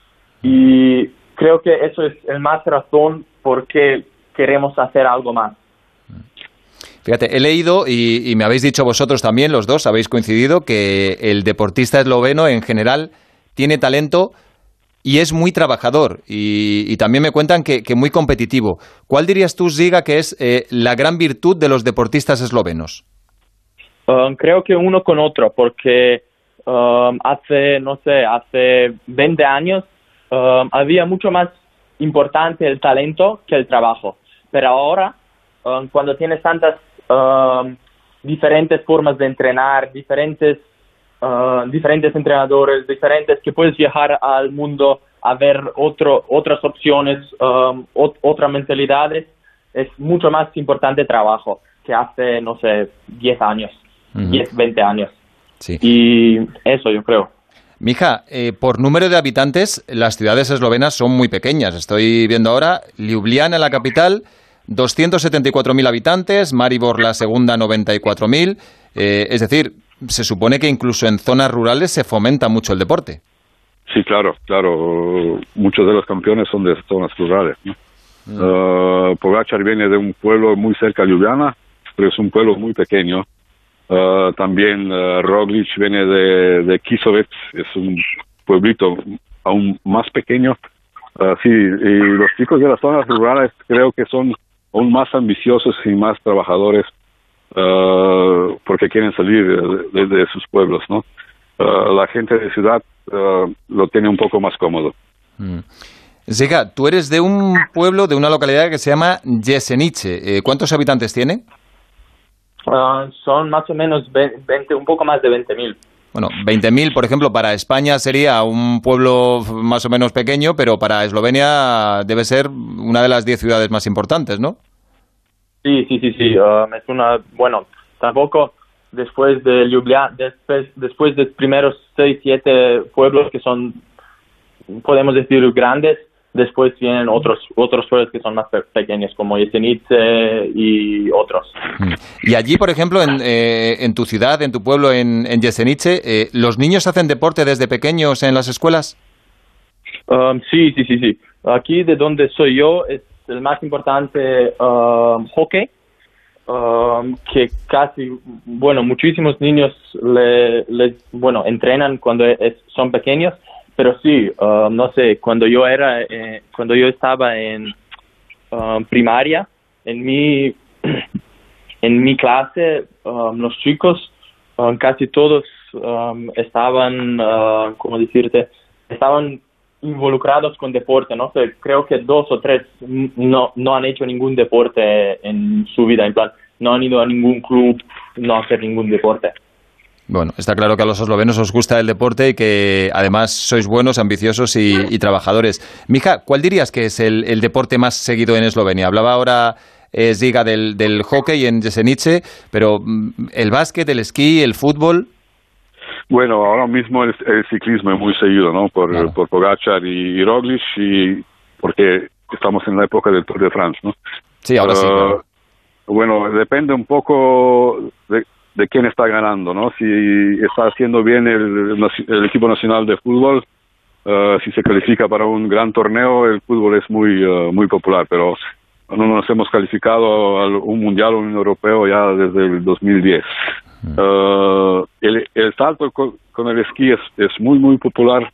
Speaker 6: Y creo que eso es el más razón por qué queremos hacer algo más.
Speaker 3: Fíjate, he leído y, y me habéis dicho vosotros también, los dos, habéis coincidido, que el deportista esloveno en general tiene talento y es muy trabajador. Y, y también me cuentan que, que muy competitivo. ¿Cuál dirías tú, Žiga, que es eh, la gran virtud de los deportistas eslovenos?
Speaker 6: Um, creo que uno con otro, porque um, hace, no sé, hace veinte años Um, había mucho más importante el talento que el trabajo. Pero ahora, um, cuando tienes tantas um, diferentes formas de entrenar, diferentes, uh, diferentes entrenadores, diferentes, que puedes viajar al mundo a ver otro, otras opciones, um, ot- otras mentalidades, es mucho más importante el trabajo que hace, no sé, diez años, uh-huh. diez, veinte años.
Speaker 3: Sí.
Speaker 6: Y eso yo creo.
Speaker 3: Mija, eh, por número de habitantes, las ciudades eslovenas son muy pequeñas. Estoy viendo ahora Ljubljana, la capital, doscientos setenta y cuatro mil habitantes, Maribor, la segunda, noventa y cuatro mil. Eh, es decir, se supone que incluso en zonas rurales se fomenta mucho el deporte.
Speaker 23: Sí, claro, claro. Muchos de los campeones son de zonas rurales, ¿no? Mm. Uh, Pogačar viene de un pueblo muy cerca de Ljubljana, pero es un pueblo muy pequeño. Uh, también uh, Roglic viene de, de Kisovec, es un pueblito aún más pequeño. Uh, sí, y los chicos de las zonas rurales creo que son aún más ambiciosos y más trabajadores uh, porque quieren salir de, de, de sus pueblos, ¿no? Uh, la gente de ciudad uh, lo tiene un poco más cómodo.
Speaker 3: Mm. Žiga, tú eres de un pueblo, de una localidad que se llama Jesenice. Eh, ¿Cuántos habitantes tiene?
Speaker 6: Uh, son más o menos veinte, un poco más de veinte mil.
Speaker 3: Bueno, veinte mil, por ejemplo, para España sería un pueblo más o menos pequeño, pero para Eslovenia debe ser una de las diez ciudades más importantes, ¿no?
Speaker 6: Sí, sí, sí, sí. Uh, es una, bueno, tampoco después de Ljubljana, después, después de los primeros seis, siete pueblos que son, podemos decir, grandes, después vienen otros otros pueblos que son más pe- pequeños, como Jesenice y otros.
Speaker 3: Y allí, por ejemplo, en, eh, en tu ciudad, en tu pueblo, en, en Jesenice, eh, ¿los niños hacen deporte desde pequeños en las escuelas?
Speaker 6: Um, sí, sí, sí, sí. Aquí de donde soy yo es el más importante um, hockey, um, que casi, bueno, muchísimos niños le, le, bueno, entrenan cuando es, son pequeños. Pero sí, uh, no sé, cuando yo era, eh, cuando yo estaba en uh, primaria, en mi, en mi clase, um, los chicos, um, casi todos um, estaban, uh, ¿cómo decirte? Estaban involucrados con deporte, ¿no? Pero creo que dos o tres no, no han hecho ningún deporte en su vida, en plan, no han ido a ningún club, no hacer ningún deporte.
Speaker 3: Bueno, está claro que a los eslovenos os gusta el deporte y que además sois buenos, ambiciosos y, y trabajadores. Mija, ¿cuál dirías que es el, el deporte más seguido en Eslovenia? Hablaba ahora eh, Žiga del, del hockey en Jesenice, pero ¿el básquet, el esquí, el fútbol?
Speaker 23: Bueno, ahora mismo el, el ciclismo es muy seguido, ¿no? Por, claro. por Pogačar y, y Roglic, y porque estamos en la época del Tour de France, ¿no?
Speaker 3: Sí, ahora uh, sí. Claro.
Speaker 23: bueno, depende un poco de, de quién está ganando, ¿no? Si está haciendo bien el, el equipo nacional de fútbol, uh, si se califica para un gran torneo, el fútbol es muy uh, muy popular, pero no nos hemos calificado a un mundial o un europeo ya desde el dos mil diez. Uh, el, el salto con, con el esquí es, es muy, muy popular.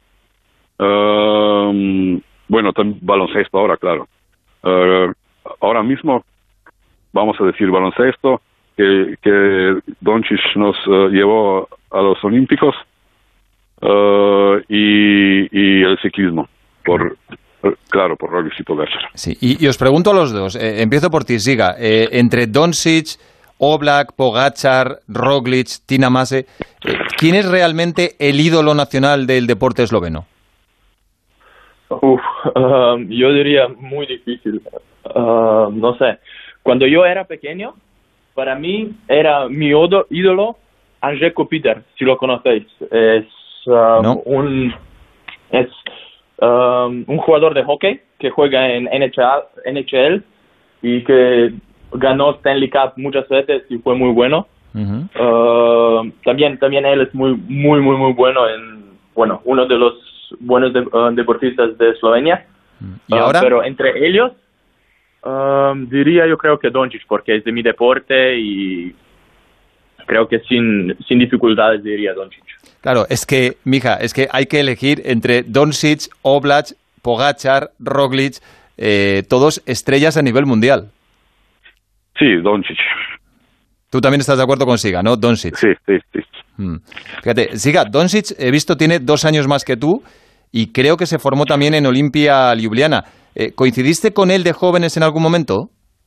Speaker 23: Uh, bueno, también baloncesto ahora, claro. Uh, ahora mismo, vamos a decir baloncesto, que, que Doncic nos uh, llevó a los Olímpicos, uh, y, y el ciclismo, por... Claro, por Roglic y Pogačar.
Speaker 3: Sí, y, y os pregunto a los dos, eh, empiezo por ti, Siga, eh, entre Doncic, Oblak, Pogačar, Roglic, Tina Maze, eh, ¿quién es realmente el ídolo nacional del deporte esloveno?
Speaker 6: Uf, uh, yo diría muy difícil, uh, no sé, cuando yo era pequeño, para mí era mi odo, ídolo Andrzej Kopitar, si lo conocéis, es uh, no. un... es Um, un jugador de hockey que juega en N H L y que ganó Stanley Cup muchas veces y fue muy bueno. Uh-huh. Uh, también también él es muy muy muy muy bueno en bueno uno de los buenos de, uh, deportistas de Eslovenia.
Speaker 3: ¿Y ahora?
Speaker 6: Uh, pero entre ellos um, diría yo creo que Doncic, porque es de mi deporte y creo que sin sin dificultades diría Doncic.
Speaker 3: Claro, es que, mija, es que hay que elegir entre Doncic, Oblak, Pogačar, Roglic, eh, todos estrellas a nivel mundial.
Speaker 23: Sí, Doncic.
Speaker 3: Tú también estás de acuerdo con Siga, ¿no? Doncic.
Speaker 23: Sí, sí, sí.
Speaker 3: Hmm. Fíjate, Siga, Doncic, he visto, tiene dos años más que tú y creo que se formó también en Olimpia Ljubljana. Eh, ¿Coincidiste con él de jóvenes en algún momento?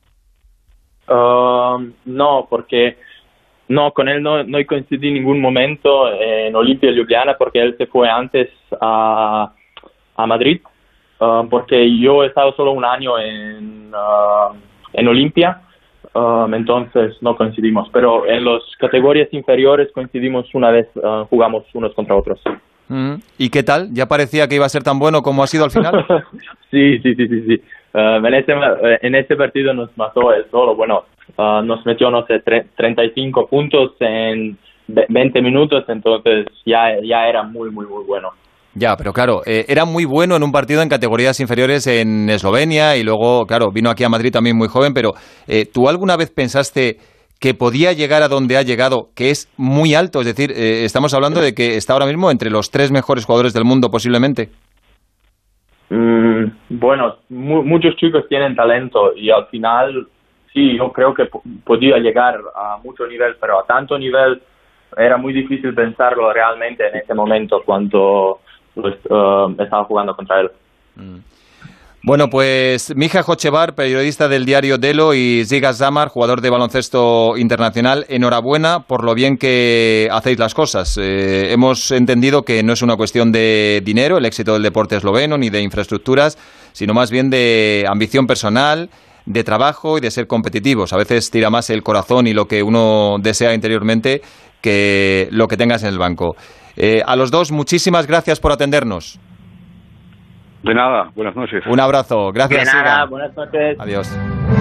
Speaker 6: Uh, no, porque... No, con él no, no coincidí en ningún momento en Olimpia Ljubljana porque él se fue antes a, a Madrid, uh, porque yo he estado solo un año en, uh, en Olimpia, um, entonces no coincidimos. Pero en las categorías inferiores coincidimos una vez, uh, jugamos unos contra otros.
Speaker 3: Mm. ¿Y qué tal? ¿Ya parecía que iba a ser tan bueno como ha sido al final?
Speaker 6: sí, sí, sí, sí. sí. Uh, en, ese, en ese partido nos mató él solo, bueno. Uh, nos metió, no sé, tre- treinta y cinco puntos en veinte minutos, entonces ya, ya era muy, muy, muy bueno.
Speaker 3: Ya, pero claro, eh, era muy bueno en un partido en categorías inferiores en Eslovenia y luego, claro, vino aquí a Madrid también muy joven, pero eh, ¿tú alguna vez pensaste que podía llegar a donde ha llegado, que es muy alto? Es decir, eh, estamos hablando de que está ahora mismo entre los tres mejores jugadores del mundo posiblemente.
Speaker 6: Mm, bueno, mu- muchos chicos tienen talento y al final... Sí, yo creo que p- podía llegar a mucho nivel, pero a tanto nivel era muy difícil pensarlo realmente en ese momento cuando uh, estaba jugando contra él.
Speaker 3: Mm. Bueno, pues Miha Hochevar, periodista del diario Delo, y Žiga Samar, jugador de baloncesto internacional, enhorabuena por lo bien que hacéis las cosas. Eh, hemos entendido que no es una cuestión de dinero, el éxito del deporte esloveno, ni de infraestructuras, sino más bien de ambición personal, de trabajo y de ser competitivos. A veces tira más el corazón y lo que uno desea interiormente que lo que tengas en el banco. Eh, a los dos, muchísimas gracias por atendernos.
Speaker 23: De nada, buenas noches.
Speaker 3: Un abrazo, gracias.
Speaker 6: De nada,
Speaker 3: Siga.
Speaker 6: buenas noches.
Speaker 3: Adiós.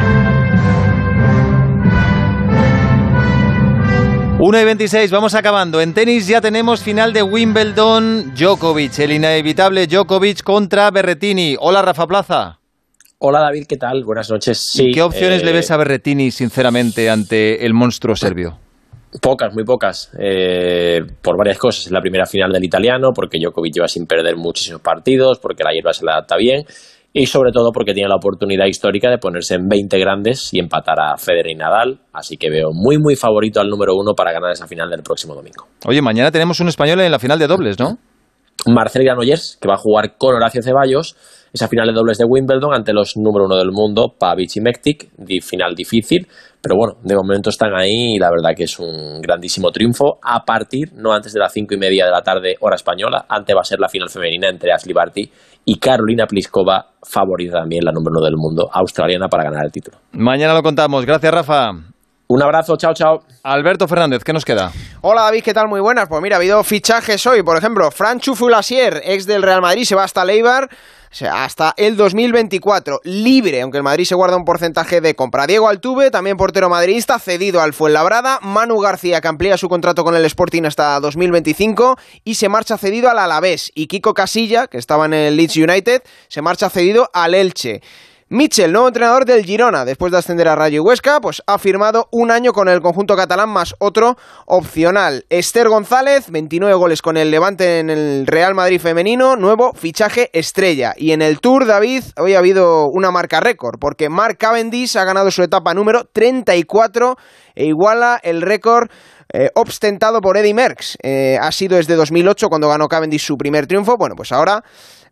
Speaker 3: una y veintiséis, vamos acabando. En tenis ya tenemos final de Wimbledon. Djokovic, el inevitable Djokovic contra Berrettini. Hola, Rafa Plaza.
Speaker 8: Hola David, ¿qué tal? Buenas noches. Sí,
Speaker 3: ¿Qué opciones
Speaker 8: eh,
Speaker 3: le ves a Berrettini, sinceramente, ante el monstruo serbio?
Speaker 8: Pocas, muy pocas, eh, por varias cosas. Es la primera final del italiano, porque Djokovic lleva sin perder muchísimos partidos, porque la hierba se le adapta bien y sobre todo porque tiene la oportunidad histórica de ponerse en veinte grandes y empatar a Federer y Nadal, así que veo muy muy favorito al número uno para ganar esa final del próximo domingo.
Speaker 3: Oye, mañana tenemos un español en la final de dobles, ¿no?
Speaker 8: Marcel Granollers, que va a jugar con Horacio Ceballos esa final de dobles de Wimbledon ante los número uno del mundo, Pavic y Mektic, final difícil, pero bueno, de momento están ahí y la verdad que es un grandísimo triunfo. A partir, no antes de las cinco y media de la tarde, hora española, antes va a ser la final femenina entre Ashley Barty y Karolina Pliskova, favorita también, la número uno del mundo, australiana, para ganar el título.
Speaker 3: Mañana lo contamos. Gracias, Rafa.
Speaker 8: Un abrazo, chao, chao.
Speaker 3: Alberto Fernández, ¿qué nos queda?
Speaker 11: Hola David, ¿qué tal? Muy buenas. Pues mira, ha habido fichajes hoy. Por ejemplo, Franchu Foulassier, ex del Real Madrid, se va hasta el Eibar hasta el dos mil veinticuatro, libre, aunque el Madrid se guarda un porcentaje de compra. Diego Altuve, también portero madridista, cedido al Fuenlabrada. Manu García, que amplía su contrato con el Sporting hasta dos mil veinticinco y se marcha cedido al Alavés. Y Kiko Casilla, que estaba en el Leeds United, se marcha cedido al Elche. Michel, nuevo entrenador del Girona, después de ascender a Rayo y Huesca, pues ha firmado un año con el conjunto catalán más otro opcional. Esther González, veintinueve goles con el Levante en el Real Madrid femenino, nuevo fichaje estrella. Y en el Tour, David, hoy ha habido una marca récord, porque Mark Cavendish ha ganado su etapa número treinta y cuatro e iguala el récord Eh, ostentado por Eddy Merckx. Eh, ha sido desde dos mil ocho cuando ganó Cavendish su primer triunfo. Bueno, pues ahora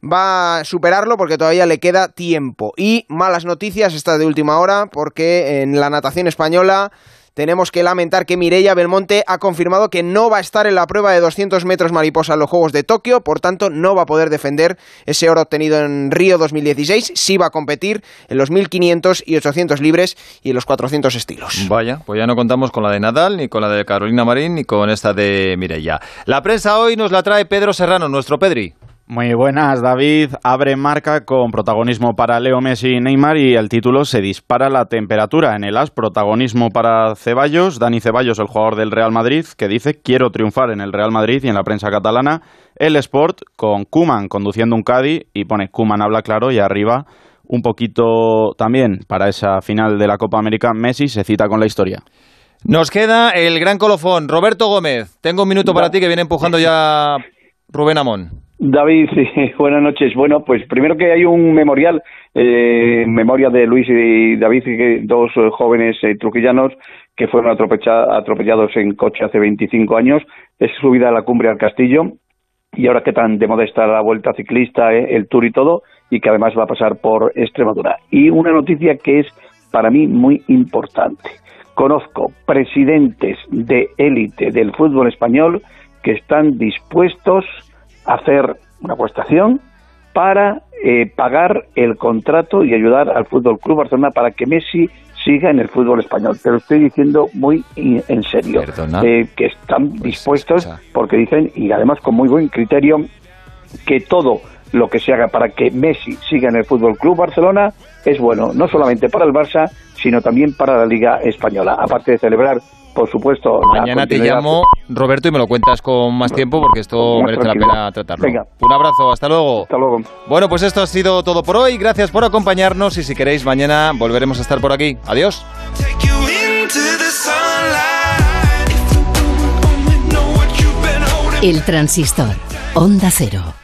Speaker 11: va a superarlo porque todavía le queda tiempo. Y malas noticias estas de última hora, porque en la natación española tenemos que lamentar que Mireia Belmonte ha confirmado que no va a estar en la prueba de doscientos metros mariposa en los Juegos de Tokio, por tanto no va a poder defender ese oro obtenido en Río dos mil dieciséis, sí va a competir en los mil quinientos y ochocientos libres y en los cuatrocientos estilos.
Speaker 3: Vaya, pues ya no contamos con la de Nadal, ni con la de Carolina Marín, ni con esta de Mireia. La prensa hoy nos la trae Pedro Serrano, nuestro Pedri.
Speaker 12: Muy buenas, David. Abre marca con protagonismo para Leo Messi y Neymar y el título Se dispara la temperatura. En el As, protagonismo para Ceballos, Dani Ceballos, el jugador del Real Madrid, que dice quiero triunfar en el Real Madrid, y en la prensa catalana El Sport con Koeman conduciendo un Caddy y pone Koeman habla claro, y arriba un poquito también para esa final de la Copa América, Messi se cita con la historia.
Speaker 3: Nos queda el gran colofón, Roberto Gómez. Tengo un minuto para ti que viene empujando ya Rubén Amón.
Speaker 13: David, sí, buenas noches. Bueno, pues primero que hay un memorial eh, en memoria de Luis y David, que dos eh, jóvenes eh, truquillanos que fueron atropecha- atropellados en coche hace veinticinco años. Es subida a la cumbre al castillo, y ahora que tan de moda está la vuelta ciclista, eh, el Tour y todo, y que además va a pasar por Extremadura. Y una noticia que es para mí muy importante. Conozco presidentes de élite del fútbol español que están dispuestos hacer una apuestación para eh, pagar el contrato y ayudar al Fútbol Club Barcelona para que Messi siga en el fútbol español. Te lo estoy diciendo muy en serio. Eh, que están pues dispuestos, escucha. Porque dicen, y además con muy buen criterio, que todo lo que se haga para que Messi siga en el Fútbol Club Barcelona es bueno, no solamente para el Barça, sino también para la Liga Española. Aparte de celebrar, por supuesto,
Speaker 3: mañana te llamo, Roberto, y me lo cuentas con más tiempo porque esto merece la pena tratarlo.
Speaker 13: Venga.
Speaker 3: Un abrazo, hasta luego.
Speaker 13: Hasta luego.
Speaker 3: Bueno, pues esto ha sido todo por hoy. Gracias por acompañarnos y si queréis, mañana volveremos a estar por aquí. Adiós.
Speaker 1: El Transistor, Onda Cero.